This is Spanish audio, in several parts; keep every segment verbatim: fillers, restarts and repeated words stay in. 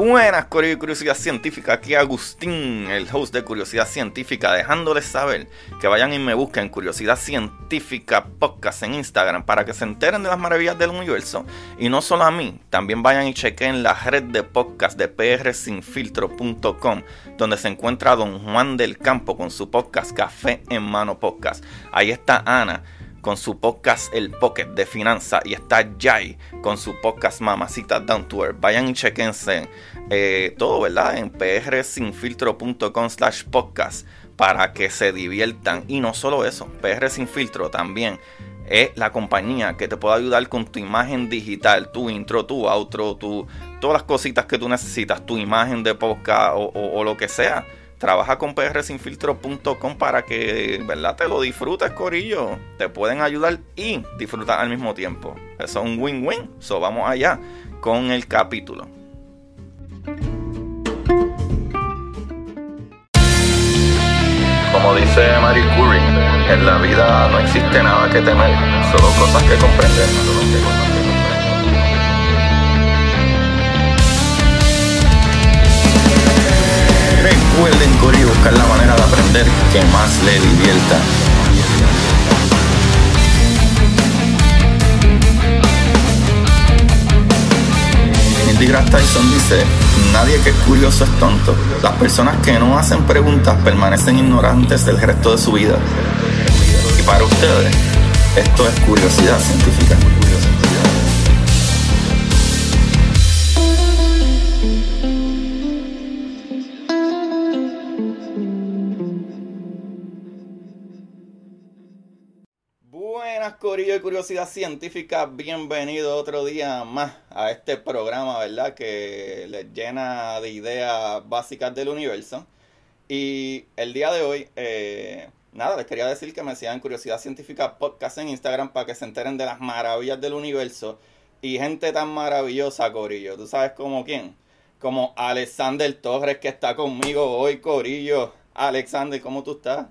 Buenas, Corillo y Curiosidad Científica, aquí Agustín, el host de Curiosidad Científica, dejándoles saber que vayan y me busquen Curiosidad Científica Podcast en Instagram para que se enteren de las maravillas del universo. Y no solo a mí, también vayan y chequen la red de podcast de p r sin filtro punto com, donde se encuentra Don Juan del Campo con su podcast Café en Mano Podcast. Ahí está Ana con su podcast El Pocket de finanzas, y está Jai con su podcast Mamacita Down to Earth. Vayan y chequense eh, todo, ¿verdad? En p r sin filtro punto com slash podcast para que se diviertan. Y no solo eso, P R Sin Filtro también es la compañía que te puede ayudar con tu imagen digital, tu intro, tu outro, tu, todas las cositas que tú necesitas, tu imagen de podcast o, o, o lo que sea. Trabaja con p r sin filtro punto com para que, ¿verdad?, te lo disfrutes, corillo. Te pueden ayudar y disfrutar al mismo tiempo. Eso es un win-win. So, vamos allá con el capítulo. Como dice Marie Curie, en la vida no existe nada que temer, solo cosas que comprender. Recuerden, corillo, buscar la manera de aprender que más le divierta. Neil deGrasse Tyson dice: nadie que es curioso es tonto. Las personas que no hacen preguntas permanecen ignorantes del resto de su vida. Y para ustedes, esto es curiosidad científica. Buenas, corillo y curiosidad científica, bienvenido otro día más a este programa, ¿verdad?, que les llena de ideas básicas del universo. Y el día de hoy, eh, nada, les quería decir que me sigan Curiosidad Científica Podcast en Instagram para que se enteren de las maravillas del universo. Y gente tan maravillosa, corillo, ¿tú sabes como quién? Como Alexander Torres, que está conmigo hoy, corillo. Alexander, ¿cómo tú estás?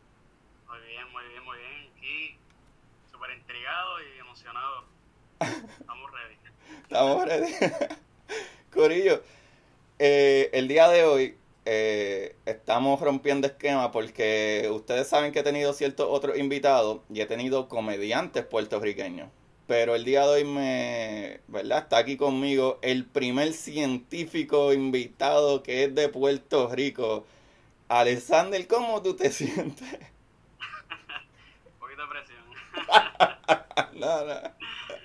Estamos ready. Estamos ready. Corillo, eh, el día de hoy eh, estamos rompiendo esquema porque ustedes saben que he tenido ciertos otros invitados y he tenido comediantes puertorriqueños. Pero el día de hoy me, ¿verdad?, está aquí conmigo el primer científico invitado que es de Puerto Rico. Alexander, ¿cómo tú te sientes? Un poquito de presión. No, no.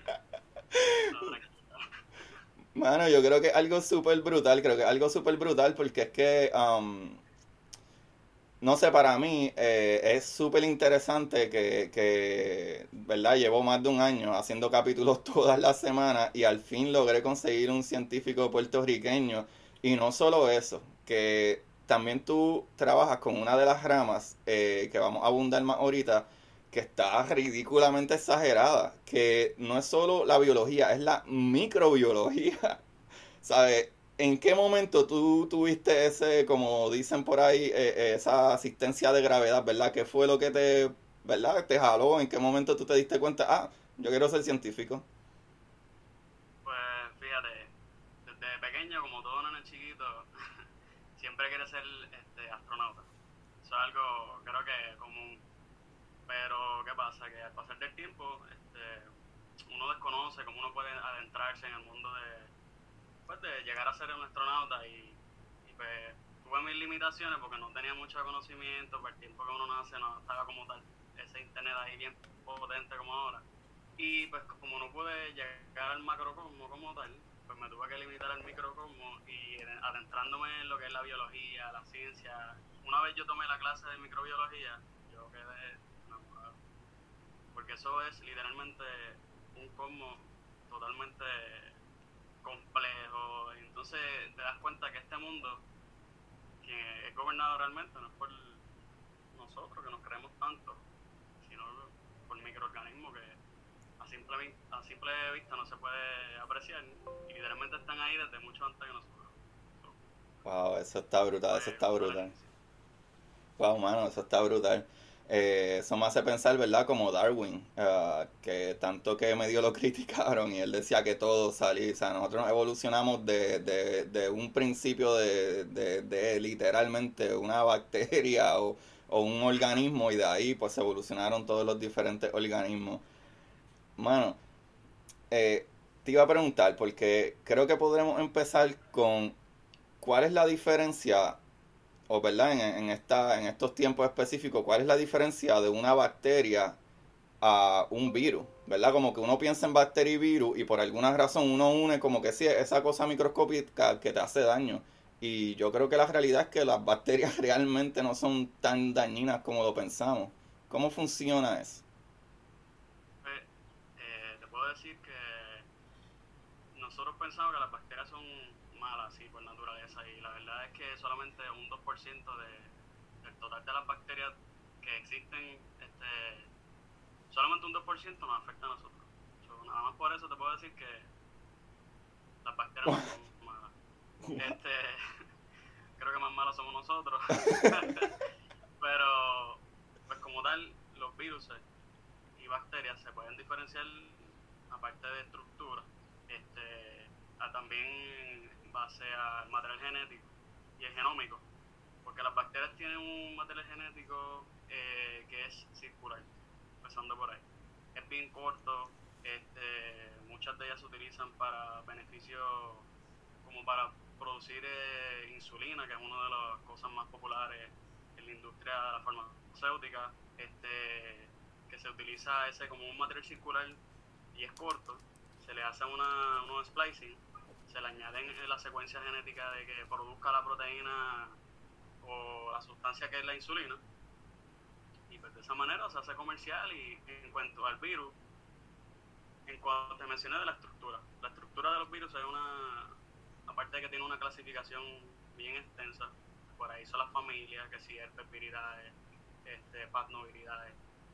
Mano, yo creo que es algo súper brutal, creo que es algo súper brutal porque es que, um, no sé, para mí eh, es súper interesante que, que, ¿verdad?, llevo más de un año haciendo capítulos todas las semanas y al fin logré conseguir un científico puertorriqueño. Y no solo eso, que también tú trabajas con una de las ramas eh, que vamos a abundar más ahorita, que está ridículamente exagerada, que no es solo la biología, es la microbiología. ¿Sabes? ¿En qué momento tú tuviste ese, como dicen por ahí, eh, esa asistencia de gravedad, ¿verdad? ¿Qué fue lo que te, ¿verdad?, te jaló? ¿En qué momento tú te diste cuenta, ah, yo quiero ser científico? Pues fíjate, desde pequeño, como todo nene chiquito, siempre quiere ser este, astronauta. Eso es algo, creo que común. Pero, ¿qué pasa? Que al pasar del tiempo, este, uno desconoce cómo uno puede adentrarse en el mundo de, pues, de llegar a ser un astronauta y, y pues, tuve mis limitaciones porque no tenía mucho conocimiento, por el tiempo que uno nace no estaba como tal, ese internet ahí bien potente como ahora. Y pues como no pude llegar al macrocosmo como tal, pues me tuve que limitar al microcosmo y adentrándome en lo que es la biología, la ciencia. Una vez yo tomé la clase de microbiología, yo quedé enamorado, porque eso es literalmente un cosmos totalmente complejo. Y entonces te das cuenta que este mundo, que es gobernado realmente, no es por nosotros que nos creemos tanto, sino por microorganismos que a simple, a simple vista no se puede apreciar y literalmente están ahí desde mucho antes que nosotros. Wow, eso está brutal, eso está brutal. Wow, mano, eso está brutal. Eh, eso me hace pensar, ¿verdad? Como Darwin, ah, que tanto que medio lo criticaron y él decía que todo salía, o sea, nosotros evolucionamos de, de, de un principio de, de, de literalmente una bacteria o, o un organismo y de ahí pues evolucionaron todos los diferentes organismos. Mano, eh, te iba a preguntar porque creo que podremos empezar con cuál es la diferencia o verdad en, en esta en estos tiempos específicos, cuál es la diferencia de una bacteria a un virus, ¿verdad? Como que uno piensa en bacteria y virus y por alguna razón uno une como que sí, esa cosa microscópica que te hace daño. Y yo creo que la realidad es que las bacterias realmente no son tan dañinas como lo pensamos. ¿Cómo funciona eso? Pues, eh, te puedo decir que nosotros pensamos que las bacterias son malas, sí, por naturaleza, y la verdad es que solamente un dos por ciento de, del total de las bacterias que existen, este, solamente un dos por ciento nos afecta a nosotros. So, nada más por eso te puedo decir que las bacterias no son malas. Este, creo que más malas somos nosotros. Pero, pues como tal, los virus y bacterias se pueden diferenciar aparte de estructura, este, a también en base al material genético y el genómico, porque las bacterias tienen un material genético eh, que es circular, empezando por ahí. Es bien corto, este, muchas de ellas se utilizan para beneficios como para producir eh, insulina, que es una de las cosas más populares en la industria de la farmacéutica, este, que se utiliza ese como un material circular y es corto, se le hace una, unos splicing, se le añaden la secuencia genética de que produzca la proteína o la sustancia que es la insulina, y pues de esa manera se hace comercial. Y en cuanto al virus, en cuanto te mencioné de la estructura, la estructura de los virus es una, aparte de que tiene una clasificación bien extensa, por ahí son las familias, que si herpesviridae, este, papnoviridae,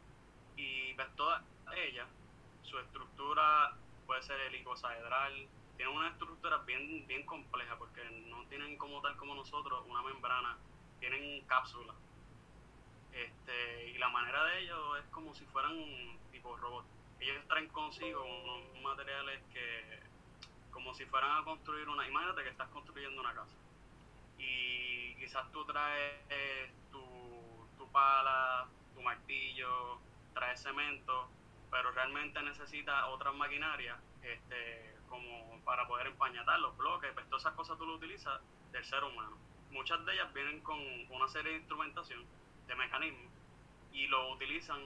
y pues todas ellas, su estructura puede ser helicosaedral, tienen una estructura bien, bien compleja porque no tienen como tal como nosotros una membrana, tienen cápsulas. Este, y la manera de ellos es como si fueran tipo robots. Ellos traen consigo unos materiales que, como si fueran a construir una, imagínate que estás construyendo una casa y quizás tú traes eh, tu, tu pala, tu martillo, traes cemento, pero realmente necesitas otras maquinarias este, como para poder empañatar los bloques, pues todas esas cosas tú lo utilizas del ser humano. Muchas de ellas vienen con una serie de instrumentación, de mecanismos, y lo utilizan,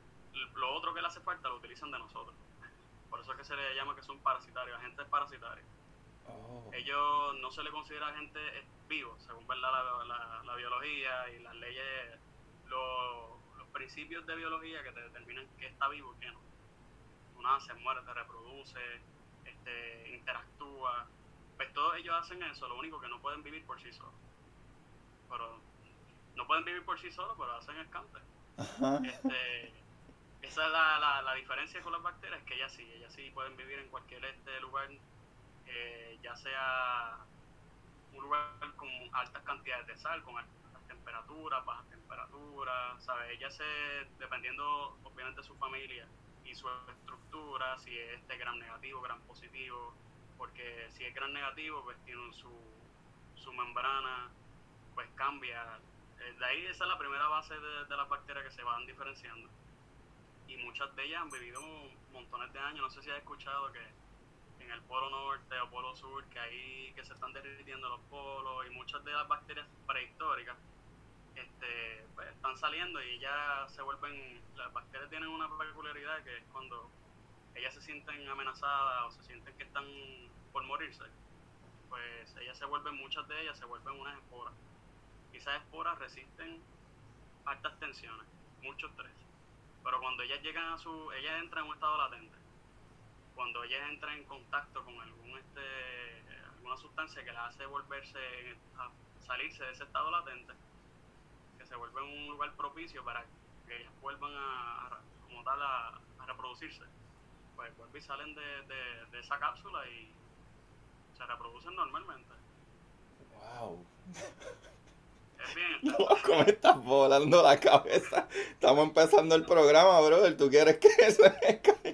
lo otro que le hace falta lo utilizan de nosotros. Por eso es que se le llama que son parasitarios, agentes parasitarios. Oh. Ellos no se le considera agentes vivos, según ¿verdad? La, la, la biología y las leyes, lo, los principios de biología que te determinan qué está vivo y qué no. Tú naces, mueres, te reproduce, este, interactúa. Pues todos ellos hacen eso, lo único que no pueden vivir por sí solos. Pero no pueden vivir por sí solos, pero hacen escante. Este, esa es la, la, la diferencia con las bacterias, que ellas sí, ellas sí pueden vivir en cualquier este lugar, eh, ya sea un lugar con altas cantidades de sal, con altas temperaturas, bajas temperaturas, ¿sabes? Ella se, dependiendo obviamente de su familia y su estructura, si es este gram negativo, gram positivo, porque si es gram negativo, pues tiene su, su membrana, pues cambia. De ahí esa es la primera base de, de las bacterias que se van diferenciando. Y muchas de ellas han vivido montones de años. No sé si has escuchado que en el polo norte o polo sur, que ahí que se están derritiendo los polos y muchas de las bacterias prehistóricas este, pues, están saliendo y ya se vuelven, las bacterias tienen una peculiaridad que es cuando ellas se sienten amenazadas o se sienten que están por morirse, pues ellas se vuelven, muchas de ellas se vuelven unas esporas. Y esas esporas resisten altas tensiones, mucho estrés. Pero cuando ellas llegan a su, ellas entran en un estado latente. Cuando ellas entran en contacto con algún este, alguna sustancia que las hace volverse a salirse de ese estado latente, que se vuelve un lugar propicio para que ellas vuelvan a, a como tal a, a reproducirse, pues vuelven y salen de, de, de esa cápsula y se reproducen normalmente. Wow. es bien Loco, me estás volando la cabeza. Estamos empezando el programa, brother. ¿Tú quieres que eso me caiga?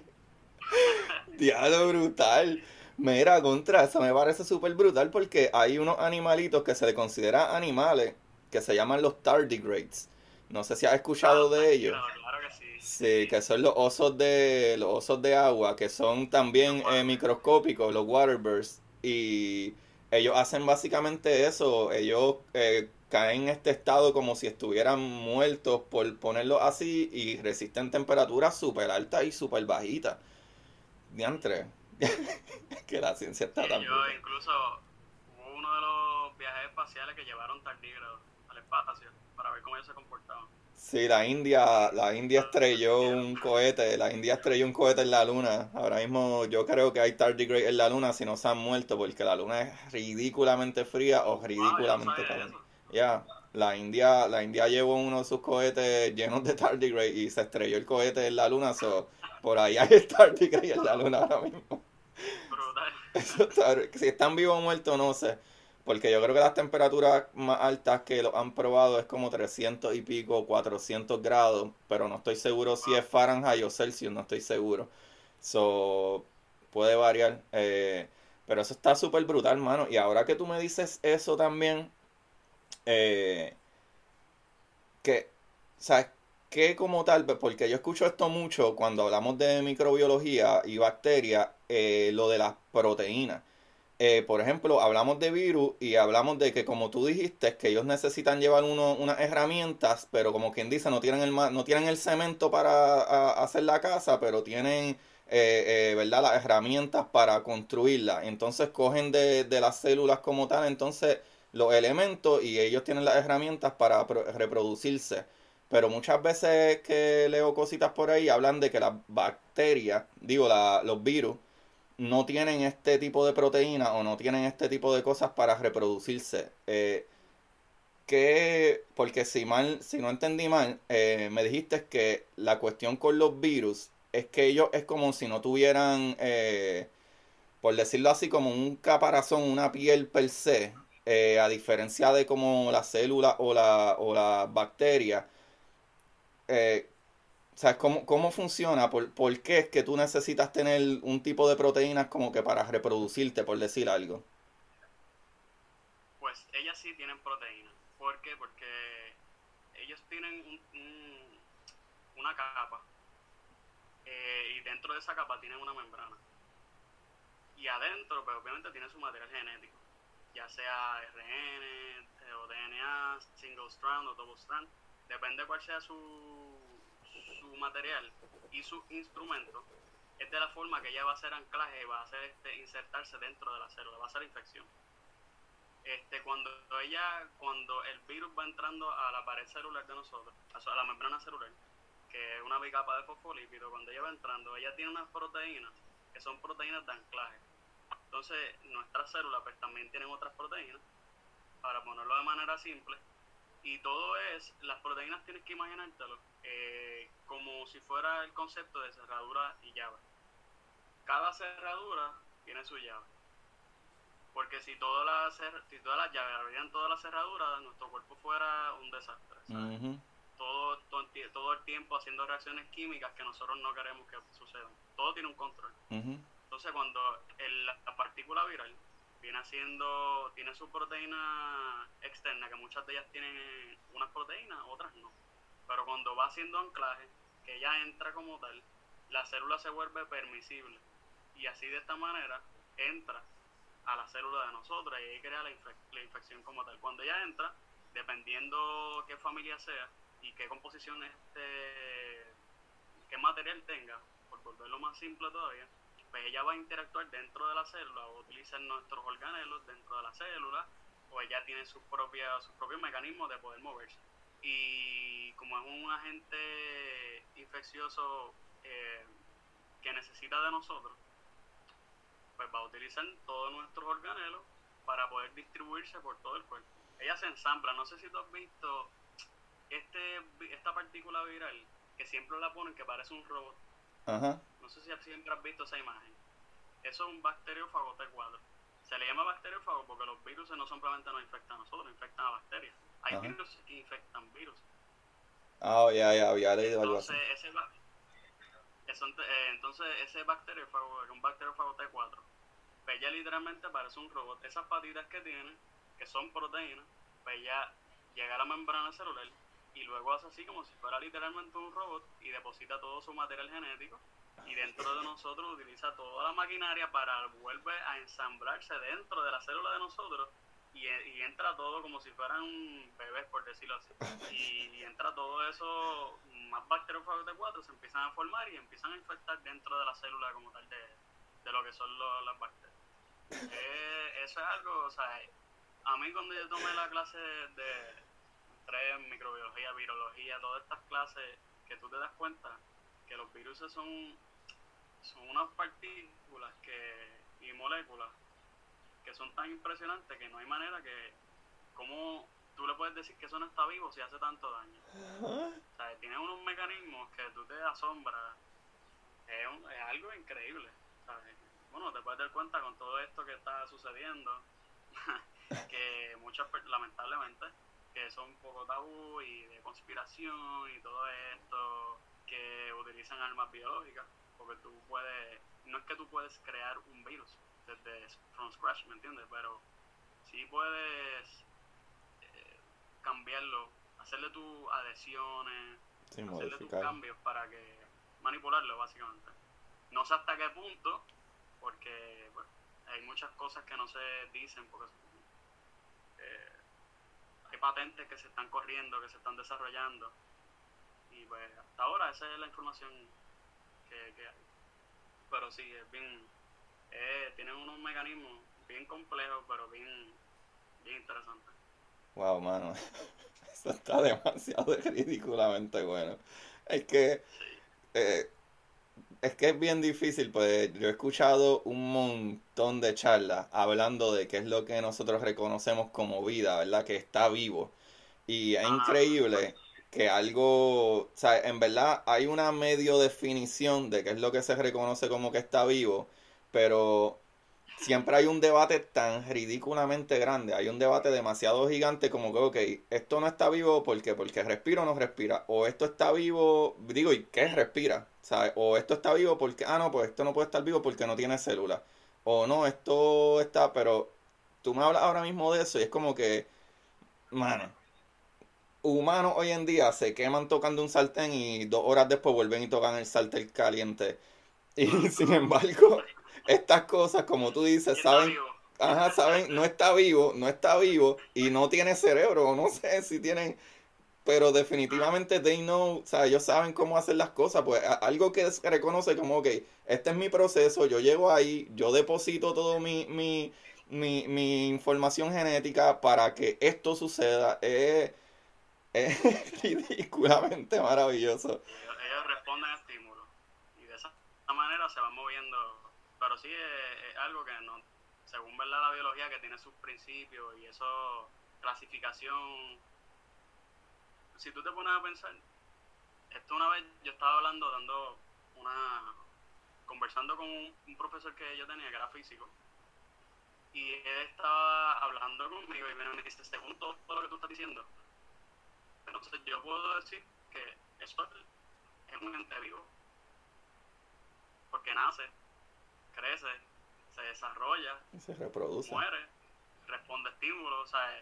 Diablo brutal. Mira, contra, eso me parece súper brutal porque hay unos animalitos que se le consideran animales que se llaman los tardigrades. No sé si has Ah, escuchado los de ellos. tardígrados, claro que sí, Sí, sí. que son los osos de los osos de agua, que son también Los eh, waterbirds. microscópicos, los waterbirds, y ellos hacen básicamente eso, ellos eh, caen en este estado como si estuvieran muertos, por ponerlo así, y resisten temperaturas súper altas y súper bajitas. Diantre, que la ciencia Sí, está tan ellos brutal. incluso hubo uno de los viajes espaciales que llevaron tardígrados al espacio para ver cómo ellos se comportaban. Sí, la India, Y la India estrelló sobrevivieron. un cohete, la India estrelló un cohete en la luna. Ahora mismo yo creo que hay tardigrades en la luna si no se han muerto porque la luna es ridículamente fría o Wow, yo no ridículamente sabía caliente. eso. Ya, la India, la India llevó uno de sus cohetes llenos de tardigrades y se estrelló el cohete en la luna, so, por ahí hay tardigrades en la luna ahora mismo. Brutal. Eso está- si están vivos o muertos, no sé. Porque yo creo que las temperaturas más altas que lo han probado es como trescientos y pico, cuatrocientos grados. Pero no estoy seguro si Wow. es Fahrenheit o Celsius, no estoy seguro. So, puede variar. eh, pero eso está súper brutal, mano. Y ahora que tú me dices eso también, eh, que, ¿sabes? Que como tal, porque yo escucho esto mucho cuando hablamos de microbiología y bacterias, eh, lo de las proteínas. Eh, por ejemplo, hablamos de virus y hablamos de que, como tú dijiste, que ellos necesitan llevar uno, unas herramientas, pero como quien dice, no tienen el, ma- no tienen el cemento para a- hacer la casa, pero tienen, eh, eh, ¿verdad? Las herramientas para construirla. Entonces cogen de, de las células como tal, entonces los elementos y ellos tienen las herramientas para pro- reproducirse. Pero muchas veces que leo cositas por ahí hablan de que las bacterias, digo, la- los virus, no tienen este tipo de proteína o no tienen este tipo de cosas para reproducirse. Eh, que, porque si mal, si no entendí mal, eh, me dijiste que la cuestión con los virus es que ellos es como si no tuvieran, eh, por decirlo así, como un caparazón, una piel per se, eh, a diferencia de como la célula o la, o la bacteria. Eh, ¿Sabes cómo, cómo funciona? ¿Por, por qué es que tú necesitas tener un tipo de proteínas como que para reproducirte, por decir algo? Pues ellas sí tienen proteína. ¿Por qué? Porque ellos tienen un, un- una capa eh, y dentro de esa capa tienen una membrana. Y adentro, pues obviamente tiene su material genético, ya sea R N eh, o D N A, single strand o double strand, depende cuál sea su, su material y su instrumento, es de la forma que ella va a hacer anclaje y va a hacer este, insertarse dentro de la célula, va a hacer infección. Este, cuando ella, cuando el virus va entrando a la pared celular de nosotros, a la membrana celular, que es una bicapa de fosfolípido, cuando ella va entrando, ella tiene unas proteínas que son proteínas de anclaje. Entonces, nuestras células pues también tienen otras proteínas, para ponerlo de manera simple, y todo es, las proteínas tienes que imaginártelo eh, como si fuera el concepto de cerradura y llave. Cada cerradura tiene su llave. Porque si todas las si todas las llaves abrieran todas las cerraduras, nuestro cuerpo fuera un desastre, ¿sabes? Ujú. Todo, todo, todo el tiempo haciendo reacciones químicas que nosotros no queremos que sucedan. Todo tiene un control. Ujú. Entonces, cuando el, la partícula viral viene haciendo, tiene su proteína externa, que muchas de ellas tienen unas proteínas, otras no. Pero cuando va haciendo anclaje, que ella entra como tal, la célula se vuelve permisible. Y así de esta manera entra a la célula de nosotros y ahí crea la, infe la infección como tal. Cuando ella entra, dependiendo qué familia sea y qué composición este, qué material tenga, por volverlo más simple todavía, pues ella va a interactuar dentro de la célula, va a utilizar nuestros organelos dentro de la célula, o ella tiene sus propias, sus propios mecanismos de poder moverse. Y como es un agente infeccioso eh, que necesita de nosotros, pues va a utilizar todos nuestros organelos para poder distribuirse por todo el cuerpo. Ella se ensambla, no sé si tú has visto este, esta partícula viral, que siempre la ponen que parece un robot. Ajá. No sé si siempre has visto esa imagen. Eso es un bacteriófago T cuatro. Se le llama bacteriófago porque los virus no simplemente nos infectan a nosotros, infectan a bacterias. Hay Ajá. virus que infectan virus. Ah, ya, ya, había leído algo así. Entonces, ese, ba- eso, eh, entonces, ese bacteriófago, un bacteriófago T cuatro, pues ella literalmente parece un robot. Esas patitas que tiene, que son proteínas, pues ella llega a la membrana celular y luego hace así como si fuera literalmente un robot y deposita todo su material genético y dentro de nosotros utiliza toda la maquinaria para vuelve a ensamblarse dentro de la célula de nosotros y, y entra todo como si fueran bebés, por decirlo así. Y, y entra todo eso, más bacteriófagos de cuatro se empiezan a formar y empiezan a infectar dentro de la célula como tal de, de lo que son lo, las bacterias. Eh, eso es algo, o sea, a mí cuando yo tomé la clase de, entré en microbiología, virología, todas estas clases, que tú te das cuenta que los virus son, son unas partículas que, y moléculas que son tan impresionantes que no hay manera que, ¿cómo tú le puedes decir que eso no está vivo si hace tanto daño? O sea, tiene unos mecanismos que tú te asombras, es, un, es algo increíble, ¿sabes? Bueno, te puedes dar cuenta con todo esto que está sucediendo, que muchas, lamentablemente, que son un poco tabú y de conspiración y todo esto, que utilizan armas biológicas, porque tú puedes, no es que tú puedes crear un virus desde from scratch, ¿me entiendes? Pero sí puedes eh, cambiarlo, hacerle tus adhesiones, Sí, hacerle tus modificar. cambios para que manipularlo básicamente. No sé hasta qué punto, porque bueno, hay muchas cosas que no se dicen porque eh, hay patentes que se están corriendo, que se están desarrollando y pues hasta ahora esa es la información que, que hay. Pero sí, es bien, eh, tienen unos mecanismos bien complejos pero bien, bien interesantes. Wow, mano. Eso está demasiado ridículamente bueno. Es que, Sí. eh, es que es bien difícil, pues yo he escuchado un montón de charlas hablando de qué es lo que nosotros reconocemos como vida, ¿verdad? Que está vivo. Y es Ajá, por increíble supuesto. que algo, o sea, en verdad hay una medio definición de qué es lo que se reconoce como que está vivo, pero siempre hay un debate tan ridículamente grande, hay un debate demasiado gigante como que, ok, esto no está vivo porque, porque respira o no respira, o esto está vivo, digo, ¿y qué respira? ¿Sabes? O esto está vivo porque, ah, no, pues esto no puede estar vivo porque no tiene células, o no, esto está, pero tú me hablas ahora mismo de eso y es como que, mano, humanos hoy en día se queman tocando un sartén y dos horas después vuelven y tocan el sartén caliente. Y sin Ajá. embargo, estas cosas, como tú dices, Y está saben, vivo. ajá, saben, no está vivo, no está vivo y no tiene cerebro, o no sé si tienen, pero Ajá. definitivamente they know, o sea, ellos saben cómo hacer las cosas, pues a- algo que se reconoce como, ok, este es mi proceso, yo llego ahí, yo deposito todo mi, mi, mi, mi información genética para que esto suceda, es, es ridículamente maravilloso. Y ellos, ellos responden a estímulos y de esa manera se van moviendo. Pero sí es, es algo que no, según verdad la biología que tiene sus principios y eso, clasificación. Si tú te pones a pensar, esto una vez yo estaba hablando, dando una, conversando con un, un profesor que yo tenía que era físico y él estaba hablando conmigo y me dice, según todo lo que tú estás diciendo, entonces yo puedo decir que eso es un ente vivo, porque nace, crece, se desarrolla, Y se reproduce. muere, responde a estímulos, o sea,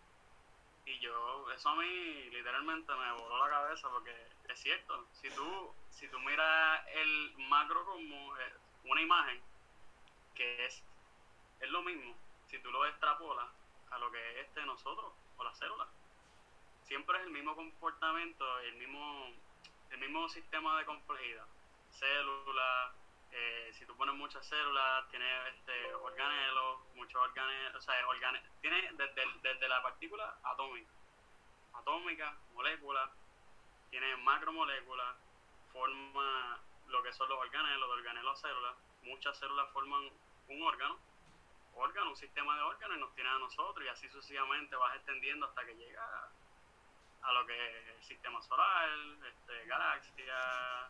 y yo, eso a mí literalmente me voló la cabeza porque es cierto, si tú, si tú miras el macro como eh, una imagen que es, es lo mismo, si tú lo extrapolas a lo que es este nosotros o las células, siempre es el mismo comportamiento, el mismo, el mismo sistema de complejidad, células, eh, si tú pones muchas células, tiene este, organelos, muchos organelos, o sea, organe, tiene desde, desde la partícula atómica, atómica, molécula, tiene macromoléculas, forma lo que son los organelos, de organelos a células, muchas células forman un órgano, órgano, un sistema de órganos y nos tiene a nosotros y así sucesivamente vas extendiendo hasta que llega a, a lo que es el sistema solar, este, galaxia.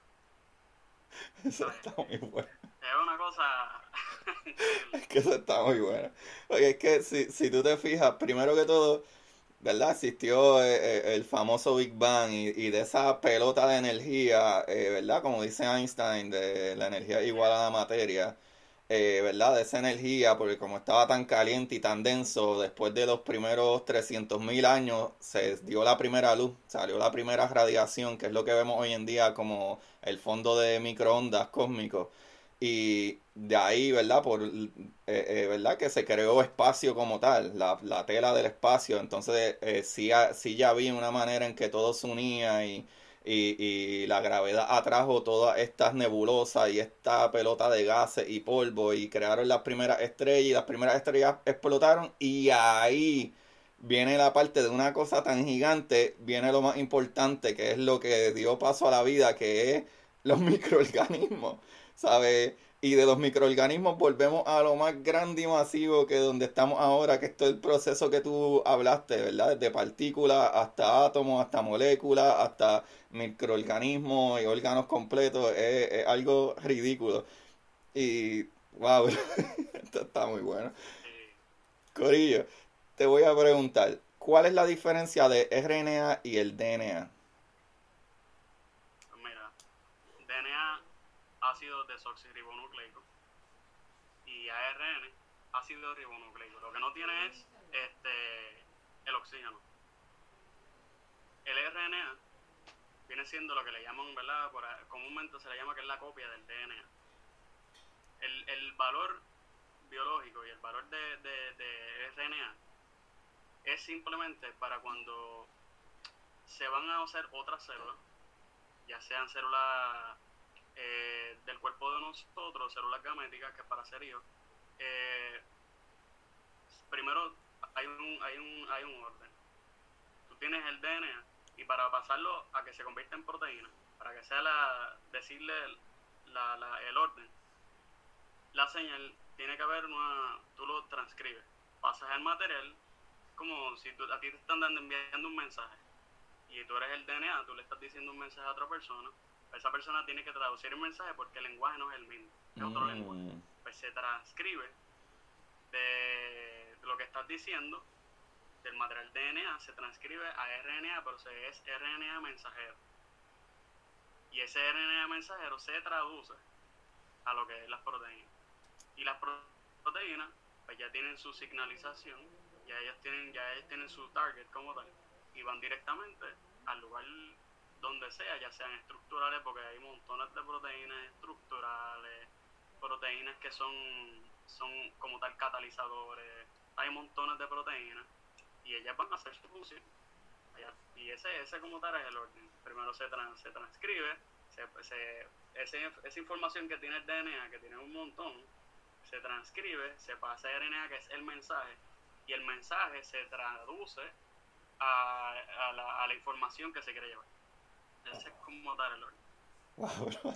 Eso está muy bueno. Es una cosa increíble. Es que eso está muy bueno. Porque es que si, si tú te fijas, primero que todo, ¿verdad? Existió eh, eh, el famoso Big Bang y, y de esa pelota de energía, eh, ¿verdad? Como dice Einstein, de la energía igual a la materia, eh, ¿verdad? De esa energía, porque como estaba tan caliente y tan denso, después de los primeros trescientos mil años se dio la primera luz, salió la primera radiación, que es lo que vemos hoy en día como el fondo de microondas cósmicos. Y de ahí, ¿verdad? Por, eh, eh, ¿verdad? Que se creó espacio como tal, la, la tela del espacio. Entonces, eh, sí, ha- sí ya había una manera en que todo se unía y, y, y la gravedad atrajo todas estas nebulosas y esta pelota de gases y polvo y crearon las primeras estrellas y las primeras estrellas explotaron y ahí viene la parte de una cosa tan gigante, viene lo más importante que es lo que dio paso a la vida, que es los microorganismos. ¿Sabes? Y de los microorganismos volvemos a lo más grande y masivo que donde estamos ahora, que esto es el proceso que tú hablaste, ¿verdad? Desde partículas hasta átomos, hasta moléculas, hasta microorganismos y órganos completos, es, es algo ridículo. Y, wow, esto está muy bueno. Sí, Corillo, te voy a preguntar, ¿cuál es la diferencia de R N A y el D N A? pues mira, D N A, ácido desoxirribonucleico, y A R N, ácido ribonucleico. Lo que no tiene es este el oxígeno. El R N A viene siendo lo que le llaman, ¿verdad? Por, comúnmente se le llama que es la copia del D N A. El, el valor biológico y el valor de, de, de R N A es simplemente para cuando se van a hacer otras células, ya sean células eh, del cuerpo de nosotros, células gaméticas, que es para ser hijos. Eh, primero hay un, hay, un, hay un orden. Tú tienes el D N A y para pasarlo a que se convierta en proteína, para que sea la, decirle la, la, el orden, la señal tiene que haber una, tú lo transcribes, pasas el material, como si tú, a ti te están dando, enviando un mensaje y tú eres el D N A, tú le estás diciendo un mensaje a otra persona, esa persona tiene que traducir el mensaje porque el lenguaje no es el mismo, es otro Mm, lenguaje. Pues se transcribe de, de lo que estás diciendo, del material D N A, se transcribe a R N A, pero se es R N A mensajero. Y ese R N A mensajero se traduce a lo que es las proteínas. Y las proteínas pues ya tienen su signalización, ya ellos tienen, ya ellos tienen su target como tal, y van directamente al lugar donde sea, ya sean estructurales, porque hay montones de proteínas estructurales, proteínas que son, son como tal catalizadores, hay montones de proteínas, y ellas van a hacer su función. Y ese, ese como tal es el orden. Primero se, trans, se transcribe, se, se, ese, esa información que tiene el D N A, que tiene un montón, se transcribe, se pasa a R N A, que es el mensaje, y el mensaje se traduce a, a, la, a la información que se quiere llevar. Ese es como tal el orden. wow, bro.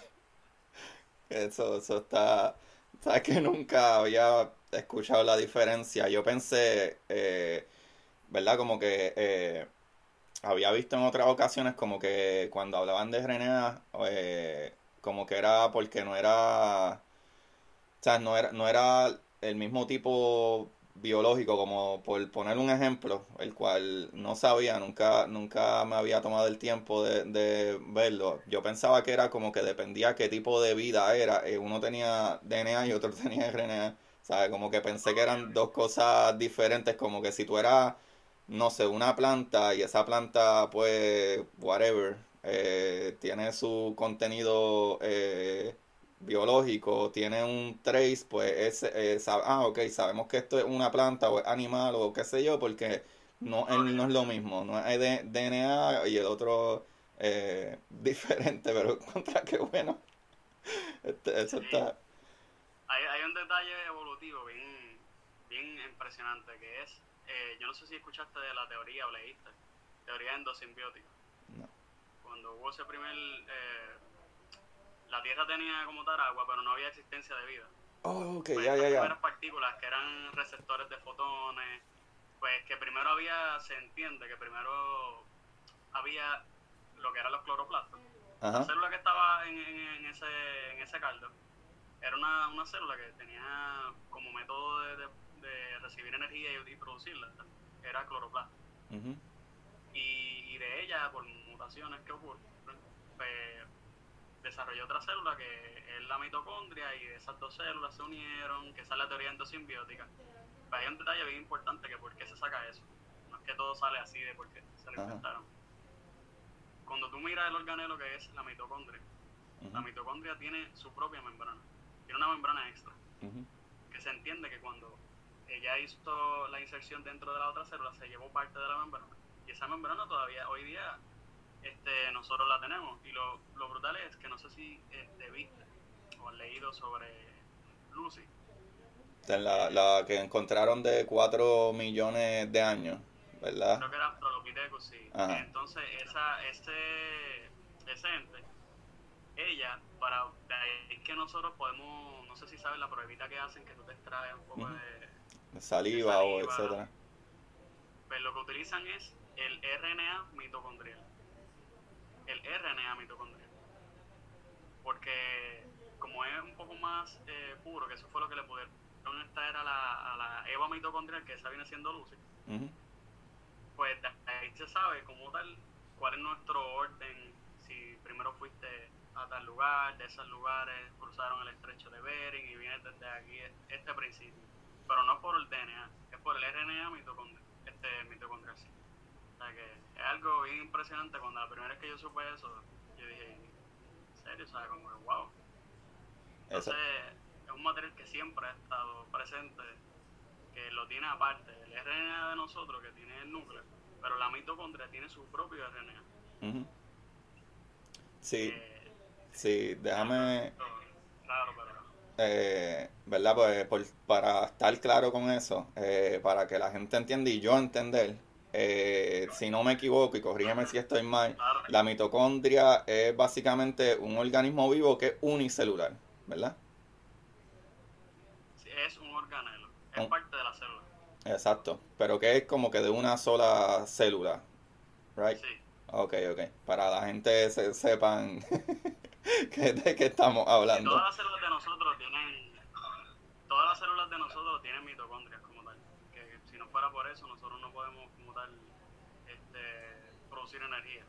Eso, eso está. Sabes que nunca había escuchado la diferencia. Yo pensé, eh, ¿verdad? Como que eh, había visto en otras ocasiones como que cuando hablaban de R N A, eh, como que era porque no era, o sea, no era, no era el mismo tipo biológico, como por poner un ejemplo, el cual no sabía, nunca, nunca me había tomado el tiempo de, de verlo. Yo pensaba que era como que dependía qué tipo de vida era. Eh, uno tenía D N A y otro tenía R N A. ¿Sabes? Como que pensé que Ok, eran ok. dos cosas diferentes, como que si tú eras, no sé, una planta y esa planta, pues, whatever, eh, tiene su contenido eh, biológico, tiene un trace, pues es, eh, sab- ah, ok, sabemos que esto es una planta o es animal o qué sé yo, porque no, Ok, él no es ok, lo ok. mismo, no es de- D N A y el otro eh, diferente, pero contra qué bueno, este, eso Sí, está... hay, hay un detalle evolutivo bien, bien impresionante que es, eh, yo no sé si escuchaste de la teoría o leíste, teoría endosimbiótica. No. Cuando hubo ese primer, eh, la Tierra tenía como tal agua, pero no había existencia de vida. Oh, ok, Pues ya, estas ya, ya. primeras partículas que eran receptores de fotones, pues que primero había, se entiende que primero había lo que eran los cloroplastos. La Ajá. célula que estaba en, en, en ese, en ese caldo era una, una célula que tenía como método de, de, de recibir energía y, y producirla, era cloroplasto. Uh-huh. y, y de ella, por mutaciones que ocurren, pues desarrolló otra célula que es la mitocondria, y esas dos células se unieron, que esa es la teoría endosimbiótica. Pero hay un detalle bien importante, que por qué se saca eso. No es que todo sale así de porque se lo Ajá. inventaron. Cuando tú miras el organelo que es la mitocondria, Uh-huh. la mitocondria tiene su propia membrana, tiene una membrana extra, Uh-huh. que se entiende que cuando ella hizo la inserción dentro de la otra célula, se llevó parte de la membrana, y esa membrana todavía hoy día este, nosotros la tenemos. Y lo, lo brutal es que no sé si este, viste o has leído sobre Lucy. La, la que encontraron de cuatro millones de años, ¿verdad? Creo que era Australopithecus, sí. Ajá. Entonces, esa, ese, ese ente, ella, para de ahí que nosotros podemos, no sé si sabes la pruebita que hacen, que tú te extraes un poco Uh-huh. de, De saliva, de o saliva, etcétera. pues lo que utilizan es el R N A mitocondrial. El R N A mitocondrial. Porque como es un poco más eh, puro, que eso fue lo que le pudieron extraer a la, a la Eva mitocondrial, que esa viene siendo Lucy, Uh-huh. pues de ahí se sabe como tal cuál es nuestro orden, si primero fuiste a tal lugar, de esos lugares cruzaron el estrecho de Bering y viene desde aquí este principio. Pero no por el D N A, es por el R N A mitocondrial, este mitocondrial, sí. O sea que es algo bien impresionante. Cuando la primera vez que yo supe eso, yo dije, ¿en serio? O sea, como que wow. Entonces, es un material que siempre ha estado presente, que lo tiene aparte. El R N A de nosotros, que tiene el núcleo, pero la mitocondria tiene su propio R N A. Uh-huh. Sí, Eh, sí, déjame, claro, pero eh, ¿verdad? Pues por- para estar claro con eso, eh, para que la gente entienda y yo entender, eh, si no me equivoco, y corrígeme si estoy mal, claro, la mitocondria es básicamente un organismo vivo que es unicelular, ¿verdad? sí, es un organelo, es Un- parte de la célula. exacto, pero que es como que de una sola célula, ¿right? Sí. Ok, ok, para la gente se sepan que, de qué estamos Sí, hablando. todas las células de nosotros tienen, todas las células de nosotros tienen mitocondrias como tal. Que si no fuera por eso, nosotros no podemos como tal este, producir energía.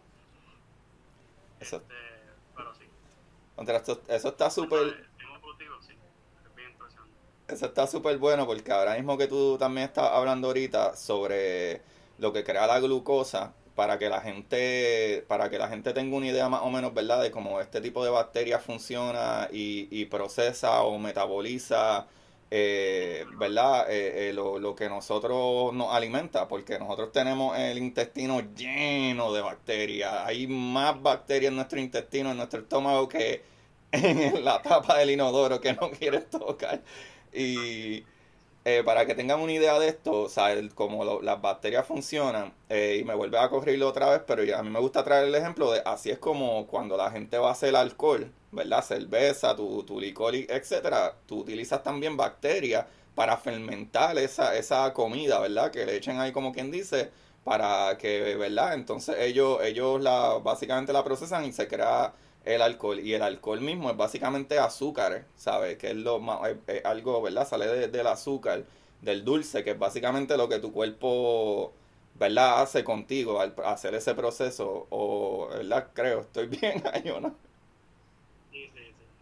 Eso, Este, pero sí. contra esto- eso está Cuanto al súper sistema productivo, sí. Es bien impresionante. Eso está súper bueno, porque ahora mismo que tú también estás hablando ahorita sobre lo que crea la glucosa, para que la gente, para que la gente tenga una idea más o menos, ¿verdad?, de cómo este tipo de bacteria funciona y, y procesa o metaboliza, eh, ¿verdad?, eh, eh, lo, lo que nosotros nos alimenta, porque nosotros tenemos el intestino lleno de bacterias. Hay más bacterias en nuestro intestino, en nuestro estómago, que en la tapa del inodoro que no quieres tocar. Y eh, para que tengan una idea de esto, o sea, el- cómo lo- las bacterias funcionan, eh, y me vuelve a corregirlo otra vez, pero ya, a mí me gusta traer el ejemplo de así es como cuando la gente va a hacer alcohol, ¿verdad? Cerveza, tu, tu licor, y etcétera. Tú utilizas también bacterias para fermentar esa, esa comida, ¿verdad? Que le echen ahí como quien dice, para que, ¿verdad? Entonces ellos, ellos la, básicamente la procesan y se crea el alcohol. Y el alcohol mismo es básicamente azúcar, ¿sabes? Que es lo más, es, es algo, ¿verdad? Sale de- del azúcar, del dulce, que es básicamente lo que tu cuerpo, ¿verdad?, hace contigo al hacer ese proceso. O, ¿verdad? Creo, estoy bien ahí, ¿o no? Sí, sí, sí.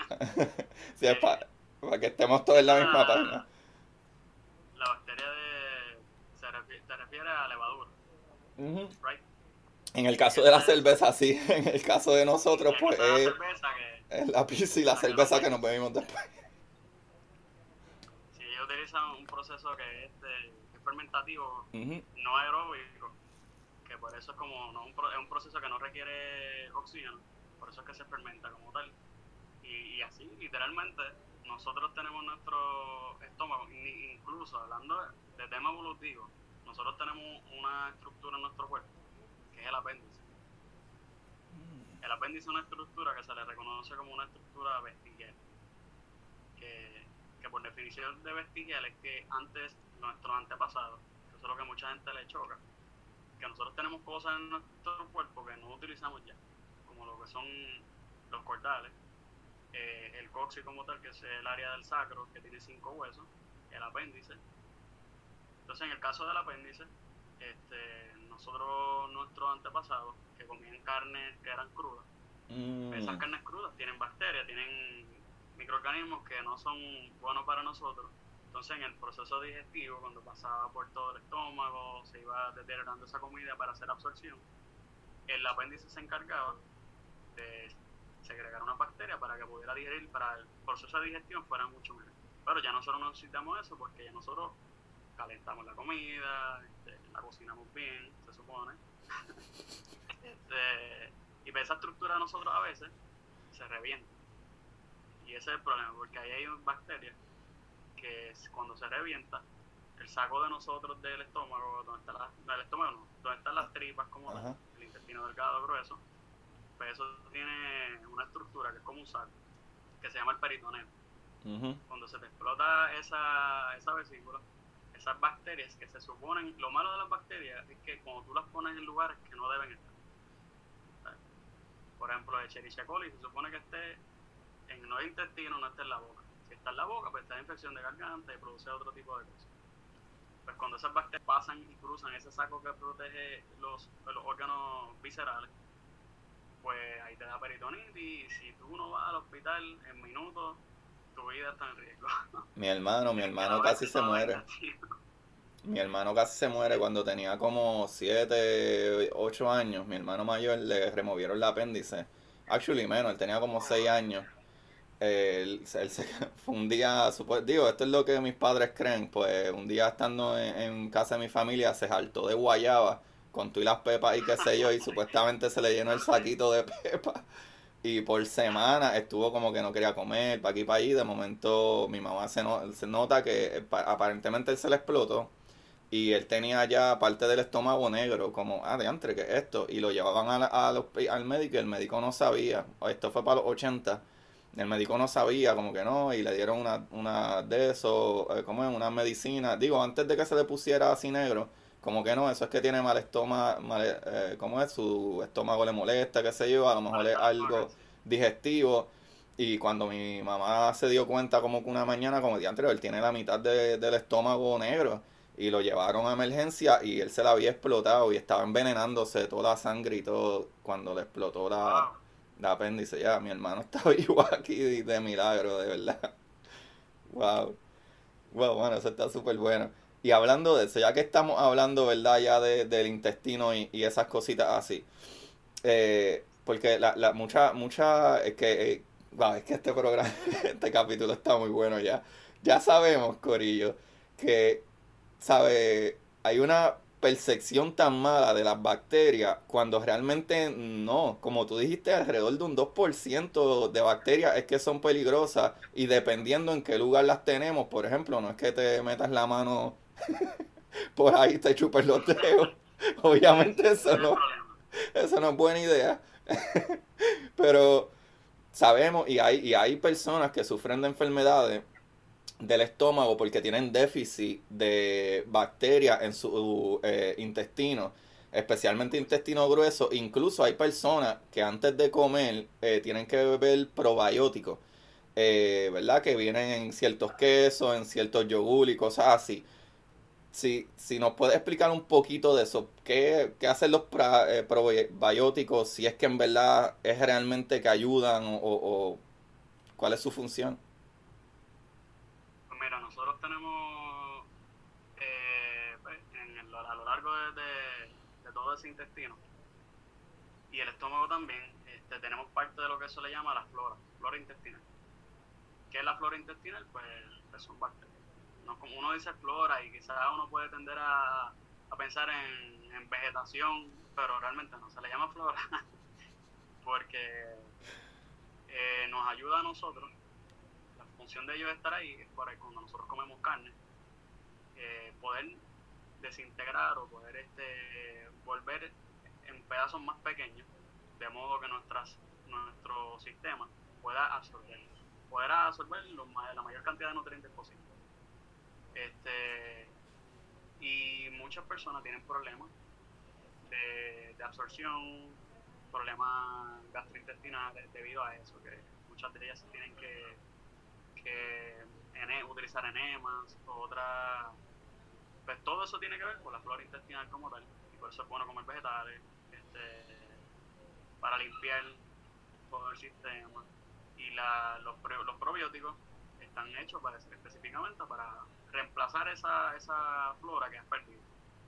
Si es Eh, para que estemos todos en la misma página. esa, la bacteria de, se refiere, te refiere a levadura, Ujú. right? En el Que caso de la esa es, cerveza, sí. En el caso de en nosotros, el pues caso de la es, cerveza, que es la pizza y la la que nos cerveza que nos bebemos, bebimos después. si ellos utilizan un proceso que es, de, que es fermentativo, Ujú. no aeróbico, que por eso es como, no, un pro, es un proceso que no requiere oxígeno, por eso es que se fermenta como tal. Y, y así, literalmente, nosotros tenemos nuestro estómago, ni- incluso hablando de tema evolutivo, nosotros tenemos una estructura en nuestro cuerpo, que es el apéndice. El apéndice es una estructura que se le reconoce como una estructura vestigial, que, que por definición de vestigial es que antes, nuestros antepasados, que eso es lo que mucha gente le choca, que nosotros tenemos cosas en nuestro cuerpo que no utilizamos ya, como lo que son los cordales, eh, el coxis como tal, que es el área del sacro, que tiene cinco huesos, el apéndice. Entonces, en el caso del apéndice, este, nosotros, nuestros antepasados, que comían carnes que eran crudas, Mm. esas carnes crudas tienen bacterias, tienen microorganismos que no son buenos para nosotros. Entonces en el proceso digestivo, cuando pasaba por todo el estómago, se iba deteriorando esa comida para hacer absorción, el apéndice se encargaba de segregar una bacteria para que pudiera digerir, para el proceso de digestión fuera mucho mejor. Pero ya nosotros no necesitamos eso porque ya nosotros calentamos la comida, este, la cocinamos bien, se supone. este, y esa estructura nosotros a veces se revienta. Y ese es el problema, porque ahí hay bacterias que cuando se revienta, el saco de nosotros del estómago, donde está la, no, el estómago no, donde están las tripas, como tal, el intestino delgado, grueso, pues eso tiene una estructura que es como un saco, que se llama el peritoneo. Uh-huh. Cuando se te explota esa, esa vesícula, esas bacterias que se suponen, lo malo de las bacterias es que cuando tú las pones en lugares que no deben estar. ¿Sabes? Por ejemplo, el Escherichia coli se supone que esté en no intestino, no esté en la boca. Si está en la boca, pues está en infección de garganta y produce otro tipo de cosas. Pues cuando esas bacterias pasan y cruzan ese saco que protege los, los órganos viscerales, pues ahí te da peritonitis y si tú no vas al hospital en minutos, tu vida está en riesgo. Mi hermano, mi hermano casi se muere. Mi hermano casi se muere cuando tenía como siete, ocho años. Mi hermano mayor le removieron el apéndice. Actually menos, él tenía como seis años. Él, él se, fue un día, digo, esto es lo que mis padres creen, pues un día estando en, en casa de mi familia se saltó de guayaba con tú y las pepas y qué sé yo, y supuestamente se le llenó el saquito de pepas. Y por semana estuvo como que no quería comer, para aquí para allí. De momento mi mamá se, no, se nota que aparentemente él se le explotó. Y él tenía ya parte del estómago negro, como, ah, diantre, ¿qué es esto? Y lo llevaban a la, a los, al médico y el médico no sabía. Esto fue para los ochenta. El médico no sabía, como que no, y le dieron una, una de eso, eh, ¿cómo es? Una medicina. Digo, antes de que se le pusiera así negro, como que no, eso es que tiene mal estómago, mal, eh, ¿cómo es? Su estómago le molesta, qué sé yo, a lo mejor es algo digestivo. Y cuando mi mamá se dio cuenta como que una mañana, como día anterior, él tiene la mitad de, del estómago negro. Y lo llevaron a emergencia y él se la había explotado y estaba envenenándose toda la sangre y todo cuando le explotó la, la apéndice. Ya, mi hermano está vivo aquí de, de milagro, de verdad. Wow. Wow, bueno, eso está súper bueno. Y hablando de eso, ya que estamos hablando, ¿verdad? Ya de, del intestino y, y esas cositas así. Eh, porque la, la mucha, mucha, es que, eh, wow, es que este programa, este capítulo está muy bueno ya. Ya sabemos, Corillo, que ¿sabe? Hay una percepción tan mala de las bacterias cuando realmente no. Como tú dijiste, alrededor de un dos por ciento de bacterias es que son peligrosas y dependiendo en qué lugar las tenemos, por ejemplo, no es que te metas la mano por ahí y te chupes los dedos. Obviamente eso no, eso no es buena idea. Pero sabemos y hay, y hay personas que sufren de enfermedades del estómago porque tienen déficit de bacterias en su eh, intestino, especialmente intestino grueso. Incluso hay personas que antes de comer eh, tienen que beber probióticos, eh, ¿verdad? Que vienen en ciertos quesos, en ciertos yogur y cosas así. Si, si nos puede explicar un poquito de eso, ¿qué, qué hacen los pra, eh, probióticos? Si es que en verdad es realmente que ayudan o, o, o cuál es su función. Pues mira, nosotros tenemos eh, pues, en el, a lo largo de, de, de todo ese intestino y el estómago también, este, tenemos parte de lo que se le llama la flora, flora intestinal. ¿Qué es la flora intestinal? Pues, pues son bacterias. No, como uno dice flora y quizás uno puede tender a, a pensar en, en vegetación, pero realmente no, se le llama flora porque eh, nos ayuda a nosotros. La función de ellos estar ahí es para cuando nosotros comemos carne, eh, poder desintegrar o poder este, volver en pedazos más pequeños, de modo que nuestras, nuestro sistema pueda absorber, poder absorber los, la mayor cantidad de nutrientes posible. Este, y muchas personas tienen problemas de, de absorción, problemas gastrointestinales debido a eso, que muchas de ellas tienen que, que ene, utilizar enemas, otras Pues todo eso tiene que ver con la flora intestinal como tal, y por eso es bueno comer vegetales, este, para limpiar todo el sistema. Y la, los, pre, los probióticos están hechos para, específicamente para reemplazar esa, esa flora que has perdido.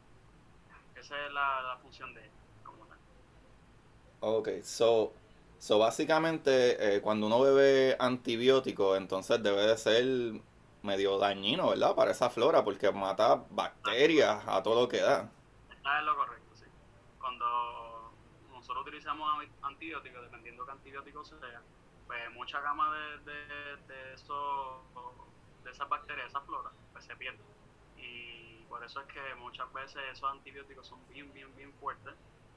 Esa es la, la función de ellos, como tal. Ok, so, so básicamente eh, cuando uno bebe antibióticos, entonces debe de ser medio dañino, ¿verdad? Para esa flora, porque mata bacterias a todo lo que da. Está en lo correcto, sí. Cuando nosotros utilizamos antibióticos, dependiendo de qué antibiótico sea, pues mucha gama de, de, de, eso, de esas bacterias, esa flora, pues se pierde. Y por eso es que muchas veces esos antibióticos son bien, bien, bien fuertes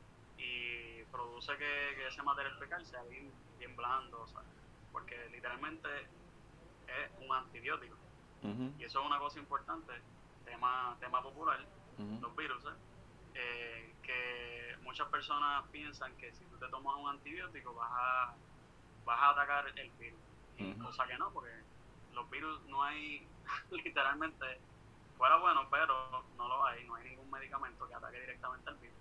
y produce que, que ese material fecal sea bien, bien blando, ¿sabes? Porque literalmente es un antibiótico. Uh-huh. Y eso es una cosa importante, tema, tema popular, Uh-huh. los virus, eh, que muchas personas piensan que si tú te tomas un antibiótico vas a, vas a atacar el virus. Y Uh-huh. cosa que no, porque los virus no hay, literalmente, fuera bueno, pero no lo hay, no hay ningún medicamento que ataque directamente al virus.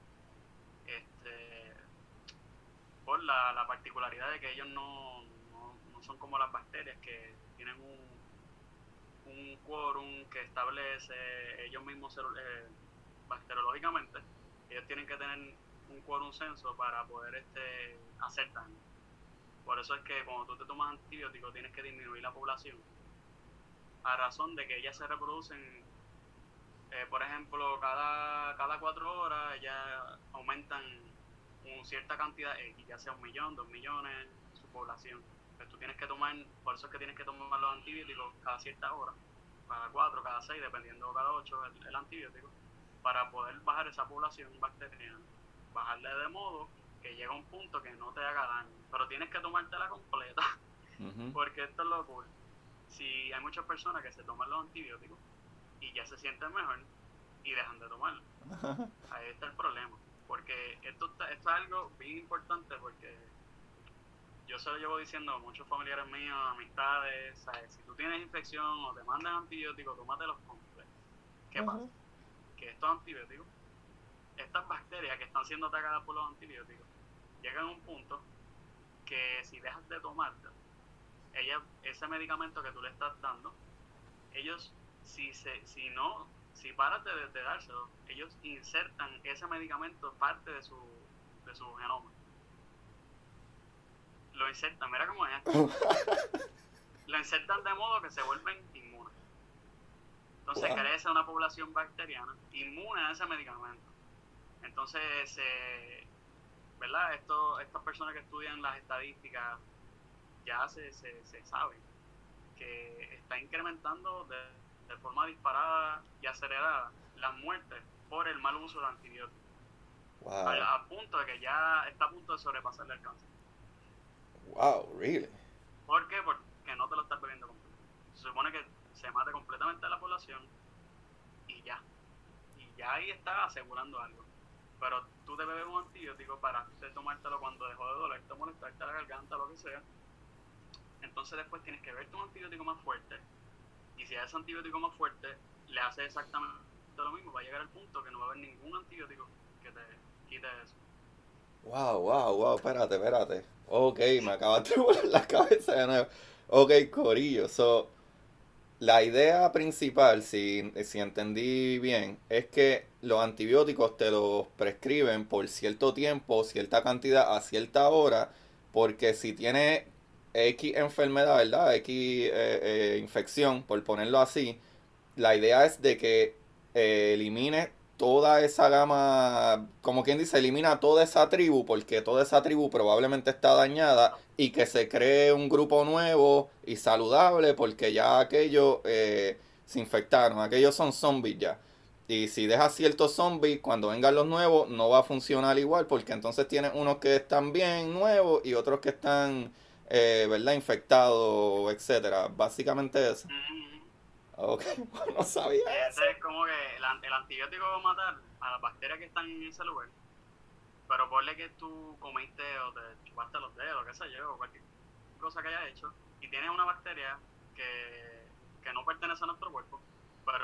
Este, por la, la particularidad de que ellos no, no, no son como las bacterias que tienen un un quórum que establece ellos mismos eh, bacteriológicamente. Ellos tienen que tener un quórum censo para poder este, hacer daño. Por eso es que cuando tú te tomas antibióticos tienes que disminuir la población a razón de que ellas se reproducen, eh, por ejemplo, cada, cada cuatro horas ellas aumentan un cierta cantidad X, ya sea un millón, dos millones, su población. Pues tú tienes que tomar, por eso es que tienes que tomar los antibióticos cada cierta hora, cada cuatro, cada seis, dependiendo cada ocho el, el antibiótico, para poder bajar esa población bacteriana, bajarle de modo que llega a un punto que no te haga daño, pero tienes que tomártela completa, uh-huh. Porque esto es lo cool. Si hay muchas personas que se toman los antibióticos y ya se sienten mejor y dejan de tomarlo, ahí está el problema, porque esto, está, esto es algo bien importante, porque yo se lo llevo diciendo a muchos familiares míos, amistades, ¿sabes? Si tú tienes infección o te mandan antibióticos, tómatelos completos. ¿Qué uh-huh. pasa? Que estos antibióticos, estas bacterias que están siendo atacadas por los antibióticos, llegan a un punto que si dejas de tomarte, ella, ese medicamento que tú le estás dando, ellos, si, se, si no, si paras de, de dárselo, ellos insertan ese medicamento parte de su, de su genoma. Lo insertan, mira cómo es. Lo insertan de modo que se vuelven inmunes. Entonces wow. crece una población bacteriana inmune a ese medicamento. Entonces, eh, ¿verdad? Esto, estas personas que estudian las estadísticas ya se, se, se sabe que está incrementando de, de forma disparada y acelerada las muertes por el mal uso de antibióticos. Wow. A, a punto de que ya está a punto de sobrepasarle el cáncer. Wow, really? ¿Por qué? Porque no te lo estás bebiendo completo. Se supone que se mate completamente a la población y ya. Y ya ahí estás asegurando algo. Pero tú te bebes un antibiótico para tomártelo cuando dejó de dolerte, molestarte la garganta, lo que sea. Entonces después tienes que beberte un antibiótico más fuerte. Y si a ese antibiótico más fuerte le hace exactamente lo mismo, va a llegar al punto que no va a haber ningún antibiótico que te quite eso. Wow, wow, wow, espérate, espérate. Ok, me acabaste de volar la cabeza de nuevo. Ok, corillo, so, la idea principal, si, si entendí bien, es que los antibióticos te los prescriben por cierto tiempo, cierta cantidad, a cierta hora, porque si tienes X enfermedad, ¿verdad? X eh, eh, infección, por ponerlo así, la idea es de que eh, elimines toda esa gama, como quien dice, elimina toda esa tribu, porque toda esa tribu probablemente está dañada, y que se cree un grupo nuevo y saludable, porque ya aquellos eh, se infectaron, aquellos son zombies ya. Y si dejas ciertos zombies, cuando vengan los nuevos, no va a funcionar igual, porque entonces tienes unos que están bien nuevos y otros que están, eh, ¿verdad?, infectados, etcétera. Básicamente eso. Ok, no sabía eso. Ese es como que el, el antibiótico va a matar a las bacterias que están en ese lugar. Pero ponle que tú comiste o te chupaste los dedos, qué sé yo, o cualquier cosa que hayas hecho, y tienes una bacteria que, que no pertenece a nuestro cuerpo, pero el antibiótico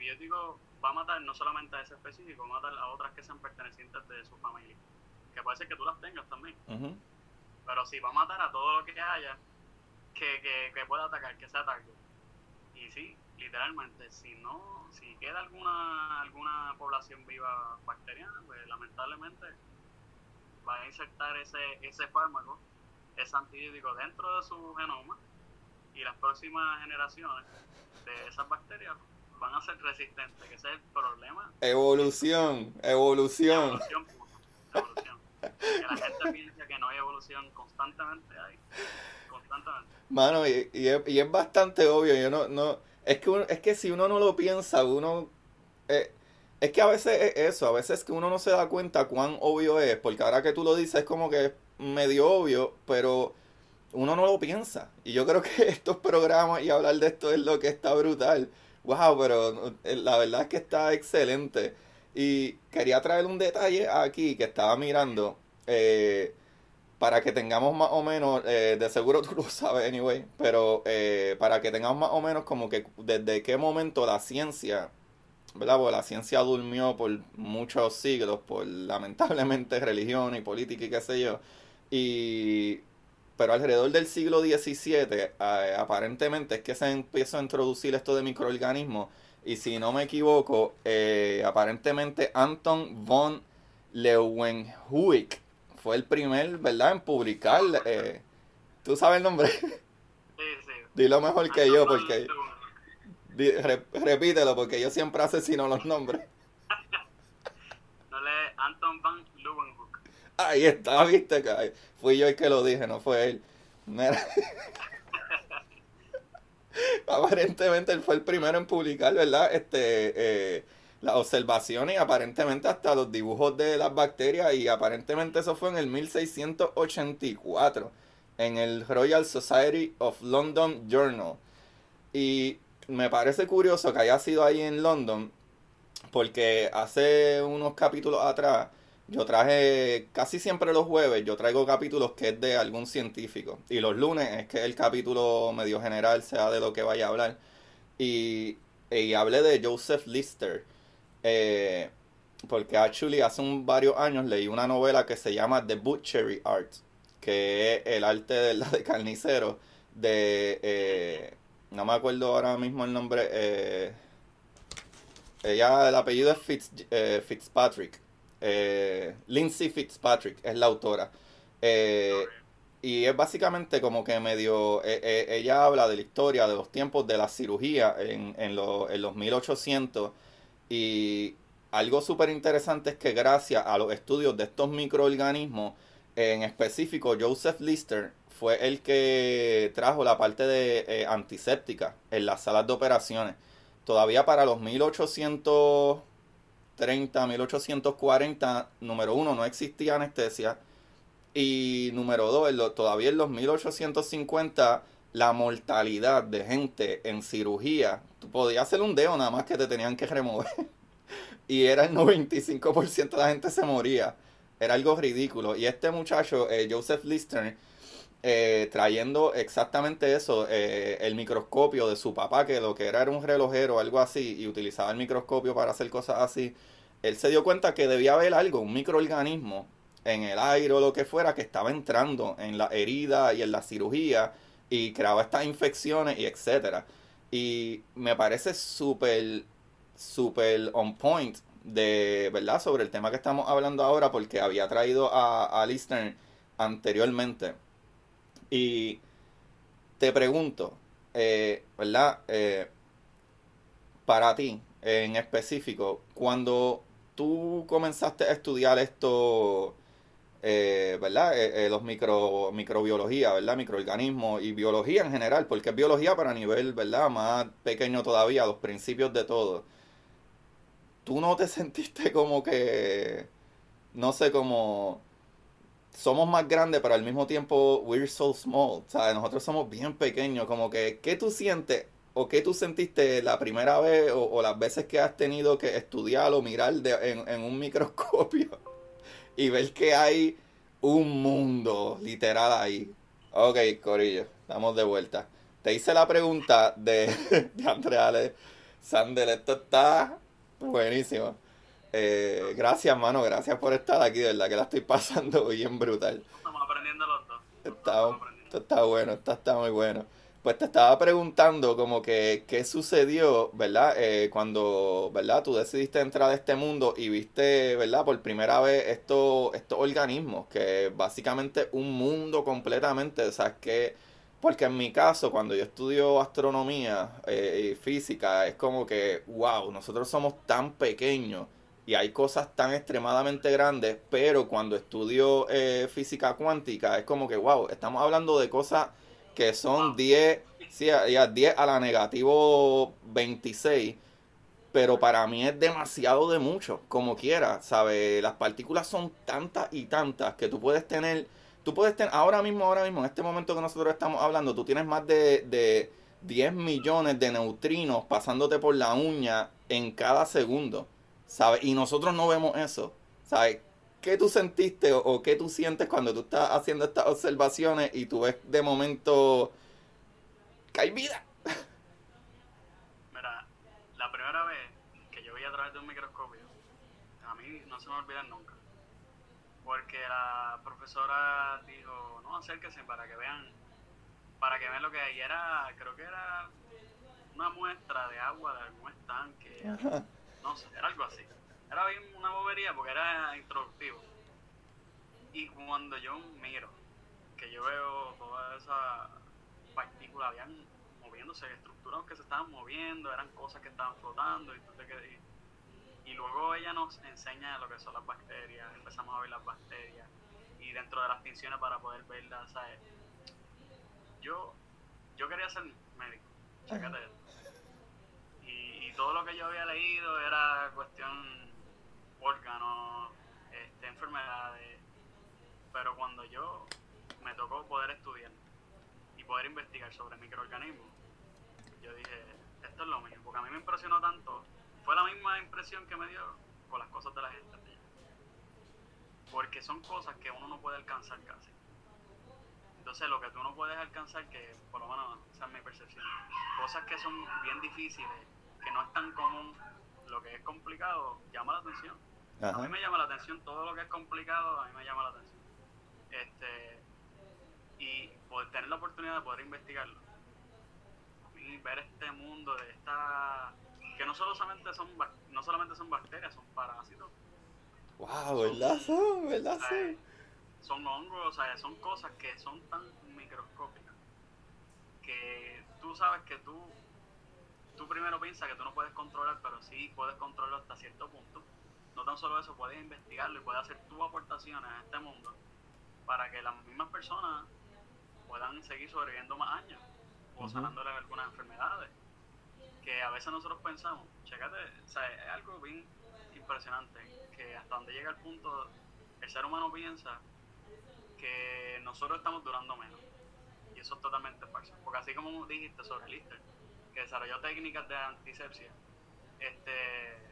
antibiótico va a matar no solamente a ese específico, va a matar a otras que sean pertenecientes de su familia. Que puede ser que tú las tengas también. Uh-huh. Pero sí, va a matar a todo lo que haya que, que, que pueda atacar, que sea ataque. Y sí, literalmente, si no, si queda alguna alguna población viva bacteriana, pues lamentablemente va a insertar ese, ese fármaco, ese antibiótico dentro de su genoma, y las próximas generaciones de esas bacterias van a ser resistentes, que ese es el problema. Evolución, evolución. Evolución, evolución. Que la gente piensa que no hay evolución, constantemente hay, constantemente. Mano, y, y, es, y es bastante obvio, yo no, no, es que uno, es que si uno no lo piensa, uno, eh, es que a veces es eso, a veces que uno no se da cuenta cuán obvio es, porque ahora que tú lo dices es como que es medio obvio, pero uno no lo piensa, y yo creo que estos programas y hablar de esto es lo que está brutal. Wow, pero la verdad es que está excelente. Y quería traer un detalle aquí que estaba mirando, eh, para que tengamos más o menos, eh, de seguro tú lo sabes anyway, pero eh, para que tengamos más o menos como que desde qué momento la ciencia, ¿verdad? Porque la ciencia durmió por muchos siglos, por lamentablemente religión y política y qué sé yo, y pero alrededor del siglo diecisiete, eh, aparentemente es que se empieza a introducir esto de microorganismos, y si no me equivoco, eh, aparentemente Anton von Leeuwenhoek fue el primer, ¿verdad?, en publicar. Eh, ¿Tú sabes el nombre? Sí, sí. Dilo mejor que yo, porque... Di, re, repítelo, porque yo siempre asesino los nombres. No le... Anton van Leeuwenhoek. Ahí está, viste, que fui yo el que lo dije, no fue él. Mira. Aparentemente él fue el primero en publicar, ¿verdad? Este, eh, las observaciones y aparentemente hasta los dibujos de las bacterias, y aparentemente eso fue en el mil seiscientos ochenta y cuatro en el Royal Society of London Journal. Y me parece curioso que haya sido ahí en London, porque hace unos capítulos atrás yo traje, casi siempre los jueves yo traigo capítulos que es de algún científico, y los lunes es que el capítulo medio general sea de lo que vaya a hablar, y, y hablé de Joseph Lister, eh, porque actually hace un, varios años leí una novela que se llama The Butchery Art, que es el arte de, la de carnicero, de, eh, no me acuerdo ahora mismo el nombre, eh, ella, el apellido es Fitz, eh, Fitzpatrick, eh, Lindsay Fitzpatrick es la autora, eh, y es básicamente como que medio, eh, eh, ella habla de la historia de los tiempos de la cirugía en, en, lo, en los mil ochocientos, y algo súper interesante es que gracias a los estudios de estos microorganismos, en específico Joseph Lister fue el que trajo la parte de eh, antiséptica en las salas de operaciones. Todavía para los mil ochocientos treinta, mil ochocientos cuarenta, número uno, no existía anestesia, y número dos, en lo, todavía en los mil ochocientos cincuenta la mortalidad de gente en cirugía, tú podías hacer un dedo nada más que te tenían que remover y era el noventa y cinco por ciento de la gente se moría, era algo ridículo. Y este muchacho, eh, Joseph Lister, eh, trayendo exactamente eso, eh, el microscopio de su papá, que lo que era era un relojero o algo así, y utilizaba el microscopio para hacer cosas así, él se dio cuenta que debía haber algo, un microorganismo en el aire o lo que fuera, que estaba entrando en la herida y en la cirugía y creaba estas infecciones y etcétera. Y me parece súper, súper on point de, ¿verdad?, sobre el tema que estamos hablando ahora, porque había traído a, a Lister anteriormente. Y te pregunto, eh, ¿verdad?, eh, para ti en específico, cuando tú comenzaste a estudiar esto, eh, ¿verdad?, eh, eh, los micro, microbiología, ¿verdad?, microorganismos y biología en general, porque es biología para nivel, ¿verdad?, más pequeño todavía, los principios de todo. ¿Tú no te sentiste como que, no sé, como somos más grandes, pero al mismo tiempo we're so small, ¿sabes? Nosotros somos bien pequeños, como que, ¿qué tú sientes o qué tú sentiste la primera vez o, o las veces que has tenido que estudiar o mirar de, en, en un microscopio y ver que hay un mundo literal ahí? Ok, corillo, estamos de vuelta. Te hice la pregunta de, de Andrea, Sandel, esto está buenísimo. Eh, gracias, mano, gracias por estar aquí, de verdad que la estoy pasando bien brutal. Estamos aprendiendo los dos. Los dos Está, estamos aprendiendo. esto está bueno, esto está muy bueno. Pues te estaba preguntando como que qué sucedió, ¿verdad? Eh, cuando, ¿verdad? Tú decidiste entrar a este mundo y viste, ¿verdad? Por primera vez estos, estos organismos, que básicamente un mundo completamente, o sea, es que, porque en mi caso, cuando yo estudio astronomía eh, y física, es como que, wow, nosotros somos tan pequeños y hay cosas tan extremadamente grandes, pero cuando estudio eh, física cuántica es como que, wow, estamos hablando de cosas que son Wow. diez sí, a, a diez a la negativo veintiséis, pero para mí es demasiado de mucho, como quiera, ¿sabes? Las partículas son tantas y tantas que tú puedes tener, tú puedes tener, ahora mismo, ahora mismo, en este momento que nosotros estamos hablando, tú tienes más de, de diez millones de neutrinos pasándote por la uña en cada segundo, ¿sabes? Y nosotros no vemos eso, ¿sabes? ¿Qué tú sentiste o, o qué tú sientes cuando tú estás haciendo estas observaciones y tú ves de momento que hay vida? Mira, la primera vez que yo vi a través de un microscopio, a mí no se me va a olvidar nunca. Porque la profesora dijo, no, acérquense para que vean, para que vean lo que hay. Era, creo que era una muestra de agua de algún estanque, Ajá. no sé, era algo así. Era bien una bobería porque era introductivo. Y cuando yo miro, que yo veo toda esa partícula, habían moviéndose, estructuras que se estaban moviendo, eran cosas que estaban flotando y tú te quedas, y, y luego ella nos enseña lo que son las bacterias, empezamos a ver las bacterias y dentro de las tinciones para poder verlas, ¿sabes? Yo, yo quería ser médico, chécate esto. Y, y todo lo que yo había leído era cuestión órganos, este, enfermedades, pero cuando yo me tocó poder estudiar y poder investigar sobre microorganismos, yo dije, esto es lo mío, porque a mí me impresionó tanto, fue la misma impresión que me dio con las cosas de las estrellas, porque son cosas que uno no puede alcanzar casi. Entonces lo que tú no puedes alcanzar, que por lo menos esa es mi percepción, cosas que son bien difíciles, que no es tan común, lo que es complicado llama la atención. A mí Ajá. me llama la atención todo lo que es complicado, a mí me llama la atención. Este, y poder tener la oportunidad de poder investigarlo. A mí ver este mundo de esta, que no solamente son no solamente son bacterias, son parásitos, Wow, son, ¿verdad son? ¿Verdad son? eh, son hongos, o sea, son cosas que son tan microscópicas que tú sabes que tú, tú primero piensas que tú no puedes controlar, pero sí puedes controlarlo hasta cierto punto. No tan solo eso, puedes investigarlo y puedes hacer tus aportaciones a este mundo para que las mismas personas puedan seguir sobreviviendo más años o Ujú. sanándoles algunas enfermedades que a veces nosotros pensamos, chécate, o sea, es algo bien impresionante que hasta donde llega el punto el ser humano piensa que nosotros estamos durando menos y eso es totalmente falso, porque así como dijiste sobre Lister, que desarrolló técnicas de antisepsia, este,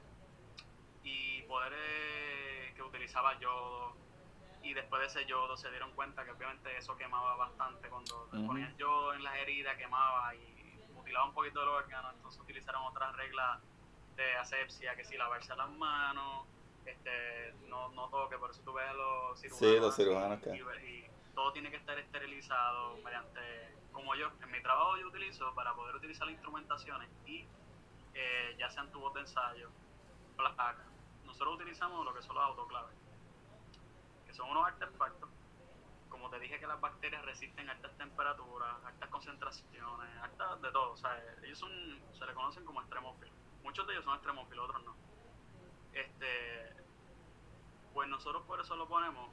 y poderes que utilizaba yodo, y después de ese yodo se dieron cuenta que obviamente eso quemaba bastante cuando te Ujú. ponían yodo en las heridas, quemaba y mutilaba un poquito el órgano, entonces utilizaron otras reglas de asepsia, que si lavarse las manos, este, no, no toque, por eso tú ves a los Sí, cirujanos los así, cirujanos que. y, y todo tiene que estar esterilizado mediante, como yo, en mi trabajo yo utilizo para poder utilizar las instrumentaciones y eh, ya sean tubos de ensayo, placas, nosotros utilizamos lo que son los autoclaves, que son unos artefactos, como te dije que las bacterias resisten altas temperaturas, altas concentraciones, altas de todo, o sea, ellos son, se le conocen como extremófilos, muchos de ellos son extremófilos, otros no. Este, pues nosotros por eso lo ponemos,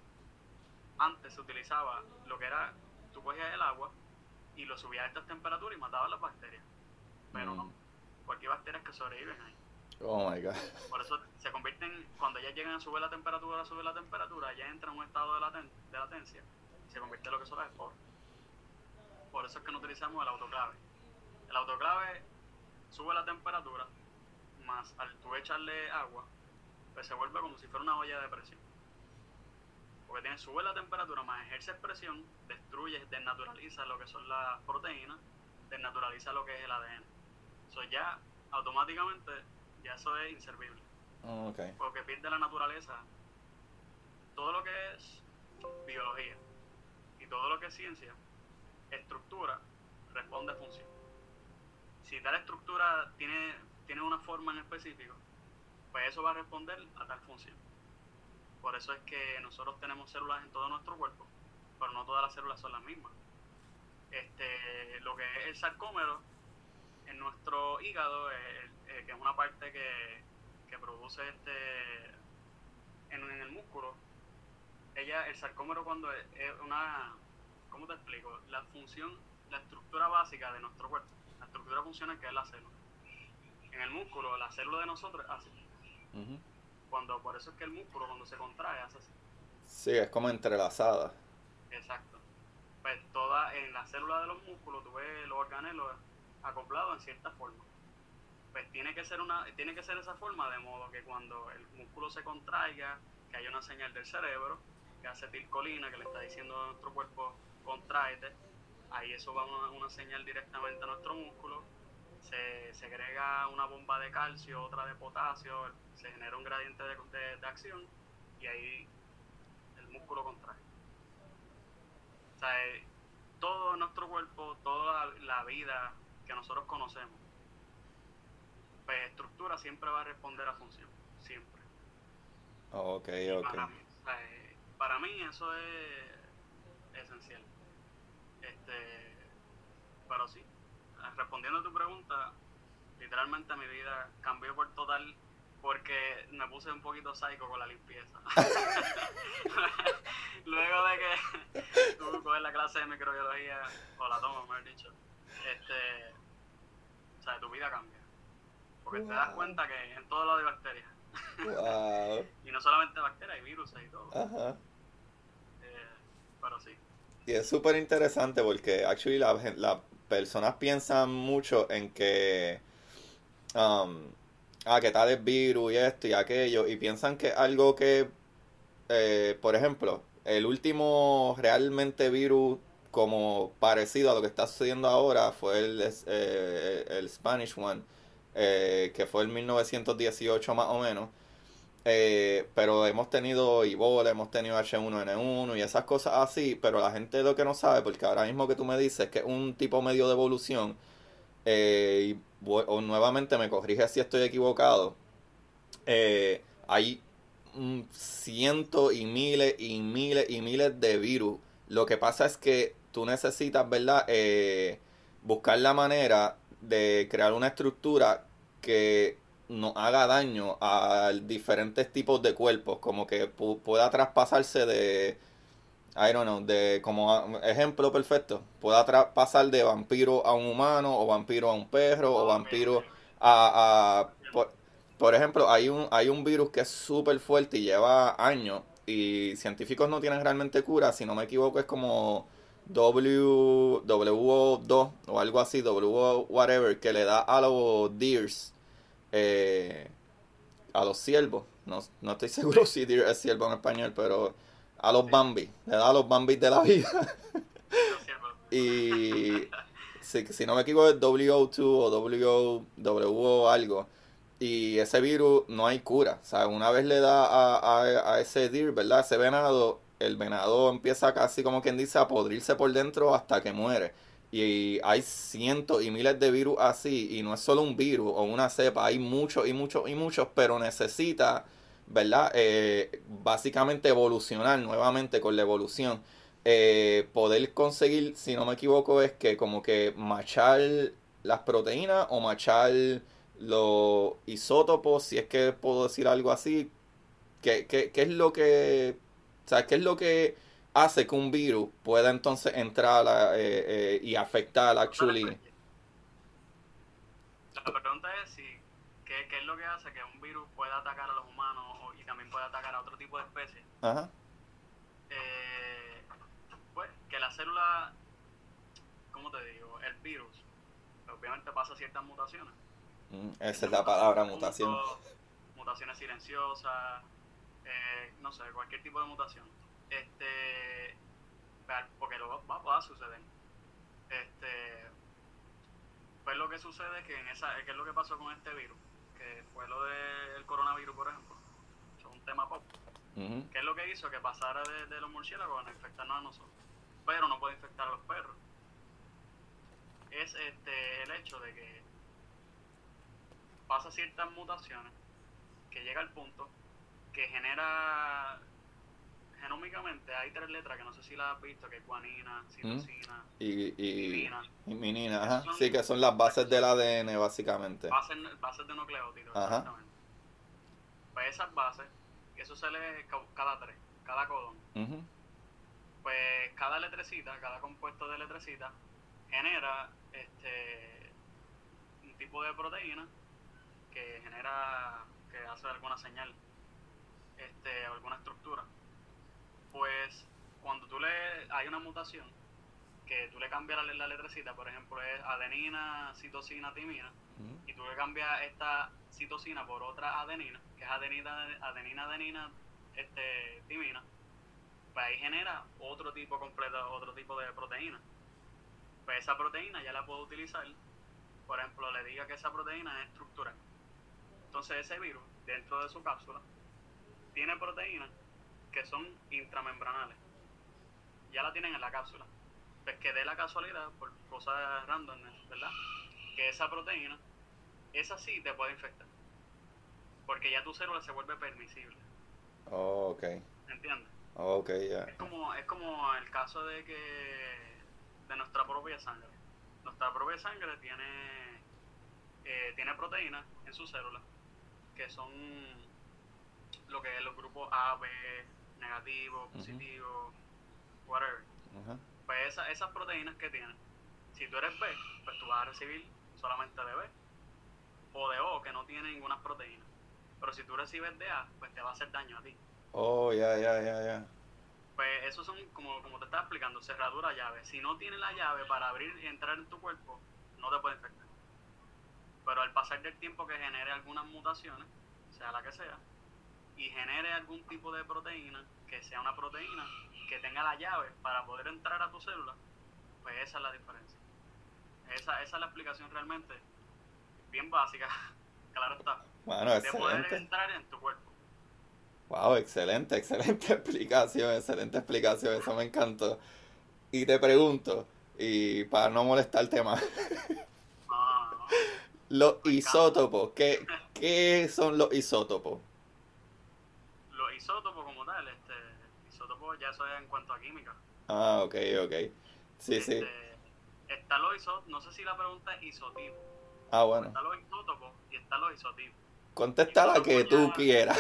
antes se utilizaba lo que era, tú cogías el agua y lo subías a altas temperaturas y matabas las bacterias, pero Mm. no, porque hay bacterias que sobreviven ahí. Oh my god. Por eso se convierten, cuando ellas llegan a subir la temperatura, a subir la temperatura, ya entra en un estado de, laten, de latencia y se convierte en lo que son las esporas. Por eso es que no utilizamos el autoclave. El autoclave sube la temperatura, más al tú echarle agua, pues se vuelve como si fuera una olla de presión. Porque tiene, sube la temperatura, más ejerce presión, destruye, desnaturaliza lo que son las proteínas, desnaturaliza lo que es el A D N. Eso ya automáticamente ya eso es inservible. Oh, okay. Porque pierde la naturaleza todo lo que es biología y todo lo que es ciencia. Estructura responde a función. Si tal estructura tiene, tiene una forma en específico, pues eso va a responder a tal función. Por eso es que nosotros tenemos células en todo nuestro cuerpo, pero no todas las células son las mismas. Este, lo que es el sarcómero en nuestro hígado, eh, eh, que es una parte que, que produce este en, en el músculo, ella, el sarcómero cuando es, es una, ¿cómo te explico? La función, la estructura básica de nuestro cuerpo, la estructura funcional que es la célula. En el músculo, la célula de nosotros hace. Uh-huh. Cuando, por eso es que el músculo cuando se contrae hace así. Sí, es como entrelazada. Exacto. Pues toda, en la célula de los músculos tú ves los organelos acoplados en cierta forma. Pues tiene que ser una, tiene que ser esa forma de modo que cuando el músculo se contraiga, que haya una señal del cerebro, que hace acetilcolina, que le está diciendo a nuestro cuerpo, contráete, ahí eso va una, una señal directamente a nuestro músculo, se segrega una bomba de calcio, otra de potasio, se genera un gradiente de, de, de acción, y ahí el músculo contrae. O sea, todo nuestro cuerpo, toda la, la vida que nosotros conocemos, pues estructura siempre va a responder a función, siempre. Oh, ok, y ok. Para mí, o sea, para mí eso es esencial. Este, pero sí, respondiendo a tu pregunta, literalmente mi vida cambió por total porque me puse un poquito psycho con la limpieza. Luego de que tú coges la clase de microbiología, o la tomas, mejor dicho, este, o sea, tu vida cambia. Porque wow. Te das cuenta que en todo lado hay bacterias. Wow. Y no solamente bacterias, hay virus y todo. Ajá. Eh, pero sí. Y es súper interesante porque actually las la personas piensan mucho en que um, ah, que tal es virus y esto y aquello, y piensan que algo que eh, por ejemplo, el último realmente virus como parecido a lo que está sucediendo ahora fue el, eh, el Spanish one, eh, que fue en mil novecientos dieciocho más o menos. Eh, pero hemos tenido Ebola, hemos tenido H uno N uno y esas cosas así, pero la gente lo que no sabe, porque ahora mismo que tú me dices que es un tipo medio de evolución, eh, y voy, o nuevamente me corrige si estoy equivocado, eh, hay mm, cientos y miles y miles y miles de virus. Lo que pasa es que tú necesitas, ¿verdad? Eh, buscar la manera de crear una estructura que no haga daño a diferentes tipos de cuerpos, como que pu pueda traspasarse de, I don't know, de como a, ejemplo perfecto, pueda traspasar de vampiro a un humano, o vampiro a un perro, o vampiro a, a por, por ejemplo, hay un, hay un virus que es súper fuerte y lleva años, y científicos no tienen realmente cura, si no me equivoco es como W, W O dos o algo así, W O whatever, que le da a los deers, eh, a los ciervos, no, no estoy seguro si deer es ciervo en español, pero a los Bambi, le da a los Bambis de la vida. Y si, si no me equivoco es W O dos o W W O algo. Y ese virus no hay cura. O sea, una vez le da a, a, a ese deer, ¿verdad? A ese venado, el venado empieza casi como quien dice a podrirse por dentro hasta que muere. Y hay cientos y miles de virus así, y no es solo un virus o una cepa, hay muchos y muchos y muchos, pero necesita, ¿verdad? Eh, básicamente evolucionar nuevamente con la evolución. Eh, poder conseguir, si no me equivoco, es que como que machar las proteínas o machar los isótopos, si es que puedo decir algo así. ¿Qué, qué, qué es lo que, o sea, qué es lo que hace que un virus pueda entonces entrar a, eh, eh, y afectar actually? La pregunta es si ¿qué, qué es lo que hace que un virus pueda atacar a los humanos o, y también pueda atacar a otro tipo de especies. Ajá. Eh, pues que la célula, ¿cómo te digo? El virus obviamente pasa ciertas mutaciones. Mm, esa es la palabra, mutación. Mutaciones silenciosas, eh, no sé, cualquier tipo de mutación. Este, porque lo va, va a suceder. Este, Pues lo que sucede es que en esa, ¿qué es lo que pasó con este virus? Que fue lo del coronavirus, por ejemplo. Eso es un tema pop. Uh-huh. ¿Qué es lo que hizo? Que pasara de, de los murciélagos a infectarnos a nosotros. Pero no puede infectar a los perros. Es este el hecho de que pasa ciertas mutaciones que llega al punto que genera genómicamente hay tres letras que no sé si las has visto, que es guanina, citosina y, y, timina. y minina, ajá. Son, Sí, que son las bases del A D N básicamente. Bases, bases de nucleótidos, Ajá. exactamente. Pues esas bases, eso se lee cada tres, cada codón. Uh-huh. Pues cada letrecita, cada compuesto de letrecita genera este un tipo de proteína que genera, que hace alguna señal, este, alguna estructura. Pues cuando tú le, hay una mutación que tú le cambias la, la letrecita, por ejemplo es adenina, citosina, timina, uh-huh. y tú le cambias esta citosina por otra adenina, que es adenina, adenina, adenina, este, timina, pues ahí genera otro tipo completo, otro tipo de proteína. Pues esa proteína ya la puedo utilizar, por ejemplo, le diga que esa proteína es estructural. Entonces ese virus, dentro de su cápsula, tiene proteínas que son intramembranales. Ya la tienen en la cápsula. Pues que dé la casualidad, por cosas random, ¿verdad? Que esa proteína, esa sí te puede infectar. Porque ya tu célula se vuelve permisible. Oh, ok. ¿Entiendes? Oh, ok, ya. Yeah. Es como, es como el caso de que de nuestra propia sangre. Nuestra propia sangre tiene, eh, tiene proteínas en sus células que son lo que es los grupos A, B, negativo, positivo, uh-huh. whatever. Uh-huh. Pues esa, esas proteínas que tienen, si tú eres B, pues tú vas a recibir solamente de B, o de O, que no tiene ninguna proteína. Pero si tú recibes de A, pues te va a hacer daño a ti. Oh, ya, ya, ya, ya. Pues esos son, como, como te estaba explicando, cerradura llave. Si no tienes la llave para abrir y entrar en tu cuerpo, no te puede infectar. Pero al pasar del tiempo que genere algunas mutaciones, sea la que sea, y genere algún tipo de proteína, que sea una proteína que tenga la llave para poder entrar a tu célula, pues esa es la diferencia. Esa, esa es la explicación realmente, bien básica, claro está, bueno, de excelente. poder entrar en tu cuerpo. Wow, excelente, excelente explicación, excelente explicación, eso me encantó. Y te pregunto, y para no molestarte más, no, no, no. los isótopos, ¿qué, ¿qué son los isótopos? Los isótopos como tal, este, isótopos ya eso es en cuanto a química. Ah, ok, ok. Sí, este, sí. Está los isótopos, no sé si la pregunta es isotipo. Ah, bueno. Está los isótopos y está los isotipos. Contesta la que tú ya... quieras.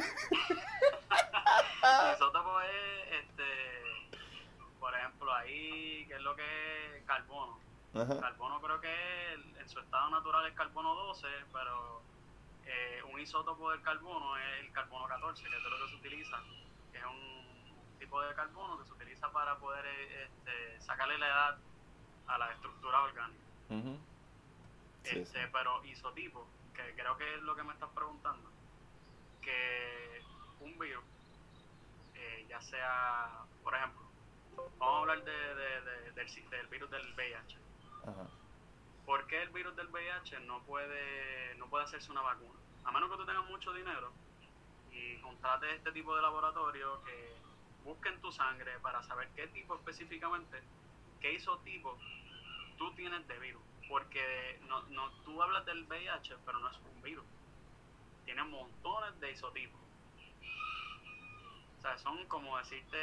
Isótopo es, este, por ejemplo, ahí, ¿qué es lo que es carbono? Uh-huh. Carbono creo que es, en su estado natural es carbono doce, pero eh, un isótopo del carbono es el carbono catorce, que es de lo que se utiliza, que es un tipo de carbono que se utiliza para poder este, sacarle la edad a la estructura orgánica. Uh-huh. Sí, este, sí. Pero isotipo, que creo que es lo que me estás preguntando, que un virus, eh, ya sea, por ejemplo, vamos a hablar de, de, de, del, del virus del V I H. Uh-huh. ¿Por qué el virus del V I H no puede, no puede hacerse una vacuna? A menos que tú tengas mucho dinero y contrates este tipo de laboratorio que busquen tu sangre para saber qué tipo específicamente, qué isotipo tú tienes de virus. Porque no, no, tú hablas del V I H, pero no es un virus. Tiene montones de isotipos. O sea, son como decirte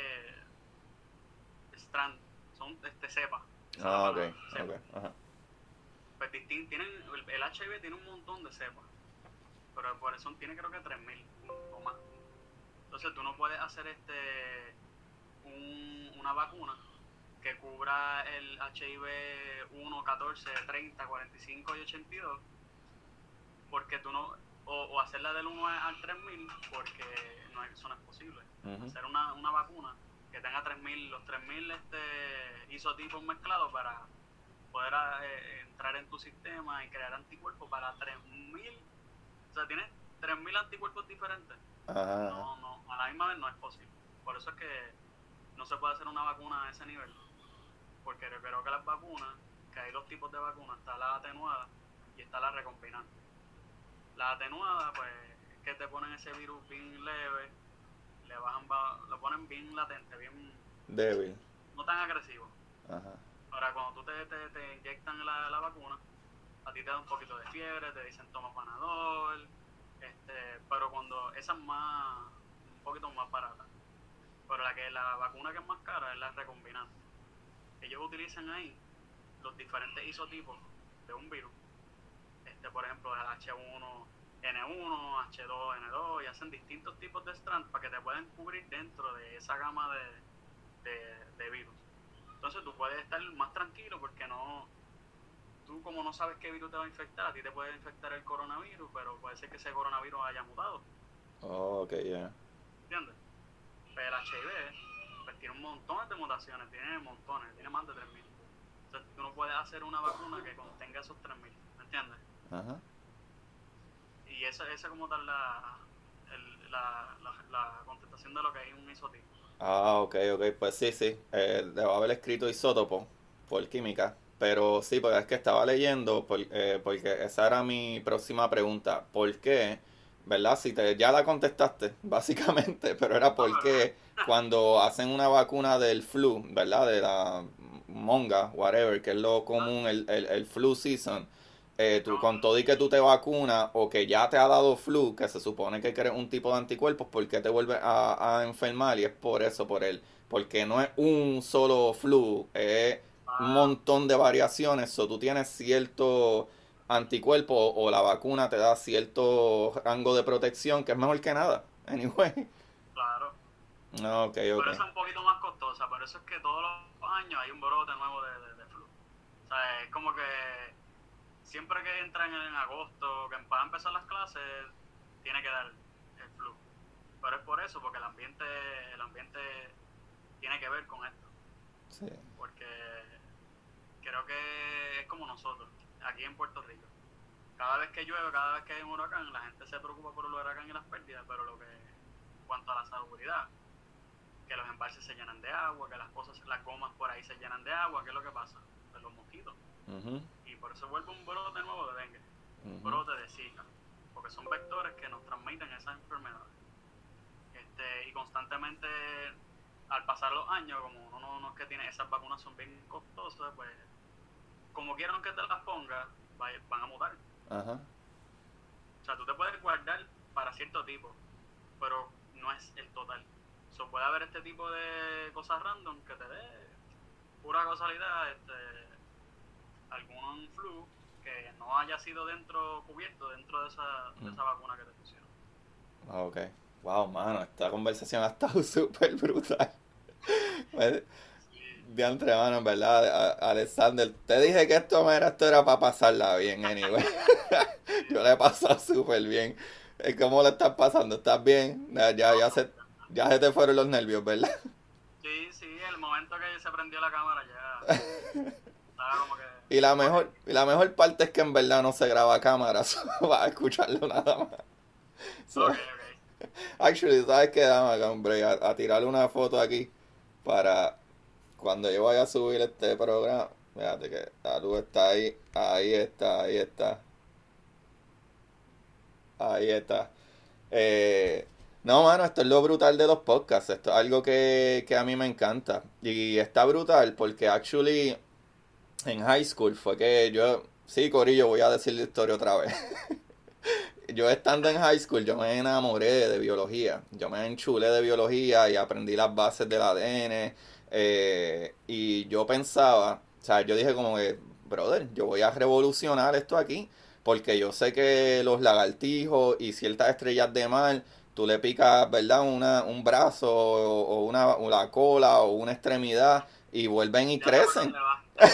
strand, son este cepa. Ah, ok, cepa. Okay. Ajá. Pues tienen, el, el H I V tiene un montón de cepas, pero por eso tiene creo que tres mil o más. Entonces tú no puedes hacer este un, una vacuna que cubra el H I V uno, catorce, treinta, cuarenta y cinco y ochenta y dos, porque tú no, o, o hacerla del uno al tres mil, porque no es, eso no es posible. Uh-huh. Hacer una, una vacuna que tenga tres mil, los tres mil este, isotipos mezclados para poder eh, entrar en tu sistema y crear anticuerpos para tres mil, o sea, tienes tres mil anticuerpos diferentes. Uh-huh. No, no, a la misma vez no es posible. Por eso es que no se puede hacer una vacuna a ese nivel. Porque creo que las vacunas que hay dos tipos de vacunas, está la atenuada y está la recombinante. La atenuada, pues, es que te ponen ese virus bien leve, le bajan, lo ponen bien latente, bien débil, no tan agresivo. Ajá. Ahora, cuando tú te, te, te inyectan la, la vacuna, a ti te da un poquito de fiebre, te dicen toma Panadol, este, pero cuando esa es más, un poquito más barata. Pero la que la vacuna que es más cara es la recombinante. Ellos utilizan ahí los diferentes isotipos de un virus. Este, por ejemplo, el H uno N uno, H dos N dos, y hacen distintos tipos de strands para que te puedan cubrir dentro de esa gama de, de, de virus. Entonces tú puedes estar más tranquilo porque no, tú como no sabes qué virus te va a infectar, a ti te puede infectar el coronavirus, pero puede ser que ese coronavirus haya mutado. Oh, ok, ya. Yeah. ¿Entiendes? Pero el H I V pues tiene un montón de mutaciones, tiene montones, tiene más de tres mil. Entonces tú no puedes hacer una vacuna que contenga esos tres mil, ¿me entiendes? Ajá. Y esa es como tal la, el, la, la, la contestación de lo que hay un isotipo. Ah, ok, ok, pues sí, sí, eh, debo haber escrito isótopo por química, pero sí, porque es que estaba leyendo, por, eh, porque esa era mi próxima pregunta, ¿por qué? ¿Verdad? Si te, ya la contestaste, básicamente, pero era por qué cuando hacen una vacuna del flu, ¿verdad? De la monga, whatever, que es lo común, el, el, el flu season, eh, tú, con todo y que tú te vacunas o que ya te ha dado flu, que se supone que eres un tipo de anticuerpos, ¿por qué te vuelves a, a enfermar? Y es por eso, por él, porque no es un solo flu, es un montón de variaciones, o tú tienes cierto anticuerpo o la vacuna te da cierto rango de protección que es mejor que nada, anyway. Claro. No, okay, okay. Por eso es un poquito más costosa, por eso es que todos los años hay un brote nuevo de, de, de flu. O sea, es como que siempre que entran en agosto, que van a empezar las clases, tiene que dar el flu. Pero es por eso, porque el ambiente, el ambiente tiene que ver con esto. Sí. Porque creo que es como nosotros, aquí en Puerto Rico. Cada vez que llueve, cada vez que hay un huracán, la gente se preocupa por el huracán y las pérdidas, pero lo que, en cuanto a la seguridad, que los embalses se llenan de agua, que las cosas, las gomas por ahí se llenan de agua, ¿qué es lo que pasa? Pues los mosquitos. Uh-huh. Y por eso vuelve un brote nuevo de dengue, uh-huh. un brote de Zika, porque son vectores que nos transmiten esas enfermedades. Este, y constantemente, al pasar los años, como uno no, no es que tiene, esas vacunas son bien costosas, pues, como quieran que te las pongas, van a mutar. Uh-huh. O sea, tú te puedes guardar para cierto tipo, pero no es el total. So, puede haber este tipo de cosas random que te dé pura casualidad, este, algún flu que no haya sido dentro, cubierto dentro de esa, de esa vacuna que te pusieron. Ok. Wow, mano, esta conversación ha estado súper brutal. Sí. De entre mano, en verdad, Alexander, te dije que esto era, esto era para pasarla bien, anyway. Yo la he pasado súper bien. ¿Cómo lo estás pasando? ¿Estás bien? Ya, ya, ya, se, ya se te fueron los nervios, ¿verdad? Sí, sí, el momento que se prendió la cámara ya estaba como que... Y la mejor, y la mejor parte es que en verdad no se graba a cámara, so vas a escucharlo nada más. So, okay, okay. Actually, ¿sabes qué? Dame, hombre, a, a tirarle una foto aquí para cuando yo vaya a subir este programa. Fíjate que la luz está ahí, ahí está, ahí está. Ahí está. Eh, no, mano, esto es lo brutal de los podcasts. Esto es algo que, que a mí me encanta. Y está brutal porque, actually, en high school fue que yo... Sí, Corillo, voy a decir la historia otra vez. Yo estando en high school, yo me enamoré de biología. Yo me enchulé de biología y aprendí las bases del A D N. Eh, y yo pensaba... O sea, yo dije como que, brother, yo voy a revolucionar esto aquí. Porque yo sé que los lagartijos y ciertas estrellas de mar, tú le picas, ¿verdad? Una, un brazo o una, una cola o una extremidad y vuelven y ya crecen. ya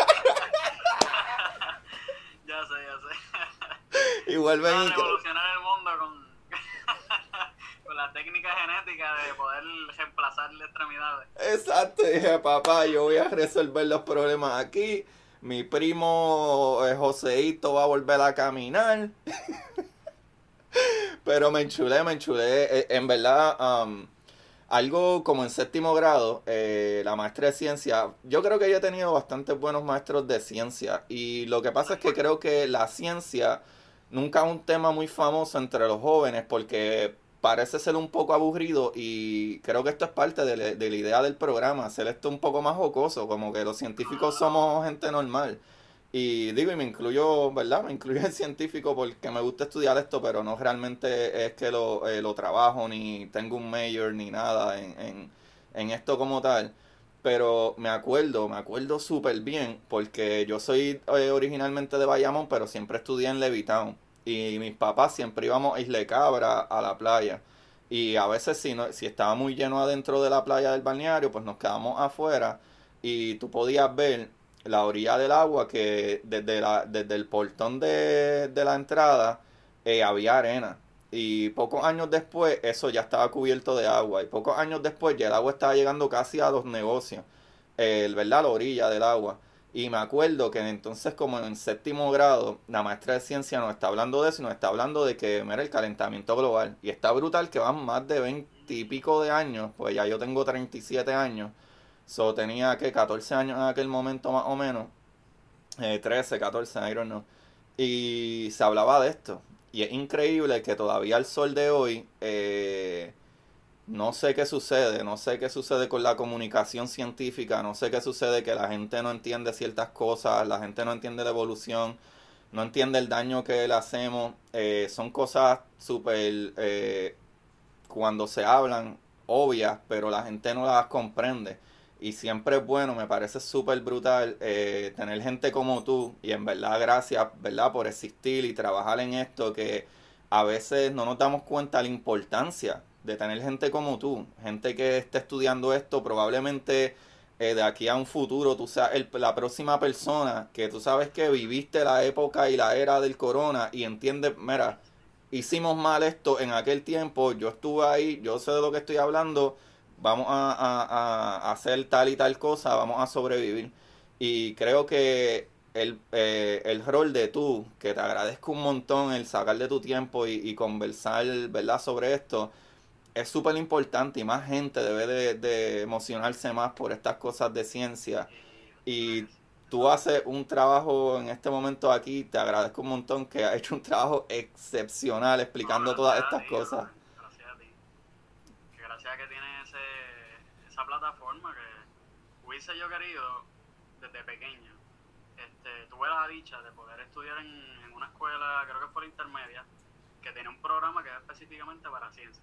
sé, ya sé. Y vuelven Para y revolucionar el mundo con, con la técnica genética de poder reemplazar las extremidades. Exacto, dije, papá, yo voy a resolver los problemas aquí. Mi primo eh, Joseito va a volver a caminar. Pero me enchulé, me enchulé. En verdad, um, Algo como en séptimo grado, eh, la maestra de ciencia, yo creo que yo he tenido bastantes buenos maestros de ciencia y lo que pasa es que creo que la ciencia nunca es un tema muy famoso entre los jóvenes porque parece ser un poco aburrido y creo que esto es parte de, la- de la idea del programa, hacer esto un poco más jocoso, como que los científicos somos gente normal. Y digo, y me incluyo, ¿verdad? Me incluyo en científico porque me gusta estudiar esto, pero no realmente es que lo, eh, lo trabajo, ni tengo un major, ni nada en, en, en esto como tal. Pero me acuerdo, me acuerdo súper bien, porque yo soy eh, originalmente de Bayamón, pero siempre estudié en Levittown. Y mis papás siempre íbamos a Isla Cabra, a la playa. Y a veces si, no, si estaba muy lleno adentro de la playa del balneario, pues nos quedamos afuera y tú podías ver la orilla del agua que desde, la, desde el portón de, de la entrada eh, había arena. Y pocos años después eso ya estaba cubierto de agua. Y pocos años después ya el agua estaba llegando casi a los negocios. El, ¿verdad? La orilla del agua. Y me acuerdo que entonces como en séptimo grado la maestra de ciencia nos está hablando de eso y nos está hablando de que mira el calentamiento global. Y está brutal que van más de veinte y pico de años. Pues ya yo tengo treinta y siete años. So tenía que catorce años en aquel momento más o menos, eh, trece, catorce, I don't know. Y se hablaba de esto. Y es increíble que todavía al sol de hoy, eh, no sé qué sucede, no sé qué sucede con la comunicación científica, no sé qué sucede que la gente no entiende ciertas cosas, la gente no entiende la evolución, no entiende el daño que le hacemos. Eh, son cosas súper, eh, cuando se hablan, obvias, pero la gente no las comprende. Y siempre es bueno, me parece súper brutal eh, tener gente como tú. Y en verdad, gracias, ¿verdad? Por existir y trabajar en esto, que a veces no nos damos cuenta de la importancia de tener gente como tú. Gente que esté estudiando esto, probablemente eh, de aquí a un futuro tú seas el, la próxima persona que tú sabes que viviste la época y la era del corona y entiendes, mira, hicimos mal esto en aquel tiempo, yo estuve ahí, yo sé de lo que estoy hablando, vamos a, a, a hacer tal y tal cosa, vamos a sobrevivir. Y creo que el, eh, el rol de tú, que te agradezco un montón el sacar de tu tiempo y, y conversar, ¿verdad?, sobre esto, es súper importante y más gente debe de, de emocionarse más por estas cosas de ciencia Y de verdad y que sí. tú Eso, haces un trabajo en este momento aquí, te agradezco un montón que has hecho un trabajo excepcional no, explicando gracias todas a estas ti, cosas. brother. Gracias a ti. Que gracias a que tienes ese, esa plataforma que hubiese yo querido desde pequeño. Este, tuve la dicha de poder estudiar en, en una escuela, creo que fue la intermedia, que tenía un programa que era específicamente para ciencia.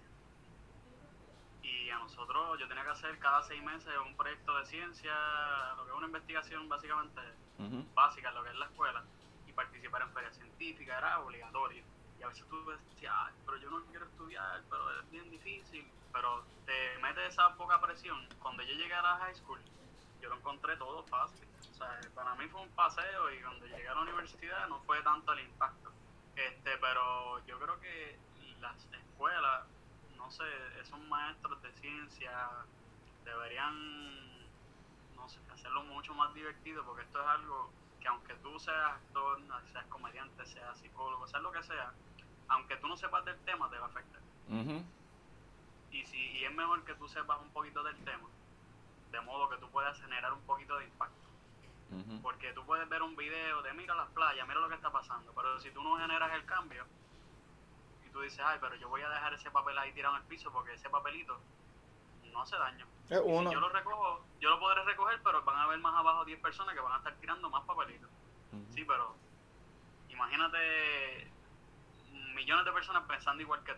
Y a nosotros, yo tenía que hacer cada seis meses un proyecto de ciencia, lo que es una investigación básicamente Ujú. básica en lo que es la escuela, y participar en ferias científicas, era obligatorio. Y a veces tú decías, "Ay, pero yo no quiero estudiar, pero es bien difícil", pero te mete esa poca presión. Cuando yo llegué a la high school, yo lo encontré todo fácil. O sea, para mí fue un paseo y cuando llegué a la universidad no fue tanto el impacto. Este, pero yo creo que las escuelas, no sé, esos maestros de ciencia deberían, no sé, hacerlo mucho más divertido, porque esto es algo que aunque tú seas actor, seas comediante, seas psicólogo, seas lo que sea, aunque tú no sepas del tema, te va a afectar. Ujú. Y, si, y es mejor que tú sepas un poquito del tema, de modo que tú puedas generar un poquito de impacto. Ujú. Porque tú puedes ver un video de mira las playas, mira lo que está pasando, pero si tú no generas el cambio y tú dices, ay, pero yo voy a dejar ese papel ahí tirado en el piso porque ese papelito no hace daño. Es Y si yo uno. lo recojo, yo lo podré recoger, pero van a haber más abajo diez personas que van a estar tirando más papelitos. Ujú. Sí, pero imagínate millones de personas pensando igual que tú.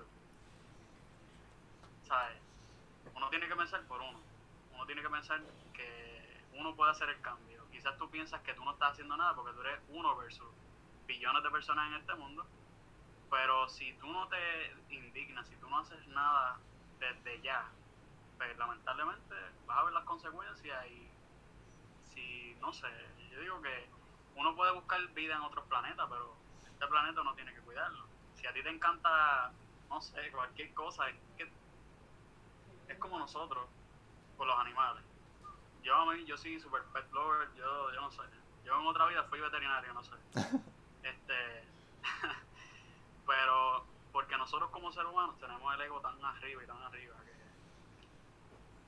¿Sabes? Uno tiene que pensar por uno. Uno tiene que pensar que uno puede hacer el cambio. Quizás tú piensas que tú no estás haciendo nada porque tú eres uno versus billones de personas en este mundo. Pero si tú no te indignas, si tú no haces nada desde ya, pues lamentablemente vas a ver las consecuencias. Y si, no sé, yo digo que uno puede buscar vida en otros planetas, pero este planeta uno tiene que cuidarlo. Si a ti te encanta, no sé, cualquier cosa, es que es como nosotros con los animales. Yo a mí, yo soy super pet lover, yo, yo no sé. Yo en otra vida fui veterinario, no sé. Este, pero porque nosotros como seres humanos tenemos el ego tan arriba y tan arriba que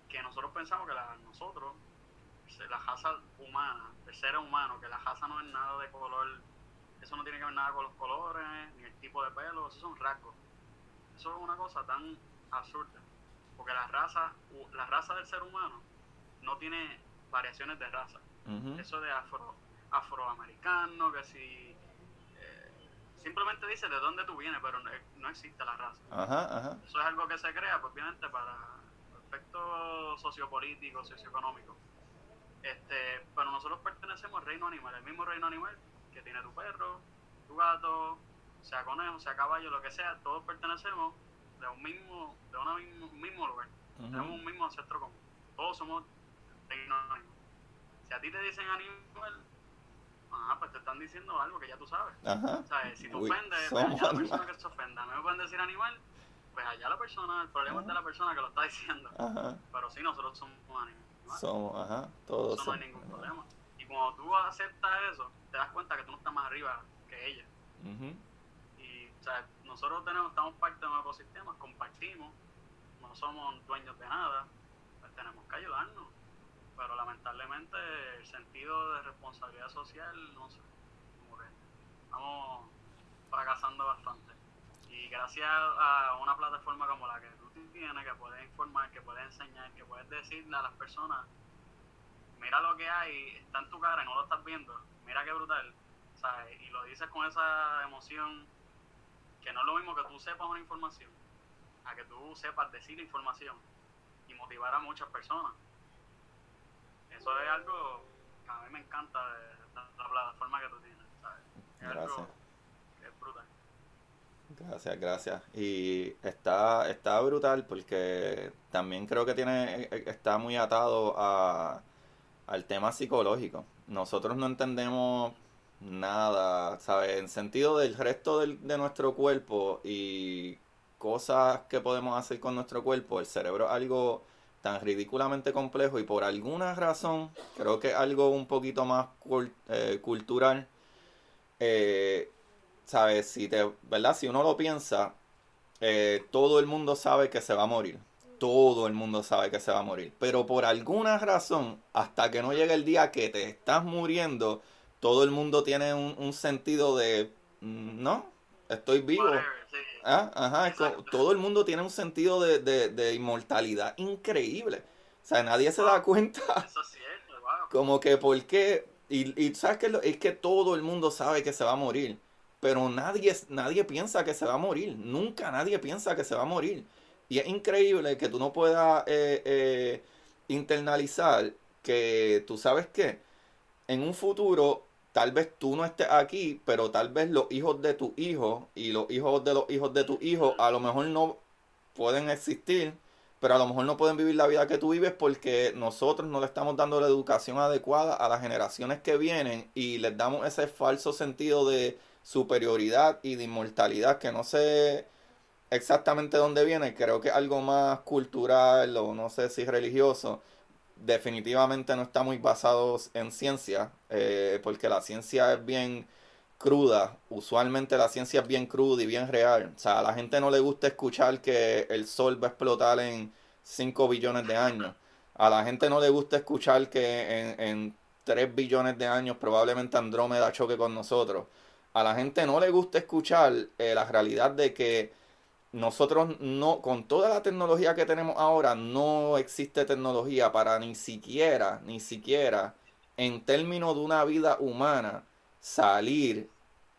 que nosotros pensamos que la, nosotros, la raza humana, el ser humano, que la raza no es nada de color, eso no tiene que ver nada con los colores, ni el tipo de pelo, esos son rasgos. Eso es una cosa tan absurda, porque la raza, la raza del ser humano no tiene variaciones de raza. Uh-huh. Eso de afro, afroamericano, que si eh, simplemente dice de dónde tú vienes, pero no, no existe la raza. Ajá, ajá. Eso es algo que se crea, pues, obviamente, para aspectos sociopolíticos, socioeconómicos. Este, pero nosotros pertenecemos al reino animal, el mismo reino animal que tiene tu perro, tu gato, sea conejo, sea caballo, lo que sea, todos pertenecemos de un mismo, de una mismo, un mismo lugar. Uh-huh. Tenemos un mismo ancestro común. Todos somos reino animal. Si a ti te dicen animal, ajá, pues te están diciendo algo que ya tú sabes. Ajá. O sea, si te ofendes, pues allá la persona que se ofenda. A mí me pueden decir animal, pues allá la persona, el problema uh-huh. es de la persona que lo está diciendo. Ajá. Pero sí, nosotros somos animales. Somos, ajá, todos eso somos. No hay ningún problema. Y cuando tú aceptas eso, te das cuenta que tú no estás más arriba que ella. Uh-huh. Y, o sea, nosotros tenemos, estamos parte de un ecosistema, compartimos, no somos dueños de nada, pues tenemos que ayudarnos. Pero lamentablemente el sentido de responsabilidad social, no sé, como que estamos fracasando bastante. Y gracias a una plataforma como la que tú tienes, que puedes informar, que puedes enseñar, que puedes decirle a las personas, mira lo que hay, está en tu cara y no lo estás viendo, mira qué brutal, ¿sabes? Y lo dices con esa emoción, que no es lo mismo que tú sepas una información, a que tú sepas decir la información y motivar a muchas personas. Eso es algo que a mí me encanta de la plataforma que tú tienes, ¿sabes? Es Gracias. Algo que es brutal. Gracias, gracias. Y está, está brutal porque también creo que tiene, está muy atado a, al tema psicológico. Nosotros no entendemos nada, ¿sabes? En sentido del resto del, de nuestro cuerpo y cosas que podemos hacer con nuestro cuerpo, el cerebro es algo tan ridículamente complejo y por alguna razón, creo que algo un poquito más cult, eh, cultural, eh, ¿sabes? Si te, ¿verdad? Si uno lo piensa, eh, todo el mundo sabe que se va a morir. Todo el mundo sabe que se va a morir. Pero por alguna razón, hasta que no llegue el día que te estás muriendo, todo el mundo tiene un, un sentido de, no, estoy vivo. Whatever, sí. Ah, ajá, es como, todo el mundo tiene un sentido de, de, de inmortalidad increíble. O sea, nadie se da cuenta. Eso es cierto, wow. Como que, ¿por qué? Y, y ¿sabes qué? Es que todo el mundo sabe que se va a morir. Pero nadie, nadie piensa que se va a morir. Nunca nadie piensa que se va a morir. Y es increíble que tú no puedas eh, eh, internalizar que tú sabes que en un futuro tal vez tú no estés aquí, pero tal vez los hijos de tus hijos y los hijos de los hijos de tus hijos a lo mejor no pueden existir, pero a lo mejor no pueden vivir la vida que tú vives porque nosotros no le estamos dando la educación adecuada a las generaciones que vienen y les damos ese falso sentido de superioridad y de inmortalidad que no sé exactamente dónde viene, creo que es algo más cultural o no sé si religioso. Definitivamente no está muy basado en ciencia, eh, porque la ciencia es bien cruda, usualmente la ciencia es bien cruda y bien real. O sea, a la gente no le gusta escuchar que el sol va a explotar en cinco billones de años. A la gente no le gusta escuchar que en, en tres billones de años probablemente Andrómeda choque con nosotros. A la gente no le gusta escuchar eh, la realidad de que nosotros no, con toda la tecnología que tenemos ahora, no existe tecnología para ni siquiera, ni siquiera, en términos de una vida humana, salir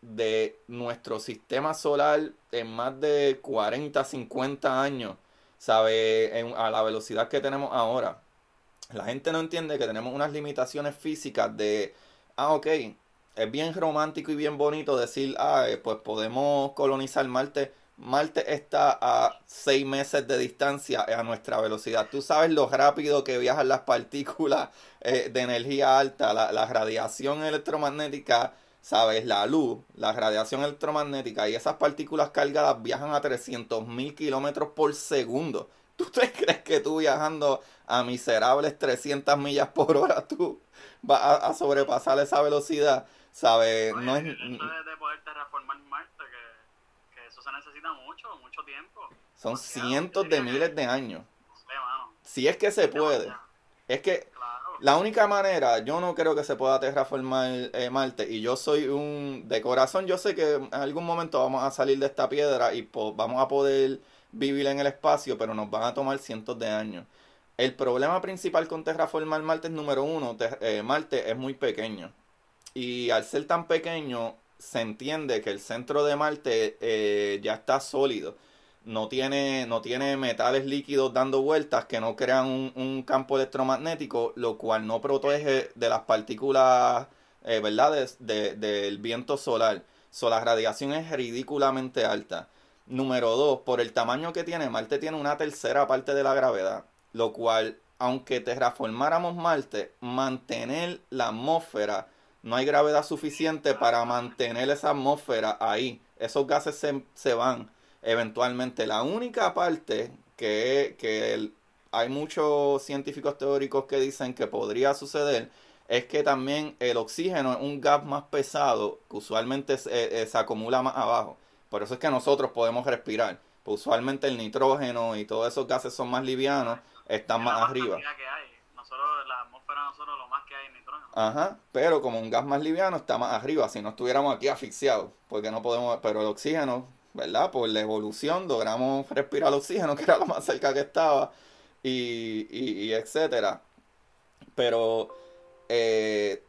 de nuestro sistema solar en más de cuarenta, cincuenta años, ¿sabe? En, a la velocidad que tenemos ahora. La gente no entiende que tenemos unas limitaciones físicas de, ah, ok, es bien romántico y bien bonito decir, ah, pues podemos colonizar Marte. Marte está a seis meses de distancia a nuestra velocidad. Tú sabes lo rápido que viajan las partículas eh, de energía alta, la, la radiación electromagnética, sabes, la luz, la radiación electromagnética y esas partículas cargadas viajan a trescientos mil kilómetros por segundo. ¿Tú te crees que tú viajando a miserables trescientas millas por hora tú vas a, a sobrepasar esa velocidad? ¿Sabes? Oye, no es... el hecho de, de poder terraformar Marte, que, que eso se necesita mucho, mucho tiempo. Son Demasiado. cientos de miles de años. No sé, mano. Si es que se puede. Es que la única manera, yo no creo que se pueda terraformar eh, Marte. Y yo soy un... De corazón, yo sé que en algún momento vamos a salir de esta piedra y po- vamos a poder vivir en el espacio, pero nos van a tomar cientos de años. El problema principal con terraformar Marte es número uno, te- eh, Marte es muy pequeño. Y al ser tan pequeño, se entiende que el centro de Marte eh, ya está sólido. No tiene, no tiene metales líquidos dando vueltas que no crean un, un campo electromagnético, lo cual no protege de las partículas, eh, ¿verdad? De- de- del viento solar. So, la radiación es ridículamente alta. Número dos, por el tamaño que tiene, Marte tiene una tercera parte de la gravedad, lo cual, aunque terraformáramos Marte, mantener la atmósfera, no hay gravedad suficiente para mantener esa atmósfera ahí. Esos gases se, se van eventualmente. La única parte que, que el- hay muchos científicos teóricos que dicen que podría suceder es que también el oxígeno es un gas más pesado que usualmente se, eh, se acumula más abajo. Por eso es que nosotros podemos respirar. Pues usualmente el nitrógeno y todos esos gases son más livianos, están Es la más más arriba. cantidad que hay. Nosotros, la atmósfera, nosotros lo más que hay es nitrógeno. Ajá, pero como un gas más liviano está más arriba, si no estuviéramos aquí asfixiados, porque no podemos, pero el oxígeno, ¿verdad? Por la evolución logramos respirar oxígeno, que era lo más cerca que estaba, y, y, y etcétera. Pero, eh,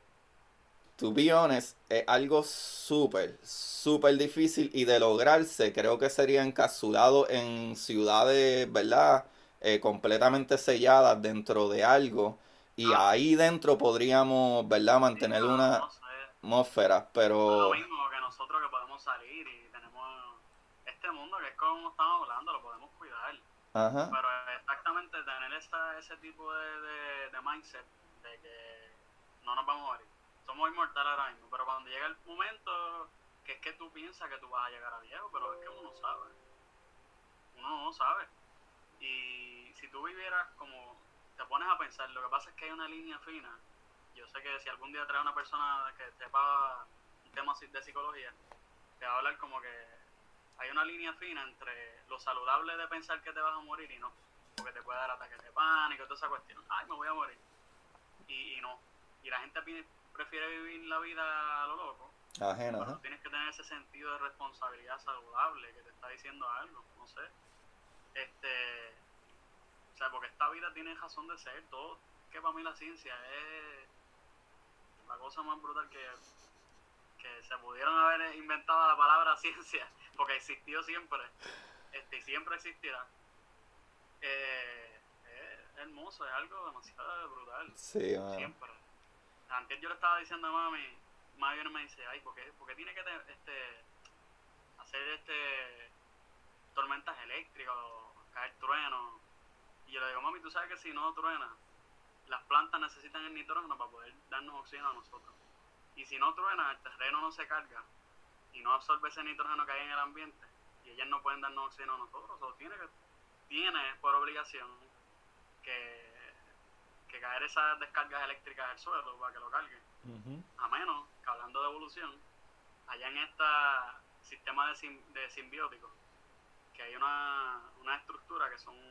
to be honest, es algo súper, súper difícil y de lograrse, creo que sería encapsulado en ciudades, ¿verdad? Eh, completamente selladas dentro de algo. Y Ah, ahí dentro podríamos, ¿verdad? sí, Mantener pero una no sé. atmósfera, No es lo pero... mismo que nosotros que podemos salir y tenemos este mundo que es como estamos hablando, lo podemos cuidar. Ajá, Pero exactamente tener esa, ese tipo de, de, de mindset de que no nos vamos a morir. Somos inmortales ahora mismo, pero cuando llega el momento que es que tú piensas que tú vas a llegar a viejo, pero es que uno no sabe. Uno no sabe. Y si tú vivieras como te pones a pensar, lo que pasa es que hay una línea fina. Yo sé que si algún día trae una persona que sepa un tema de psicología, te va a hablar como que hay una línea fina entre lo saludable de pensar que te vas a morir y no. Porque te puede dar ataques de pánico, toda esa cuestión. Ay, me voy a morir. Y, y no. Y la gente prefiere vivir la vida a lo loco. ajena, Pero ajá. tú tienes que tener ese sentido de responsabilidad saludable que te está diciendo algo. No sé. Este. O sea, porque esta vida tiene razón de ser. Todo. Que para mí la ciencia es la cosa más brutal que, que se pudieron haber inventado la palabra ciencia. Porque existió siempre. Este, y siempre existirá. Eh, es hermoso, es algo demasiado brutal. Sí, mano. Siempre. Antes yo le estaba diciendo a mami, mami viene y me dice, ay, ¿por qué, por qué tiene que te, este, hacer este tormentas eléctricas o caer truenos? Y yo le digo, mami, tú sabes que si no truena, las plantas necesitan el nitrógeno para poder darnos oxígeno a nosotros. Y si no truena, el terreno no se carga y no absorbe ese nitrógeno que hay en el ambiente y ellas no pueden darnos oxígeno a nosotros. O tiene que tiene por obligación que, que caer esas descargas eléctricas al suelo para que lo carguen. Uh-huh. A menos que, hablando de evolución, allá en este sistema de, sim, de simbióticos, que hay una, una estructura que son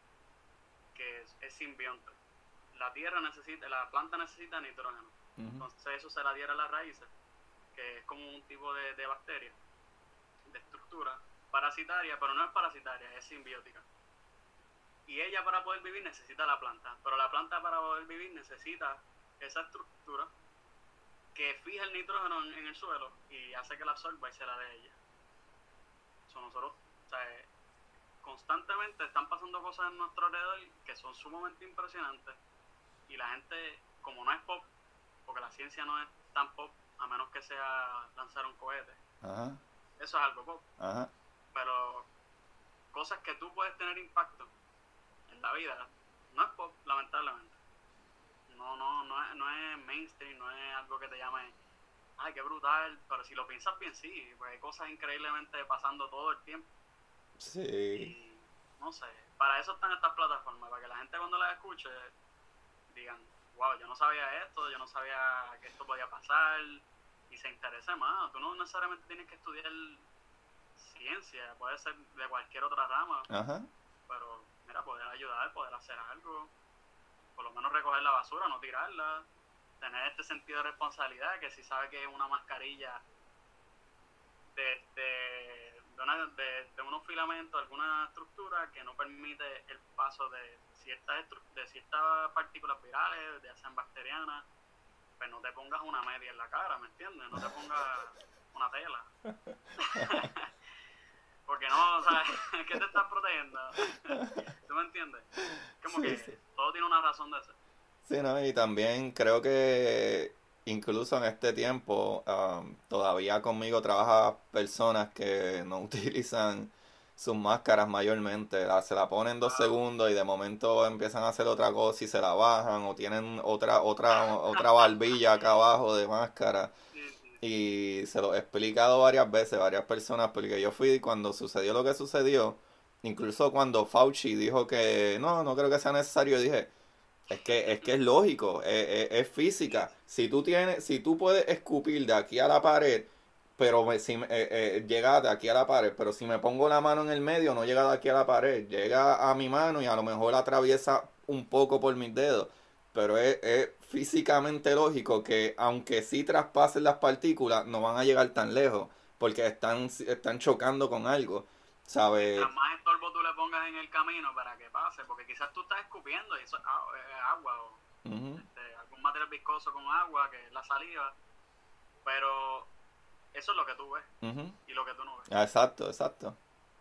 que es, es simbionte. La tierra necesita, la planta necesita nitrógeno. Uh-huh. Entonces eso se la diera a las raíces, que es como un tipo de, de bacteria, de estructura parasitaria, pero no es parasitaria, es simbiótica. Y ella para poder vivir necesita la planta, pero la planta para poder vivir necesita esa estructura que fija el nitrógeno en, en el suelo y hace que la absorba y se la dé ella. So, nosotros, o sea, constantemente están pasando cosas en nuestro alrededor que son sumamente impresionantes y la gente, como no es pop, porque la ciencia no es tan pop, a menos que sea lanzar un cohete. Ajá. Eso es algo pop. Ajá. Pero cosas que tú puedes tener impacto en la vida, no es pop, lamentablemente. No, no, no es, no es mainstream, no es algo que te llame, ay, qué brutal, pero si lo piensas bien, sí, porque hay cosas increíblemente pasando todo el tiempo. Sí. Y, no sé, para eso están estas plataformas, para que la gente cuando las escuche digan, wow, yo no sabía esto, yo no sabía que esto podía pasar, y se interese más. Tú no necesariamente tienes que estudiar ciencia, puede ser de cualquier otra rama. Ajá. Pero mira, poder ayudar, poder hacer algo, por lo menos recoger la basura, no tirarla, tener este sentido de responsabilidad, que si sabe que es una mascarilla de, de, de, una, de, de unos filamentos, alguna estructura que no permite el paso de ciertas, de ciertas partículas virales, ya sean bacterianas, pues no te pongas una media en la cara, ¿me entiendes? No te pongas una tela. Porque no, o sea, ¿qué te estás protegiendo? ¿Tú me entiendes? Como Sí, que sí. todo tiene una razón de ser. Sí, ¿no? Y también creo que incluso en este tiempo um, todavía conmigo trabaja personas que no utilizan sus máscaras mayormente, la- se la ponen dos Wow. segundos y de momento empiezan a hacer otra cosa y se la bajan o tienen otra otra otra barbilla acá abajo de máscara Sí, sí, sí. y se lo he explicado varias veces, varias personas, porque yo fui cuando sucedió lo que sucedió, incluso cuando Fauci dijo que no, no creo que sea necesario, dije es que, es que es lógico, es, es- es Sí, física. sí. Si tú tienes, si tú puedes escupir de aquí a la pared, pero me- si me- eh, eh, llega de aquí a la pared, pero si me pongo la mano en el medio, no llega de aquí a la pared, llega a mi mano y a lo mejor atraviesa un poco por mis dedos. Pero es, es físicamente lógico que aunque sí traspasen las partículas, no van a llegar tan lejos, porque están, están chocando con algo, ¿sabes? Mientras más estorbo tú le pongas en el camino para que pase, porque quizás tú estás escupiendo y eso es a- es agua o Ujú, este, algún material viscoso con agua, que es la saliva, pero eso es lo que tú ves ujú. y lo que tú no ves. Ah, exacto, exacto.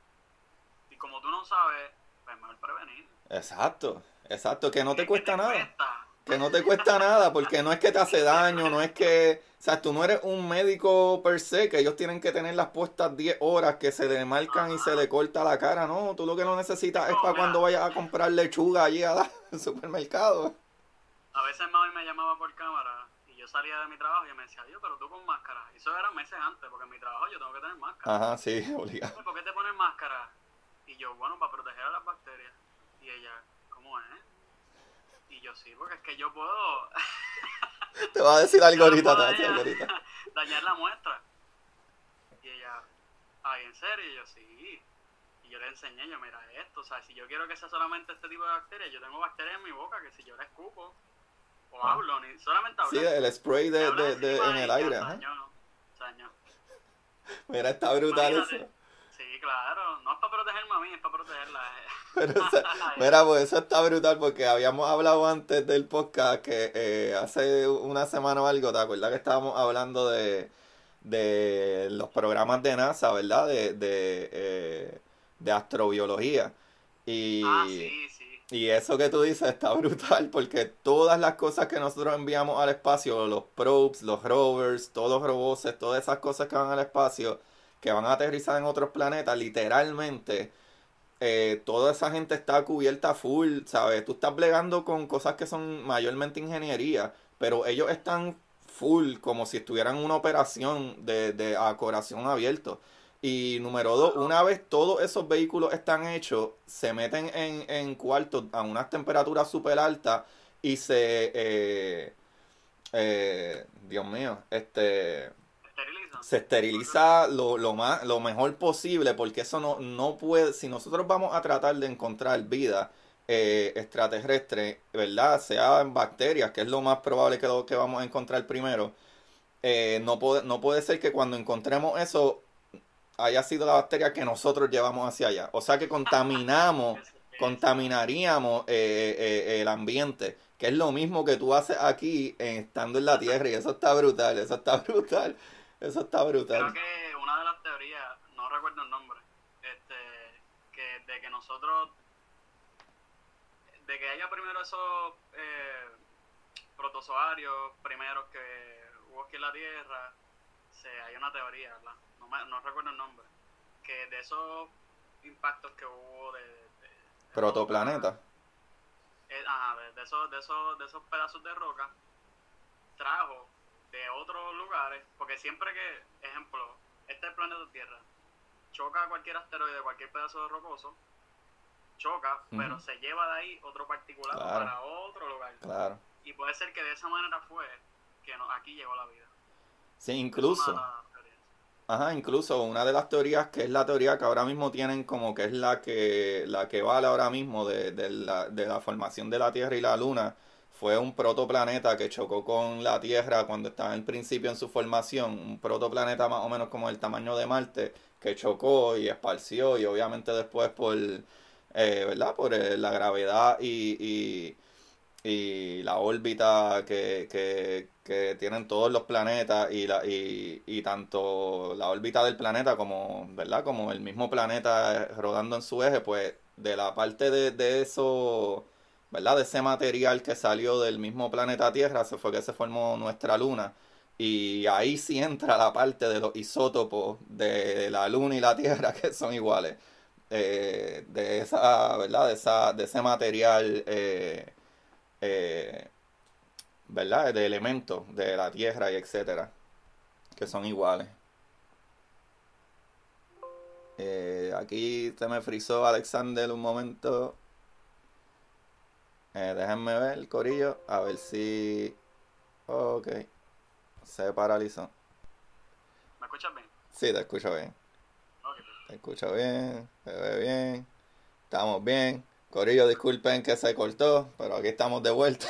Y como tú no sabes, pues mejor prevenir. Exacto, exacto, que no te ¿Qué, qué cuesta te nada. cuesta? Que no te cuesta nada, porque no es que te hace ¿Qué daño, no es cuesta? que, o sea, tú no eres un médico per se, que ellos tienen que tener las puestas diez horas, que se le marcan y se Ajá. le corta la cara, no, tú lo que lo Es necesitas es como, para cuando mira, vayas a comprar lechuga allí al supermercado. a veces mami me llamaba por cámara y yo salía de mi trabajo y me decía, Dios, pero tú con máscara. Y eso era meses antes, porque en mi trabajo yo tengo que tener máscara. Ajá, sí, obligado. ¿Por qué te pones máscara? Y yo, bueno, para proteger a las bacterias. Y ella, ¿cómo es? Y yo, sí, porque es que yo puedo, Te va a decir algo yo le ahorita, puedo te va a decir algo dañar, ahorita. dañar la muestra. Y ella, ay, ¿en serio? Y yo, sí. Y yo le enseñé, yo, mira esto, o sea, si yo quiero que sea solamente este tipo de bacterias, yo tengo bacterias en mi boca que si yo la escupo o Ah. hablo, ni solamente Sí, hablar, el spray me de, hablas de, de- en encima el y ya aire, se ajá. dañó, se dañó. Mira, está brutal eso. Imagínate. Sí, claro, no es para protegerme a mí, es para protegerla. Pero, o sea, mira, pues eso está brutal porque habíamos hablado antes del podcast que eh, hace una semana o algo, ¿te acuerdas que estábamos hablando de, de los programas de NASA, ¿verdad? De, de, eh, de astrobiología. Ah, Y, sí, sí. y eso que tú dices está brutal porque todas las cosas que nosotros enviamos al espacio, los probes, los rovers, todos los robots, todas esas cosas que van al espacio, que van a aterrizar en otros planetas, literalmente eh, toda esa gente está cubierta full, ¿sabes? Tú estás bregando con cosas que son mayormente ingeniería, pero ellos están full como si estuvieran en una operación de, de a corazón abierto. Y número dos, Wow. una vez todos esos vehículos están hechos, se meten en, en cuartos a unas temperaturas súper altas y se... Eh, eh, Dios mío, este Esterilizan. se esteriliza lo, lo más lo mejor posible porque eso no, no puede, si nosotros vamos a tratar de encontrar vida eh, extraterrestre, ¿verdad? Sea en bacterias, que es lo más probable que lo que vamos a encontrar primero, eh, no puede, no puede ser que cuando encontremos eso haya sido la bacteria que nosotros llevamos hacia allá. O sea que contaminamos, Eso pesa. contaminaríamos eh, eh, el ambiente, que es lo mismo que tú haces aquí eh, estando en la Tierra y eso está brutal, eso está brutal, eso está Creo brutal. que una de las teorías, no recuerdo el nombre, este, que de que nosotros, de que haya primero esos eh, protozoarios primeros que hubo aquí en la Tierra, se, hay una teoría, ¿verdad? No, me, no recuerdo el nombre, que de esos impactos que hubo de, de, de Protoplaneta. roca, eh, ajá, de, de esos, de esos, de esos pedazos de roca, trajo de otros lugares, porque siempre que, ejemplo, este es el planeta Tierra, choca cualquier asteroide, cualquier pedazo de rocoso, choca, Ujú. pero se lleva de ahí otro particulado Claro. para otro lugar. Claro. Y puede ser que de esa manera fue que no, aquí llegó la vida. Sí, Es una de incluso. las teorías. Ajá, incluso una de las teorías que es la teoría que ahora mismo tienen como que es la que la que vale ahora mismo de, de la, de la formación de la Tierra y la Luna fue un protoplaneta que chocó con la Tierra cuando estaba en principio en su formación, un protoplaneta más o menos como el tamaño de Marte que chocó y esparció y obviamente después por eh, ¿verdad? Por eh, la gravedad y, y y la órbita que, que, que tienen todos los planetas y, la, y, y tanto la órbita del planeta como, ¿verdad? Como el mismo planeta rodando en su eje, pues de la parte de, de eso, ¿verdad? De ese material que salió del mismo planeta Tierra, se fue que se formó nuestra luna. Y ahí sí entra la parte de los isótopos de la luna y la Tierra que son iguales. Eh, de esa, ¿verdad? De, esa, de ese material eh, eh, ¿verdad? De elementos de la tierra y etcétera, que son iguales. Eh, aquí se me frizó Alexander un momento. Eh, déjenme ver el corillo, a ver si... Ok, se paralizó. ¿Me escuchas bien? Sí, te escucho bien. Ok, Te escucho bien, se ve bien, estamos bien. Corillo, disculpen que se cortó, pero aquí estamos de vuelta.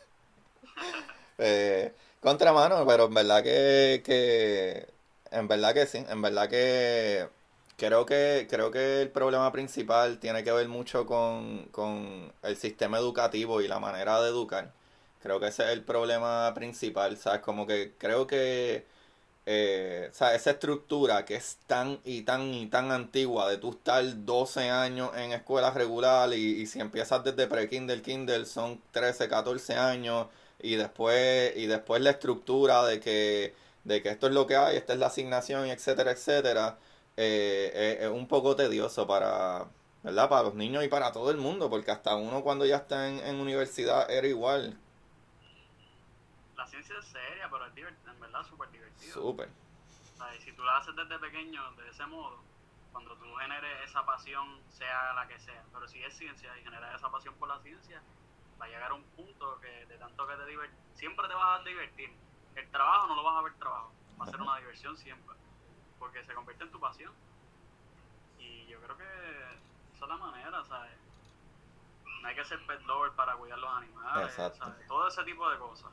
Eh, Contramano, pero en verdad que, que en verdad que sí, en verdad que creo que creo que el problema principal tiene que ver mucho con, con el sistema educativo y la manera de educar. Creo que ese es el problema principal, ¿sabes? Como que creo que eh, o sea, esa estructura que es tan y tan y tan antigua de tú estar doce años en escuela regular y, y si empiezas desde pre-kinder, kinder son trece catorce años y después y después la estructura de que de que esto es lo que hay, esta es la asignación y etcétera, etcétera, eh, eh, es un poco tedioso para, ¿verdad? Para los niños y para todo el mundo, porque hasta uno cuando ya está en, en universidad era igual. la ciencia es seria, pero es divert- en verdad súper divertido. Súper. O sea, y si tú la haces desde pequeño, de ese modo, cuando tú generes esa pasión, sea la que sea, pero si es ciencia y generas esa pasión por la ciencia, va a llegar a un punto que de tanto que te diviertes, siempre te vas a divertir. El trabajo no lo vas a ver trabajo, va a ser una diversión siempre, porque se convierte en tu pasión. Y yo creo que esa es la manera, ¿sabes? No hay que ser pet lover para cuidar los animales, Exacto. ¿sabes? Todo ese tipo de cosas.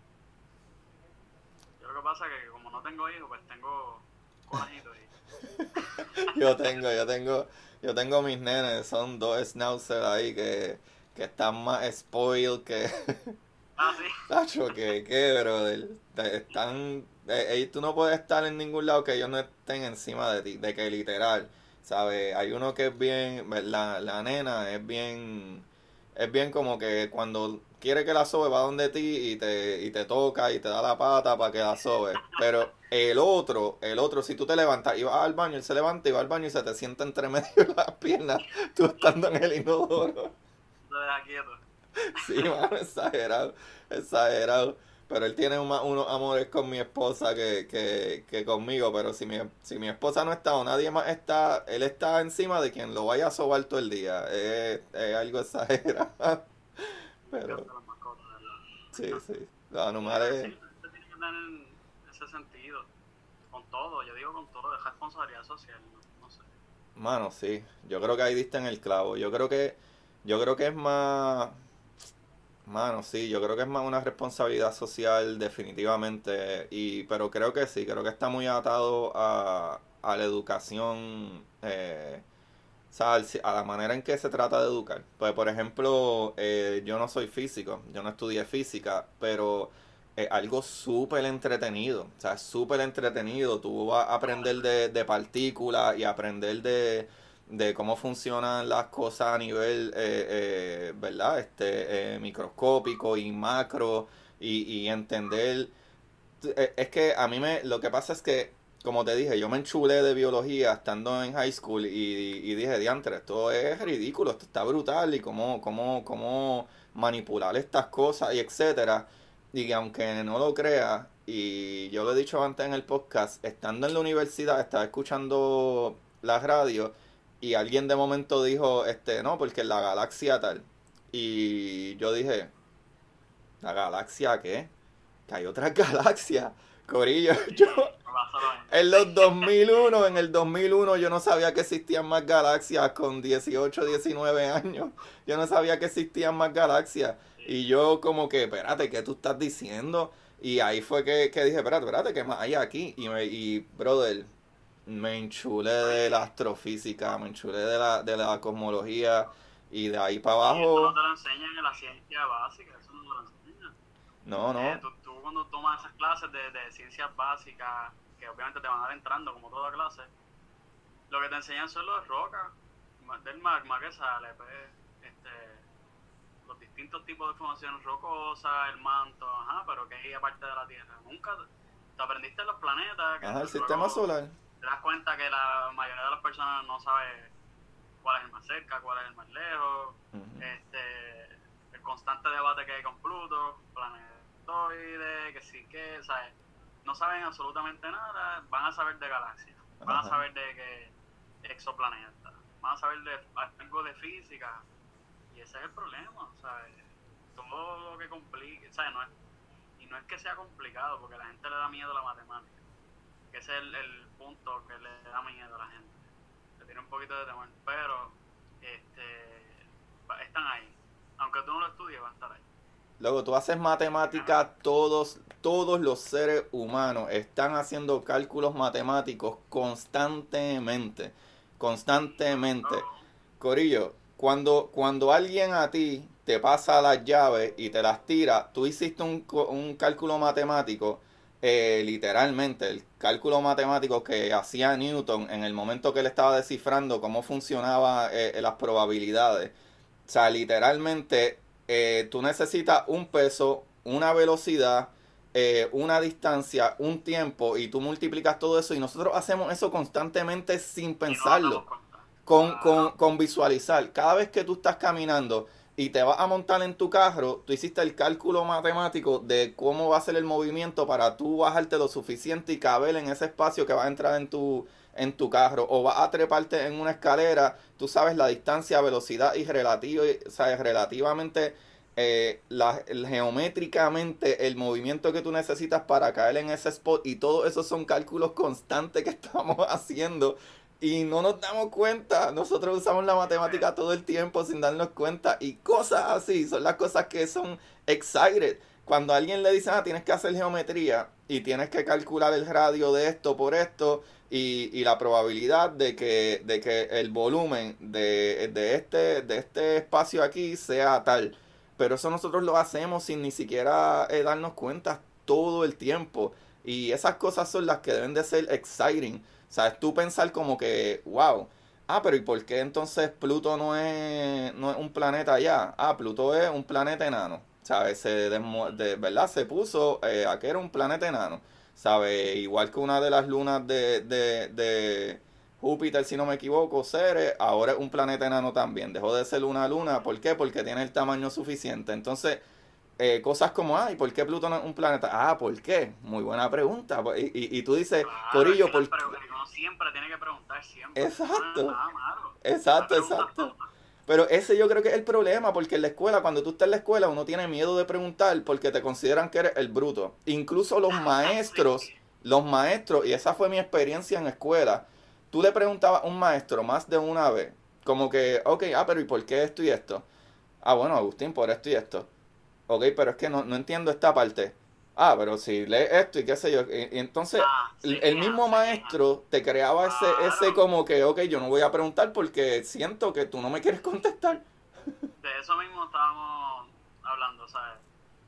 Yo lo que pasa es que como no tengo hijos, pues tengo corajitos y... Yo tengo, yo tengo, yo tengo mis nenes, son dos schnauzer ahí que, que están más spoiled que... Ah, sí. Tacho, que, que, brother. Te- Están... eh, eh, tú no puedes estar en ningún lado que ellos no estén encima de ti, de que literal, ¿sabes? Hay uno que es bien, la, la nena es bien, es bien como que cuando quiere que la sobe va donde ti y te, y te toca y te da la pata para que la sobe. Pero el otro, el otro, si tú te levantas y vas al baño, él se levanta y va al baño y se te sienta entre medio de las piernas, tú estando en el inodoro. Te deja quieto. Sí, mano, exagerado, exagerado. Pero él tiene uma- unos amores con mi esposa que, que, que conmigo. Pero si mi, si mi esposa no está o nadie más está, él está encima de quien lo vaya a sobar todo el día. Es, es algo exagerado. Me Pero encantan las mascotas, sí, ¿verdad? sí. Los Sí, animales, sí, usted tiene que tener ese sentido. Con todo, yo digo con todo, de responsabilidad social, no, no sé. mano, sí. Yo creo que ahí diste en el clavo. Yo creo que, yo creo que es más. Mano, sí, yo creo que es más una responsabilidad social definitivamente, y pero creo que sí, creo que está muy atado a, a la educación, eh, o sea, al- a la manera en que se trata de educar. Pues, por ejemplo, eh, yo no soy físico, yo no estudié física, pero es algo súper entretenido, o sea, es súper entretenido. Tú vas a aprender de, de partículas y aprender de, de cómo funcionan las cosas a nivel, eh, eh, ¿verdad? Este, eh, microscópico y macro y, y entender eh, es que a mí me, lo que pasa es que, como te dije, yo me enchulé de biología estando en high school y, y dije, diantre, esto es ridículo, esto está brutal y cómo, cómo, cómo manipular estas cosas y etcétera. Y aunque no lo crea, y yo lo he dicho antes en el podcast, estando en la universidad, estaba escuchando la radio y alguien de momento dijo, este, no, porque la galaxia tal. Y yo dije, ¿la galaxia qué? Que hay otras galaxias. Corillo, yo, Sí, pasó lo mismo. En los dos mil uno, en el dos mil uno yo no sabía que existían más galaxias con dieciocho, diecinueve años. Yo no sabía que existían más galaxias. Y yo como que, espérate, ¿qué tú estás diciendo? Y ahí fue que, que dije, espérate, espérate, ¿qué más hay aquí? Y, me, y brother, me enchulé de la astrofísica, me enchulé de la, de la cosmología. Y de ahí para Y eso no abajo, te lo enseñan en la ciencia básica, eso no te lo enseñan. no, Eh, no. tú, tú cuando tomas esas clases de, de ciencias básicas, que obviamente te van adentrando como toda clase, lo que te enseñan son los rocas del magma que sale, pues, este, los distintos tipos de formaciones rocosas, el manto, ajá, pero que hay aparte de la Tierra. Nunca te aprendiste los planetas, que Ajá, el luego sistema solar. te das cuenta que la mayoría de las personas no sabe cuál es el más cerca, cuál es el más lejos, Uh-huh. este, el constante debate que hay con Pluto, planetoide, que sí que, ¿sabes? No saben absolutamente nada, van a saber de galaxias, van Ajá. a saber de que exoplanetas, van a saber de algo de física, y ese es el problema, ¿sabes? Todo lo que complique, ¿sabes? No es, y no es que sea complicado, porque a la gente le da miedo la matemática, que ese es el, el punto que le da miedo a la gente, le tiene un poquito de temor, pero este, están ahí, aunque tú no lo estudies, van a estar ahí. Luego tú haces matemática, todos, todos los seres humanos están haciendo cálculos matemáticos constantemente, constantemente. Corillo, cuando, cuando alguien a ti te pasa las llaves y te las tira, tú hiciste un, co- un cálculo matemático, eh, literalmente, el cálculo matemático que hacía Newton en el momento que él estaba descifrando cómo funcionaban las probabilidades. O sea, literalmente eh, tú necesitas un peso, una velocidad, eh, una distancia, un tiempo y tú multiplicas todo eso y nosotros hacemos eso constantemente sin Y no nos damos pensarlo, cuenta. con, con, Claro. con visualizar. Cada vez que tú estás caminando y te vas a montar en tu carro, tú hiciste el cálculo matemático de cómo va a ser el movimiento para tú bajarte lo suficiente y caber en ese espacio que va a entrar en tu, en tu carro. O vas a treparte en una escalera, tú sabes la distancia, velocidad y relativo, sabes, relativamente eh, la, el, geométricamente el movimiento que tú necesitas para caer en ese spot. Y todo eso son cálculos constantes que estamos haciendo y no nos damos cuenta. Nosotros usamos la matemática todo el tiempo sin darnos cuenta. Y cosas así son las cosas que son excited. Cuando a alguien le dice, ah, tienes que hacer geometría y tienes que calcular el radio de esto por esto y, y la probabilidad de que, de que el volumen de, de, este, de este espacio aquí sea tal. Pero eso nosotros lo hacemos sin ni siquiera eh, darnos cuenta todo el tiempo. Y esas cosas son las que deben de ser exciting. ¿Sabes? Tú pensar como que, wow, ah, pero ¿y por qué entonces Pluto no es, no es un planeta ya? Ah, Pluto es un planeta enano, ¿sabes? Se desmo- de verdad se puso eh, a que era un planeta enano, ¿sabes? Igual que una de las lunas de, de, de Júpiter, si no me equivoco, Ceres, ahora es un planeta enano también. Dejó de ser una luna, ¿por qué? Porque tiene el tamaño suficiente. Entonces, eh, cosas como, ah, ¿y por qué Plutón es un planeta? Ah, ¿por qué? Muy buena pregunta. Y, y, y tú dices, Claro, es Corillo, que las ¿por pre- qué? uno siempre tiene que preguntar siempre. Eso no es Exacto, nada malo. No exacto, preguntas exacto. tontas. Pero ese yo creo que es el problema, porque en la escuela, cuando tú estás en la escuela, uno tiene miedo de preguntar porque te consideran que eres el bruto. Incluso los maestros, Sí. los maestros, y esa fue mi experiencia en la escuela, tú le preguntabas a un maestro más de una vez, como que, ok, ah, pero ¿y por qué esto y esto? Ah, bueno, Agustín, por esto y esto. Ok, pero es que no, no entiendo esta parte. Ah, pero si lees esto y qué sé yo. Y, y entonces Ah, el, se el quejan, mismo se quejan. maestro te creaba ese, ese Claro, como que, ok, yo no voy a preguntar porque siento que tú no me quieres contestar. de eso mismo estábamos hablando, ¿sabes?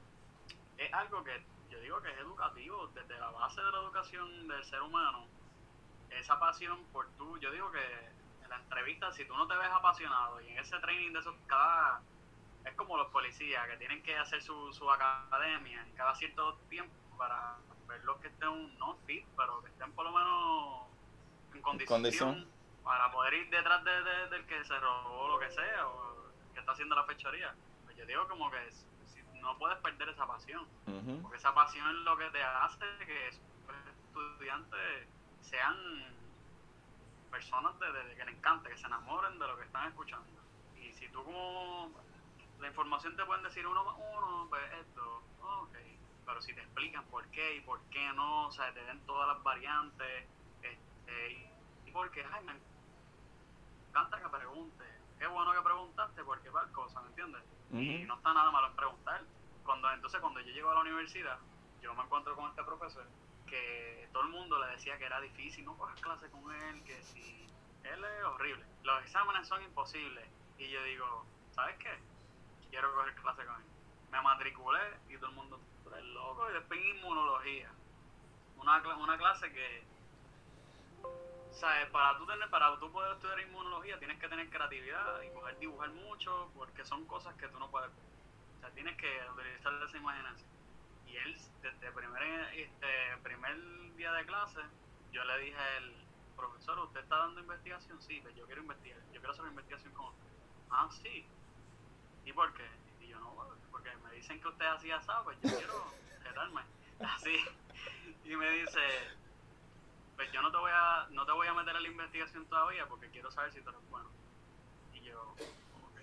Es algo que yo digo que es educativo, desde la base de la educación del ser humano, esa pasión por tú, yo digo que en la entrevista, si tú no te ves apasionado y en ese training de esos, cada, es como los policías que tienen que hacer su, su academia en cada cierto tiempo para ver los que estén, no fit, pero que estén por lo menos en condición, Condición. para poder ir detrás de, de, del que se robó lo que sea o el que está haciendo la fechoría. Pues yo digo como que si, no puedes perder esa pasión, Uh-huh. porque esa pasión es lo que te hace que esos estudiantes sean personas de, de, de que les encante, que se enamoren de lo que están escuchando. Y si tú como la información te pueden decir uno más uno, pues esto, ok, pero si te explican por qué y por qué no, o sea, te den todas las variantes, este, y, y porque, ay, me encanta que preguntes, qué bueno que preguntaste, porque tal cosa, ¿me entiendes? Uh-huh. Y no está nada malo en preguntar. Cuando, entonces, cuando yo llego a la universidad, yo me encuentro con este profesor que todo el mundo le decía que era difícil, no cojas clase con él, que si él es horrible, los exámenes son imposibles. Y yo digo, ¿sabes qué? Quiero coger clase con él. Me matriculé y todo el mundo, tú eres loco. Y después en inmunología, una, una clase que, ¿sabes? Para tú, tener, para tú poder estudiar inmunología tienes que tener creatividad y poder dibujar mucho, porque son cosas que tú no puedes ver. O sea, tienes que utilizar esa imaginación. Y él, desde el primer, este, primer día de clase, yo le dije a él, profesor, ¿usted está dando investigación? Sí, pues yo quiero investigar, yo quiero hacer una investigación con usted. Ah, sí. ¿Y por qué? Y yo, no, porque me dicen que usted hacía asado, pues yo quiero retarme. Así. Y me dice, pues yo no te voy a no te voy a meter a la investigación todavía porque quiero saber si tú eres bueno. Y yo, ok.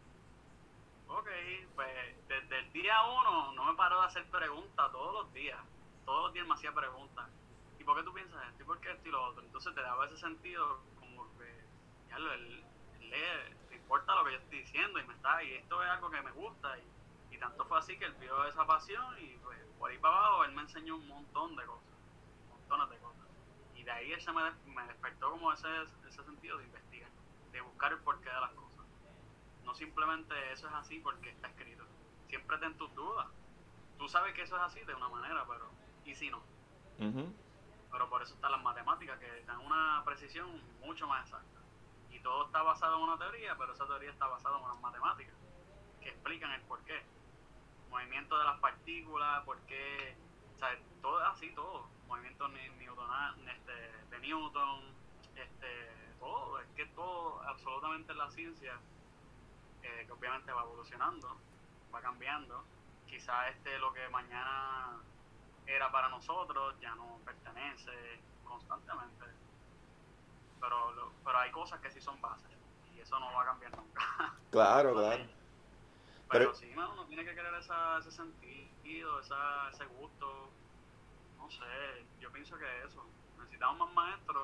Ok, pues desde el día uno no me paro de hacer preguntas todos los días. Todos los días me hacía preguntas. ¿Y por qué tú piensas esto? ¿Y por qué esto y lo otro? Entonces te daba ese sentido como que, ya lo, él, él le, le importa lo que yo estoy diciendo y me está, y esto es algo que me gusta. Y, y tanto fue así que él vio esa pasión y pues por ahí para abajo él me enseñó un montón de cosas. Montones de cosas. Y de ahí él se me, me despertó como ese, ese sentido de investigar, de buscar el porqué de las cosas. No simplemente eso es así porque está escrito. Siempre ten tus dudas. Tú sabes que eso es así de una manera, pero ¿y si no? Uh-huh. Pero por eso están las matemáticas, que dan una precisión mucho más exacta. Y todo está basado en una teoría, pero esa teoría está basada en unas matemáticas que explican el porqué. Movimiento de las partículas, porqué, o sea, todo así, todo. Movimiento newtonal, este, de Newton, este, todo. Es que todo, absolutamente en la ciencia, eh, que obviamente va evolucionando, va cambiando. Quizás este lo que mañana era para nosotros ya no pertenece constantemente, pero lo, pero hay cosas que sí son bases y eso no va a cambiar nunca. Claro, claro. Pero, pero sí, uno tiene que querer esa, ese sentido, esa, ese gusto. No sé, yo pienso que eso, necesitamos más maestros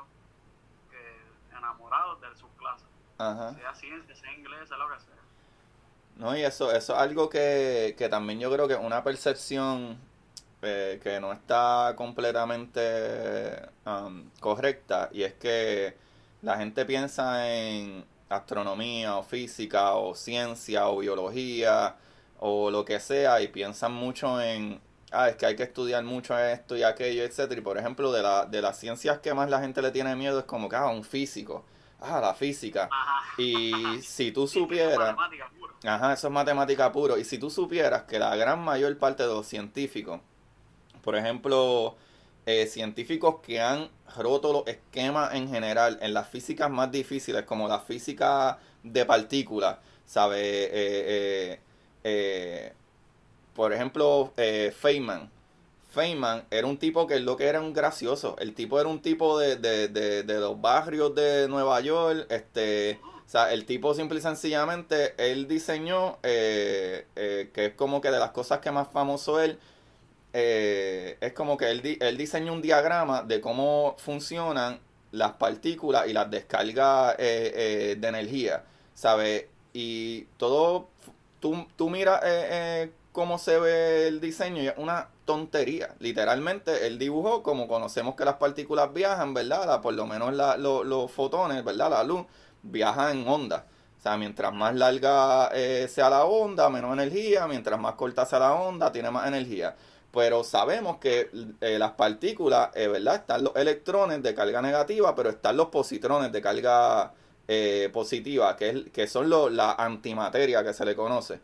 que enamorados de sus clases. Ajá. Sea ciencia, sea inglés, sea lo que sea. No, y eso, eso es algo que, que también yo creo que es una percepción eh, que no está completamente um, correcta, y es que la gente piensa en astronomía o física o ciencia o biología o lo que sea y piensan mucho en, ah, es que hay que estudiar mucho esto y aquello, etcétera. Y por ejemplo, de, la, de las ciencias que más la gente le tiene miedo es como que, ah, un físico, ah, la física. Ajá. Y si tú supieras... Ajá, eso es matemática puro. Y si tú supieras que la gran mayor parte de los científicos, por ejemplo, eh, científicos que han roto los esquemas en general en las físicas más difíciles, como la física de partículas, ¿sabes? Eh, eh, eh, por ejemplo, eh, Feynman. Feynman era un tipo que lo que era un gracioso. El tipo era un tipo de, de, de, de los barrios de Nueva York, este... O sea, el tipo simple y sencillamente, él diseñó, eh, eh, que es como que de las cosas que más famoso él, eh, es como que él, di él diseñó un diagrama de cómo funcionan las partículas y las descargas eh, eh, de energía, ¿sabes? Y todo, tú, tú miras eh, eh, cómo se ve el diseño y es una tontería. Literalmente, él dibujó como conocemos que las partículas viajan, ¿verdad? La, por lo menos la, lo, los fotones, ¿verdad? La luz viaja en onda. O sea, mientras más larga eh, sea la onda, menos energía. Mientras más corta sea la onda, tiene más energía. Pero sabemos que eh, las partículas, eh, ¿verdad? Están los electrones de carga negativa, pero están los positrones de carga eh, positiva, que, es, que son lo, la antimateria que se le conoce.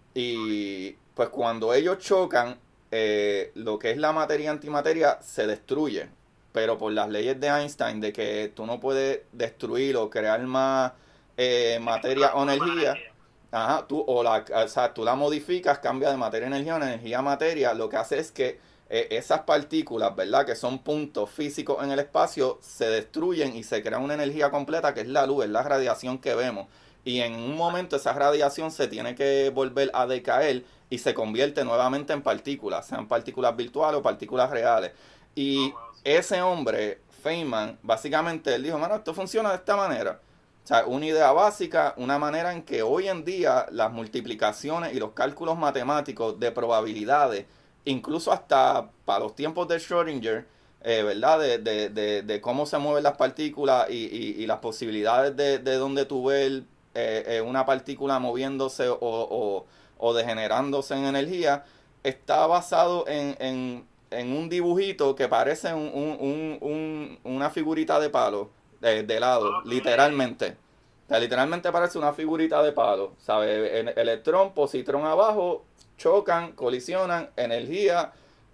Y pues cuando ellos chocan, eh, lo que es la materia y antimateria se destruye. Pero por las leyes de Einstein, de que tú no puedes destruir o crear más eh, materia o energía, ajá, tú, o la, o sea, tú la modificas, cambia de materia a energía o energía a materia, lo que hace es que eh, esas partículas, ¿verdad? Que son puntos físicos en el espacio, se destruyen y se crea una energía completa que es la luz, es la radiación que vemos. Y en un momento esa radiación se tiene que volver a decaer y se convierte nuevamente en partículas, sean partículas virtuales o partículas reales. Oh, Y wow, sí. ese hombre, Feynman, básicamente él dijo, mano, esto funciona de esta manera. O sea, una idea básica, una manera en que hoy en día las multiplicaciones y los cálculos matemáticos de probabilidades, incluso hasta para los tiempos de Schrödinger, eh, ¿verdad? De, de, de, de, cómo se mueven las partículas y, y, y las posibilidades de, de donde tú ves eh, eh, una partícula moviéndose o, o, o degenerándose en energía, está basado en, en, en un dibujito que parece un, un, un, un, una figurita de palo de, de lado, Ok, literalmente. O sea, literalmente parece una figurita de palo, ¿sabes? Electrón, positrón abajo, chocan, colisionan, energía,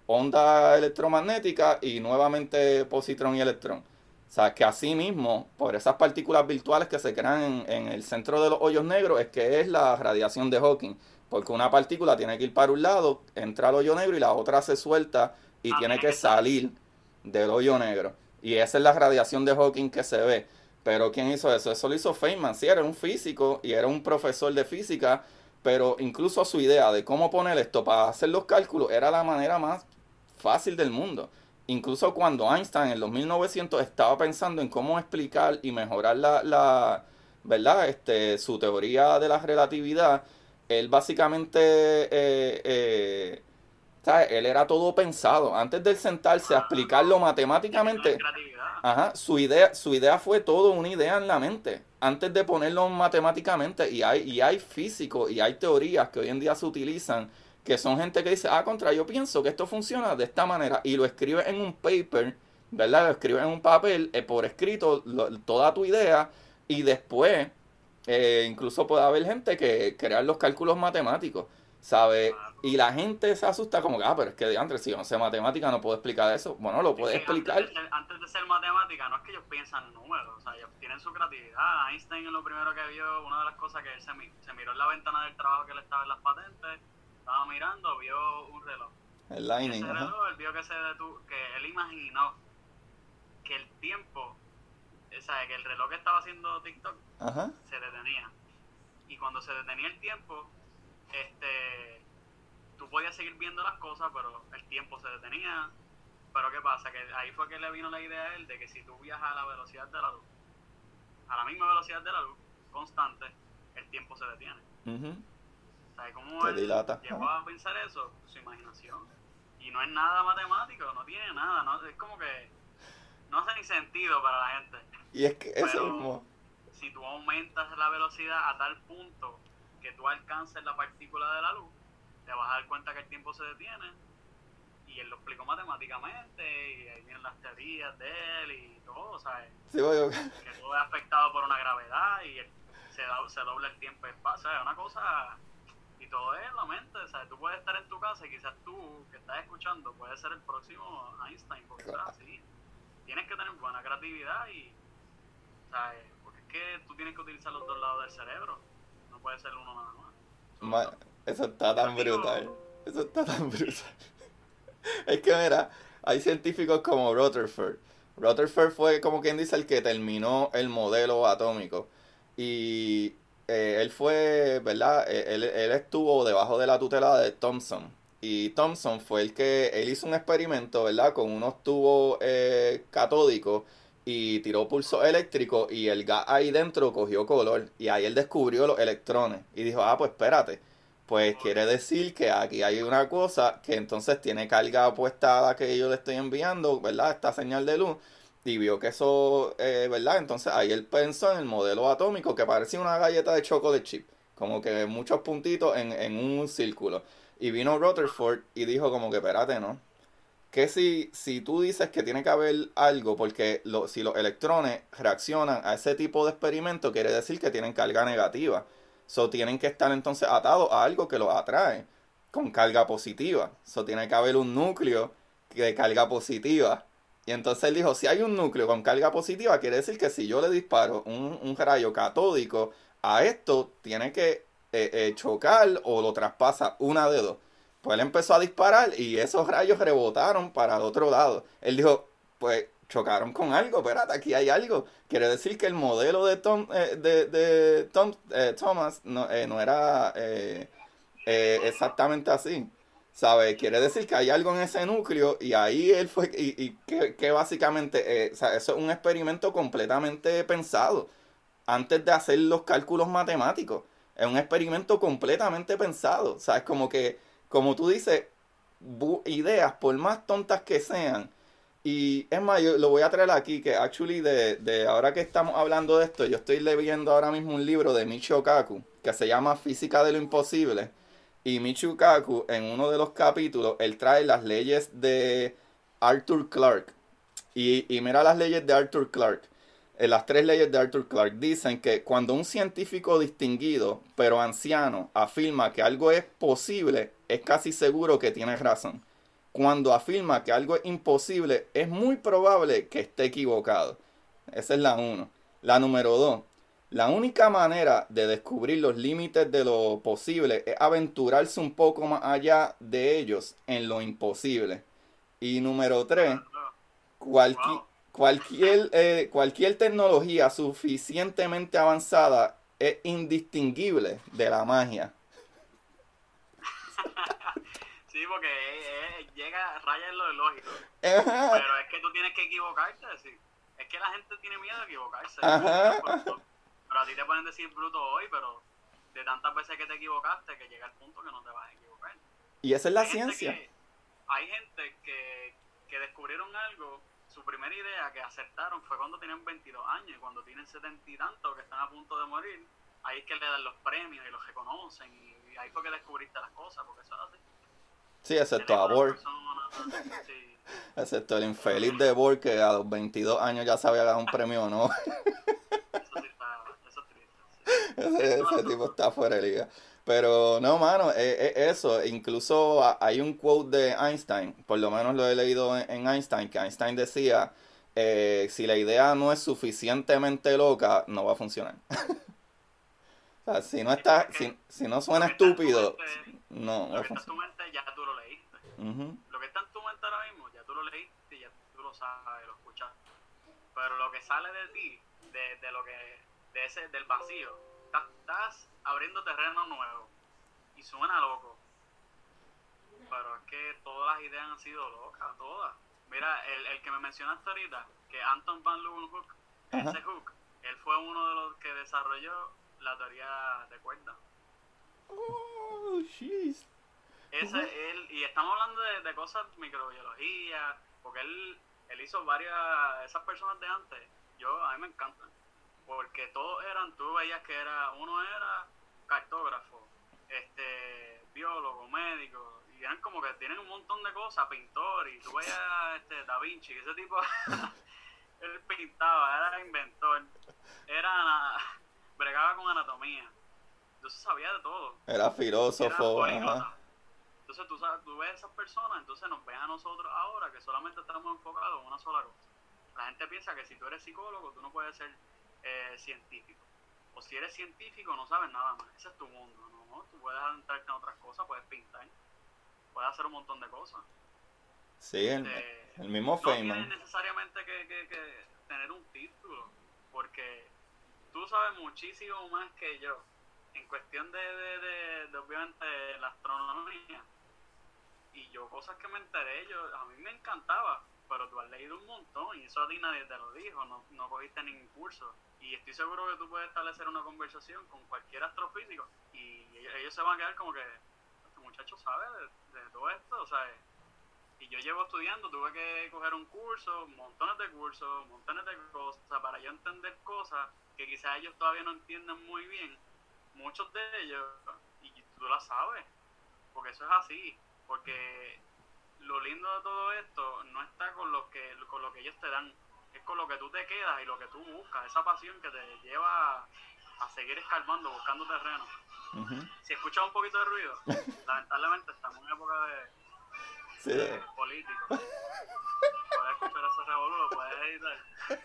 onda electromagnética y nuevamente positrón y electrón. O sea, que así mismo, por esas partículas virtuales que se crean en, en el centro de los hoyos negros, es que es la radiación de Hawking. Porque una partícula tiene que ir para un lado, entra al hoyo negro y la otra se suelta y ah, tiene tiene que que salir. salir del hoyo negro. Y esa es la radiación de Hawking que se ve. Pero ¿quién hizo eso? Eso lo hizo Feynman. Sí, era un físico y era un profesor de física, pero incluso su idea de cómo poner esto para hacer los cálculos era la manera más fácil del mundo. Incluso cuando Einstein en los mil novecientos estaba pensando en cómo explicar y mejorar la, la ¿verdad? Este, su teoría de la relatividad, él básicamente, eh, eh, ¿sabes? Él era todo pensado. Antes de él sentarse a Ah, explicarlo tiene que tener matemáticamente, creatividad. ajá, su idea, su idea fue todo una idea en la mente, antes de ponerlo matemáticamente. Y hay, y hay físicos y hay teorías que hoy en día se utilizan, que son gente que dice, ah, contra, yo pienso que esto funciona de esta manera, y lo escribe en un paper, ¿verdad? Lo escribe en un papel, eh, por escrito, lo- toda tu idea, y después, eh, incluso puede haber gente que crea los cálculos matemáticos, ¿sabe? Claro. Y la gente se asusta como que, ah, pero es que de antes, si yo no sé matemática, no puedo explicar eso. Bueno, lo Es puede que antes de explicar. ser, antes de ser matemática, no es que ellos piensan números, o sea, ellos tienen su creatividad. Einstein, en lo primero que vio, una de las cosas que él se, mi- se miró en la ventana del trabajo que él estaba en las patentes, estaba mirando, vio un reloj. El Y ese Lightning, ajá. reloj, él vio que se detu- que él imaginó que el tiempo, o sea, que el reloj que estaba haciendo TikTok Ajá. se detenía. Y cuando se detenía el tiempo, este, tú podías seguir viendo las cosas, pero el tiempo se detenía. Pero ¿qué pasa? Que ahí fue que le vino la idea a él de que si tú viajas a la velocidad de la luz, a la misma velocidad de la luz, constante, el tiempo se detiene. Ujú. ¿Sabes cómo Se él dilata. llegó Ajá. a pensar eso? Su imaginación. Y no es nada matemático, no tiene nada, no, es como que no hace ni sentido para la gente. Y es que eso Pero mismo. si tú aumentas la velocidad a tal punto que tú alcances la partícula de la luz, te vas a dar cuenta que el tiempo se detiene. Y él lo explicó matemáticamente, y ahí vienen las teorías de él y todo, ¿sabes? Sí, voy Que todo es afectado por una gravedad y el- se, da- se dobla el tiempo y espacio, ¿sabes? Una cosa, y todo es en la mente, ¿sabes? Tú puedes estar en tu casa y quizás tú, que estás escuchando, puedes ser el próximo Einstein, porque eso es así. Tienes que tener buena creatividad y, ¿sabes? Porque es que tú tienes que utilizar los dos lados del cerebro, no puede ser uno nada más. Son los Ma- dos. Eso está tan Digo, brutal. Eso está tan brutal. Es que mira, hay científicos como Rutherford. Rutherford fue como quien dice el que terminó el modelo atómico. Y eh, él fue, ¿verdad? Eh, Él, él estuvo debajo de la tutela de Thomson. Y Thomson fue el que, él hizo un experimento, ¿verdad? Con unos tubos eh, catódicos y tiró pulso eléctrico y el gas ahí dentro cogió color. Y ahí él descubrió los electrones. Y dijo, ah, pues espérate. Pues ok, quiere decir que aquí hay una cosa que entonces tiene carga opuesta a la que yo le estoy enviando, ¿verdad? Esta señal de luz. Y vio que eso, eh, ¿verdad? Entonces ahí él pensó en el modelo atómico que parecía una galleta de chocolate chip. Como que muchos puntitos en, en un círculo. Y vino Rutherford y dijo como que, espérate, ¿no? Que si, si tú dices que tiene que haber algo, porque lo- si los electrones reaccionan a ese tipo de experimento, quiere decir que tienen carga negativa. So tienen que estar entonces atados a algo que los atrae con carga positiva. So tiene que haber un núcleo de carga positiva. Y entonces él dijo, si hay un núcleo con carga positiva, quiere decir que si yo le disparo un, un rayo catódico a esto, tiene que eh, eh, chocar o lo traspasa una de dos. Pues él empezó a disparar y esos rayos rebotaron para el otro lado. Él dijo, pues chocaron con algo, espérate, aquí hay algo. Quiere decir que el modelo de Tom, eh, de, de Tom, eh, Thomas no, eh, no era, eh, Eh, exactamente así. ¿Sabe? Quiere decir que hay algo en ese núcleo y ahí él fue, y, y que, que básicamente, eh, o sea, eso es un experimento completamente pensado antes de hacer los cálculos matemáticos. Es un experimento completamente pensado. O sea, es como que, como tú dices, bu- ideas, por más tontas que sean. Y es más, yo lo voy a traer aquí, que actually de, de ahora que estamos hablando de esto, yo estoy leyendo ahora mismo un libro de Michio Kaku, que se llama Física de lo Imposible. Y Michio Kaku, en uno de los capítulos, él trae las leyes de Arthur Clarke. Y, y mira las leyes de Arthur Clarke. Eh, las tres leyes de Arthur Clarke dicen que cuando un científico distinguido, pero anciano, afirma que algo es posible, es casi seguro que tiene razón. Cuando afirma que algo es imposible, es muy probable que esté equivocado. Esa es la uno. La número dos. La única manera de descubrir los límites de lo posible es aventurarse un poco más allá de ellos en lo imposible. Y número tres. Cualqui- Wow. cualquier, eh, cualquier tecnología suficientemente avanzada es indistinguible de la magia. Sí, porque eh, eh, llega, raya en lo lógico. Ajá, Pero es que tú tienes que equivocarte, sí. Es que la gente tiene miedo de equivocarse. Yo creo que es por ajá. eso. Pero a ti te pueden decir bruto hoy, pero de tantas veces que te equivocaste, que llega el punto que no te vas a equivocar. Y esa es la Hay gente ciencia. que, hay gente que, que descubrieron algo, su primera idea que acertaron fue cuando tenían veintidós años, y cuando tienen setenta y tantos que están a punto de morir, ahí es que le dan los premios y los reconocen, y ahí fue que descubriste las cosas, porque eso es así. Sí, excepto Eres a una Bohr. persona, sí, Excepto el infeliz de Bohr que a los veintidós años ya se había ganado un premio, ¿no? eso sí está, eso es triste, sí. Tienes Ese, toda la ese razón. tipo está fuera de liga. Pero no, mano, es, es eso. Incluso a- hay un quote de Einstein, por lo menos lo he leído en, en Einstein, que Einstein decía, eh, si la idea no es suficientemente loca, no va a funcionar. O sea, si no Sí, porque está, es que si, si no lo suena que está en tu estúpido, mente, no va lo a que está en tu funcionar. mente ya tú lo leíste. Ujú. Lo que está en tu mente ahora mismo, ya tú lo leíste y ya tú lo sabes, lo escuchaste. Pero lo que sale de ti, de, de lo que, de ese, del vacío, estás, estás abriendo terreno nuevo y suena loco. Pero es que todas las ideas han sido locas, todas. Mira, el, el que me mencionaste ahorita, que Anton van Leeuwenhoek, Ajá. ese Hook, él fue uno de los que desarrolló la teoría de cuerdas. Oh, jeez. What? Ese, él, y estamos hablando de, de cosas, microbiología, porque él, él hizo varias, esas personas de antes, yo, a mí me encantan, porque todos eran, tú veías que era, uno era cartógrafo, este, biólogo, médico, y eran como que tienen un montón de cosas, pintor, y tú veías este, Da Vinci, ese tipo, él pintaba, era inventor, era, bregaba con anatomía, entonces sabía de todo, Era era filósofo, ajá. políglota. Entonces tú, sabes, tú ves a esas personas, entonces nos ves a nosotros ahora que solamente estamos enfocados en una sola cosa. La gente piensa que si tú eres psicólogo, tú no puedes ser eh, científico. O si eres científico, no sabes nada más. Ese es tu mundo, ¿no? Tú puedes adentrarte en otras cosas, puedes pintar, puedes hacer un montón de cosas. Sí, el, Este, el mismo no tienes Feynman. necesariamente que, que, que tener un título, porque tú sabes muchísimo más que yo en cuestión de, de, de, de obviamente, la astronomía. Y yo cosas que me enteré, yo, a mí me encantaba, pero tú has leído un montón y eso a ti nadie te lo dijo, no, no cogiste ningún curso. Y estoy seguro que tú puedes establecer una conversación con cualquier astrofísico y ellos, ellos se van a quedar como que, este muchacho sabe de, de todo esto, o sea, y yo llevo estudiando, tuve que coger un curso, montones de cursos, montones de cosas, para yo entender cosas que quizás ellos todavía no entienden muy bien, muchos de ellos, y tú las sabes, porque eso es así, porque lo lindo de todo esto no está con lo que con lo que ellos te dan, es con lo que tú te quedas y lo que tú buscas, esa pasión que te lleva a, a seguir escarbando, buscando terreno. Ujú. Si escuchas un poquito de ruido, lamentablemente estamos en época de, Sí. de político. Puedes escuchar ese revolú, lo puedes editar.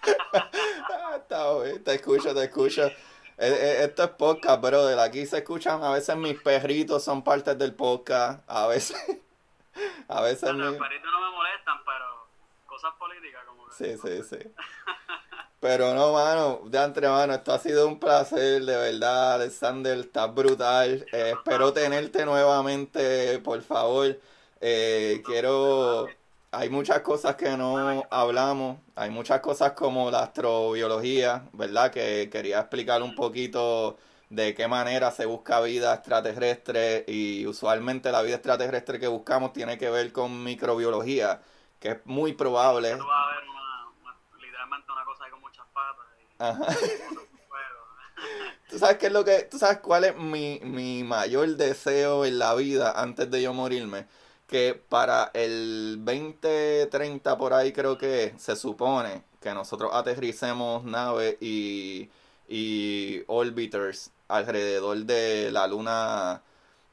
Ah, está bien, te escucho, te escucho. Eh, eh, Esto es podcast, brother. Aquí se escuchan, a veces mis perritos son partes del podcast, a veces, a veces Bueno, los mi... perritos no me molestan, pero cosas políticas como que... Sí, no sí, sé. sí. Pero no, mano, de antemano, esto ha sido un placer, de verdad, Alexander, estás brutal. Eh, espero tenerte nuevamente, por favor. Eh, quiero... Hay muchas cosas que no hablamos, hay muchas cosas como la astrobiología, ¿verdad? Que quería explicar un poquito de qué manera se busca vida extraterrestre y usualmente la vida extraterrestre que buscamos tiene que ver con microbiología, que es muy Que probable. tú vas a ver una, una- literalmente una cosa ahí con muchas patas Ajá. y botas de fuego. ¿Tú sabes qué es lo que, tú sabes cuál es mi, mi mayor deseo en la vida antes de yo morirme? Que para el veinte treinta por ahí creo que se supone que nosotros aterricemos naves y, y orbiters alrededor de la luna,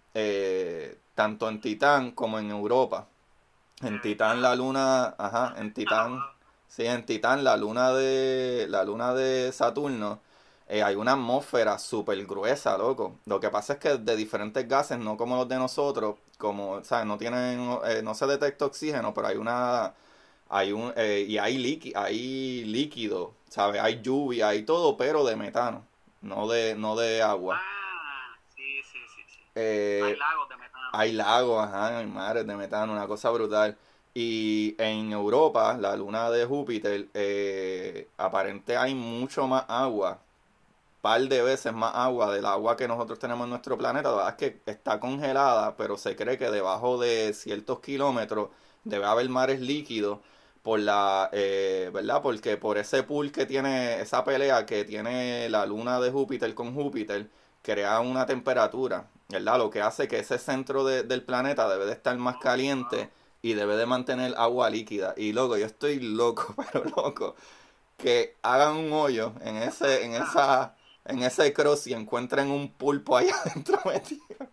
eh, tanto en Titán como en Europa. En De Titán la verdad. luna, ajá, en Titán, sí, en Titán la luna de la luna de Saturno, eh, hay una atmósfera súper gruesa, loco. Lo que pasa es que de diferentes gases, no como los de nosotros, como, ¿sabes? No tienen, eh, no se detecta oxígeno, pero hay una, hay un, eh, y hay líqui- hay líquido, ¿sabes? Hay lluvia, hay todo, pero de metano, no de, no de agua. Ah, sí, sí, sí, sí. Hay Eh, lagos de metano. Hay lagos, ajá, hay mares de metano, una cosa brutal. Y en Europa, la luna de Júpiter, eh, aparente hay mucho más agua, par de veces más agua del agua que nosotros tenemos en nuestro planeta. La verdad es que está congelada, pero se cree que debajo de ciertos kilómetros debe haber mares líquidos por la, eh, ¿verdad? Porque por ese pool que tiene, esa pelea que tiene la luna de Júpiter con Júpiter, crea una temperatura, ¿verdad? Lo que hace que ese centro de- del planeta debe de estar más Oh, caliente wow. y debe de mantener agua líquida. Y loco, yo estoy loco, pero loco, que hagan un hoyo en ese, en esa, en ese cross y encuentren un pulpo ahí adentro metido.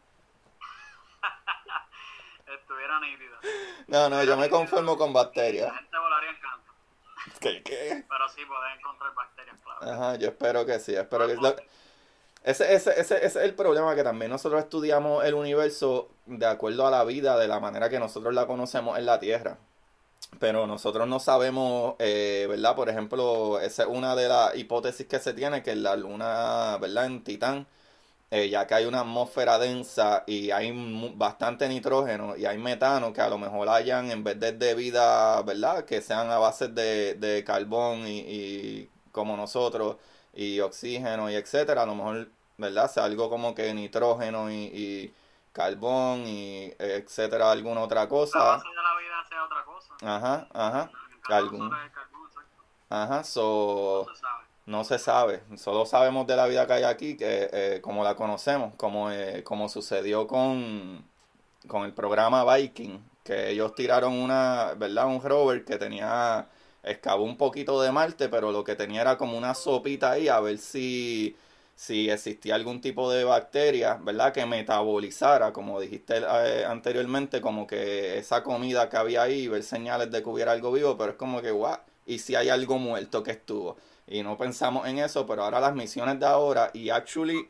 Estuviera nítido. No, no, Estuviera yo me nítido conformo con y bacterias. la gente volaría en canto. ¿Qué, qué? Pero sí pueden encontrar bacterias, claro que sí. Ajá, yo espero que sí, espero Pero que es sí. Lo- fácil. Ese, ese, ese, ese es el problema, que también nosotros estudiamos el universo de acuerdo a la vida, de la manera que nosotros la conocemos en la Tierra. Pero nosotros no sabemos, eh, ¿verdad? Por ejemplo, esa es una de las hipótesis que se tiene, que la luna, ¿verdad? En Titán, eh, ya que hay una atmósfera densa y hay mu- bastante nitrógeno y hay metano, que a lo mejor hayan, en vez de, de vida, ¿verdad? Que sean a base de, de carbón y, y como nosotros, y oxígeno y etcétera, a lo mejor, ¿verdad? Sea algo como que nitrógeno y, y carbón y eh, etcétera, alguna otra La cosa. base de la vida sea otra cosa. Ajá, ajá. En el caso de Algún. nosotros es el carbón, exacto. Ajá, No so, se sabe. no se sabe, solo sabemos de la vida que hay aquí, que eh, como la conocemos, como, eh, como sucedió con, con el programa Viking, que ellos tiraron una, ¿verdad? Un rover que tenía, excavó un poquito de Marte, pero lo que tenía era como una sopita ahí a ver si, si existía algún tipo de bacteria, ¿verdad? Que metabolizara, como dijiste eh, anteriormente, como que esa comida que había ahí, ver señales de que hubiera algo vivo, pero es como que, guau, ¿y si hay algo muerto que estuvo? Y no pensamos en eso, pero ahora las misiones de ahora, y actually,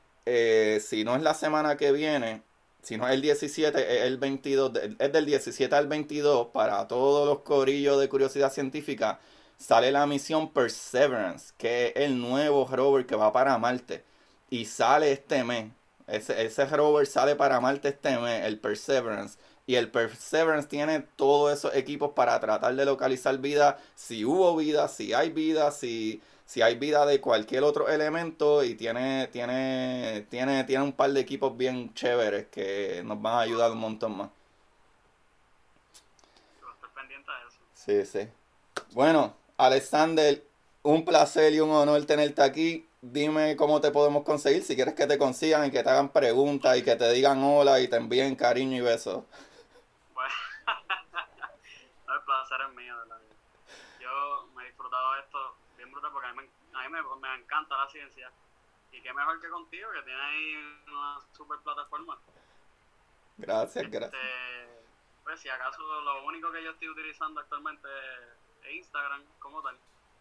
eh, si no es la semana que viene, si no es el diecisiete, es el veintidós, de- es del diecisiete al veintidós, para todos los corillos de curiosidad científica, sale la misión Perseverance, que es el nuevo rover que va para Marte. Y sale este mes. Ese, ese rover sale para Marte este mes, el Perseverance. Y el Perseverance tiene todos esos equipos para tratar de localizar vida, si hubo vida, si hay vida, si si hay vida de cualquier otro elemento, y tiene, tiene, tiene, tiene un par de equipos bien chéveres que nos van a ayudar un montón más. Yo voy a estar pendiente de eso. Sí, sí. Bueno, Alexander, un placer y un honor tenerte aquí. Dime cómo te podemos conseguir, si quieres que te consigan y que te hagan preguntas y que te digan hola y te envíen cariño y besos. Pues, no, el placer es mío, de la vida. Yo me he disfrutado de esto bien brutal porque a mí, me, a mí me, me encanta la ciencia. Y qué mejor que contigo, que tienes ahí una super plataforma. Gracias, gracias. Este, pues si acaso lo único que yo estoy utilizando actualmente es Instagram como tal.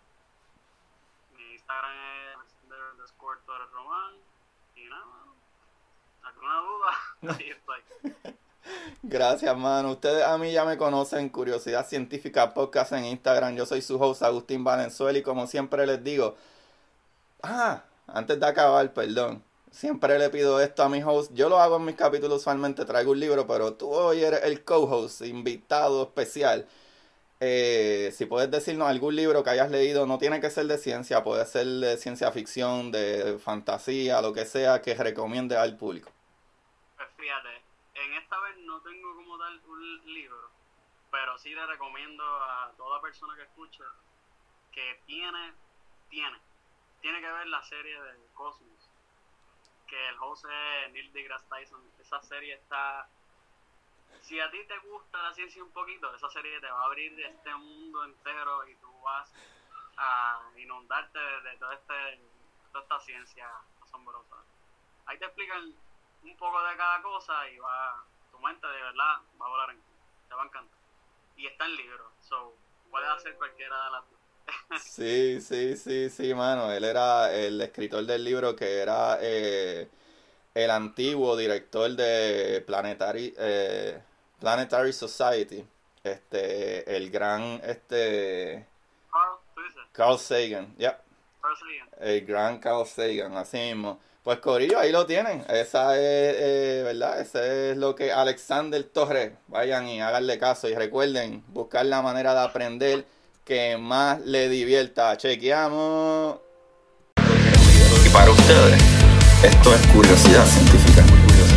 Mi Instagram es underscore Torres Román. Y nada, alguna duda, ahí estoy. Gracias, mano. Ustedes a mí ya me conocen, Curiosidad Científica Podcast en Instagram. Yo soy su host, Agustín Valenzuela, y como siempre les digo, ah, antes de acabar, perdón, siempre le pido esto a mi host. Yo lo hago en mis capítulos, usualmente traigo un libro, pero tú hoy eres el co-host, invitado especial. Eh, si puedes decirnos algún libro que hayas leído, no tiene que ser de ciencia, puede ser de ciencia ficción, de fantasía, lo que sea, que recomiende al público. Pues fíjate, en esta vez no tengo como tal un libro, pero sí le recomiendo a toda persona que escuche que tiene, tiene, tiene que ver la serie de Cosmos, que el host es Neil deGrasse Tyson. Esa serie está... Si a ti te gusta la ciencia un poquito, esa serie te va a abrir este mundo entero y tú vas a inundarte de, de todo este, toda esta ciencia asombrosa. Ahí te explican un poco de cada cosa y va, tu mente de verdad va a volar en ti, te va a encantar. Y está en libro, so puedes hacer cualquiera de las dos. Sí, sí, sí, sí, mano. Él era el escritor del libro que era eh, el antiguo director de Planetary, eh, Planetary Society. Este, el gran, este... Carl, ¿tú dices? Carl Sagan, ya. Yeah. Carl Sagan. El gran Carl Sagan, así mismo. Pues Corillo, ahí lo tienen. Esa es, eh, ¿verdad? Ese es lo que Alexander Torres. Vayan y háganle caso. Y recuerden, buscar la manera de aprender que más le divierta. Chequeamos. Y para ustedes, esto es Curiosidad Científica.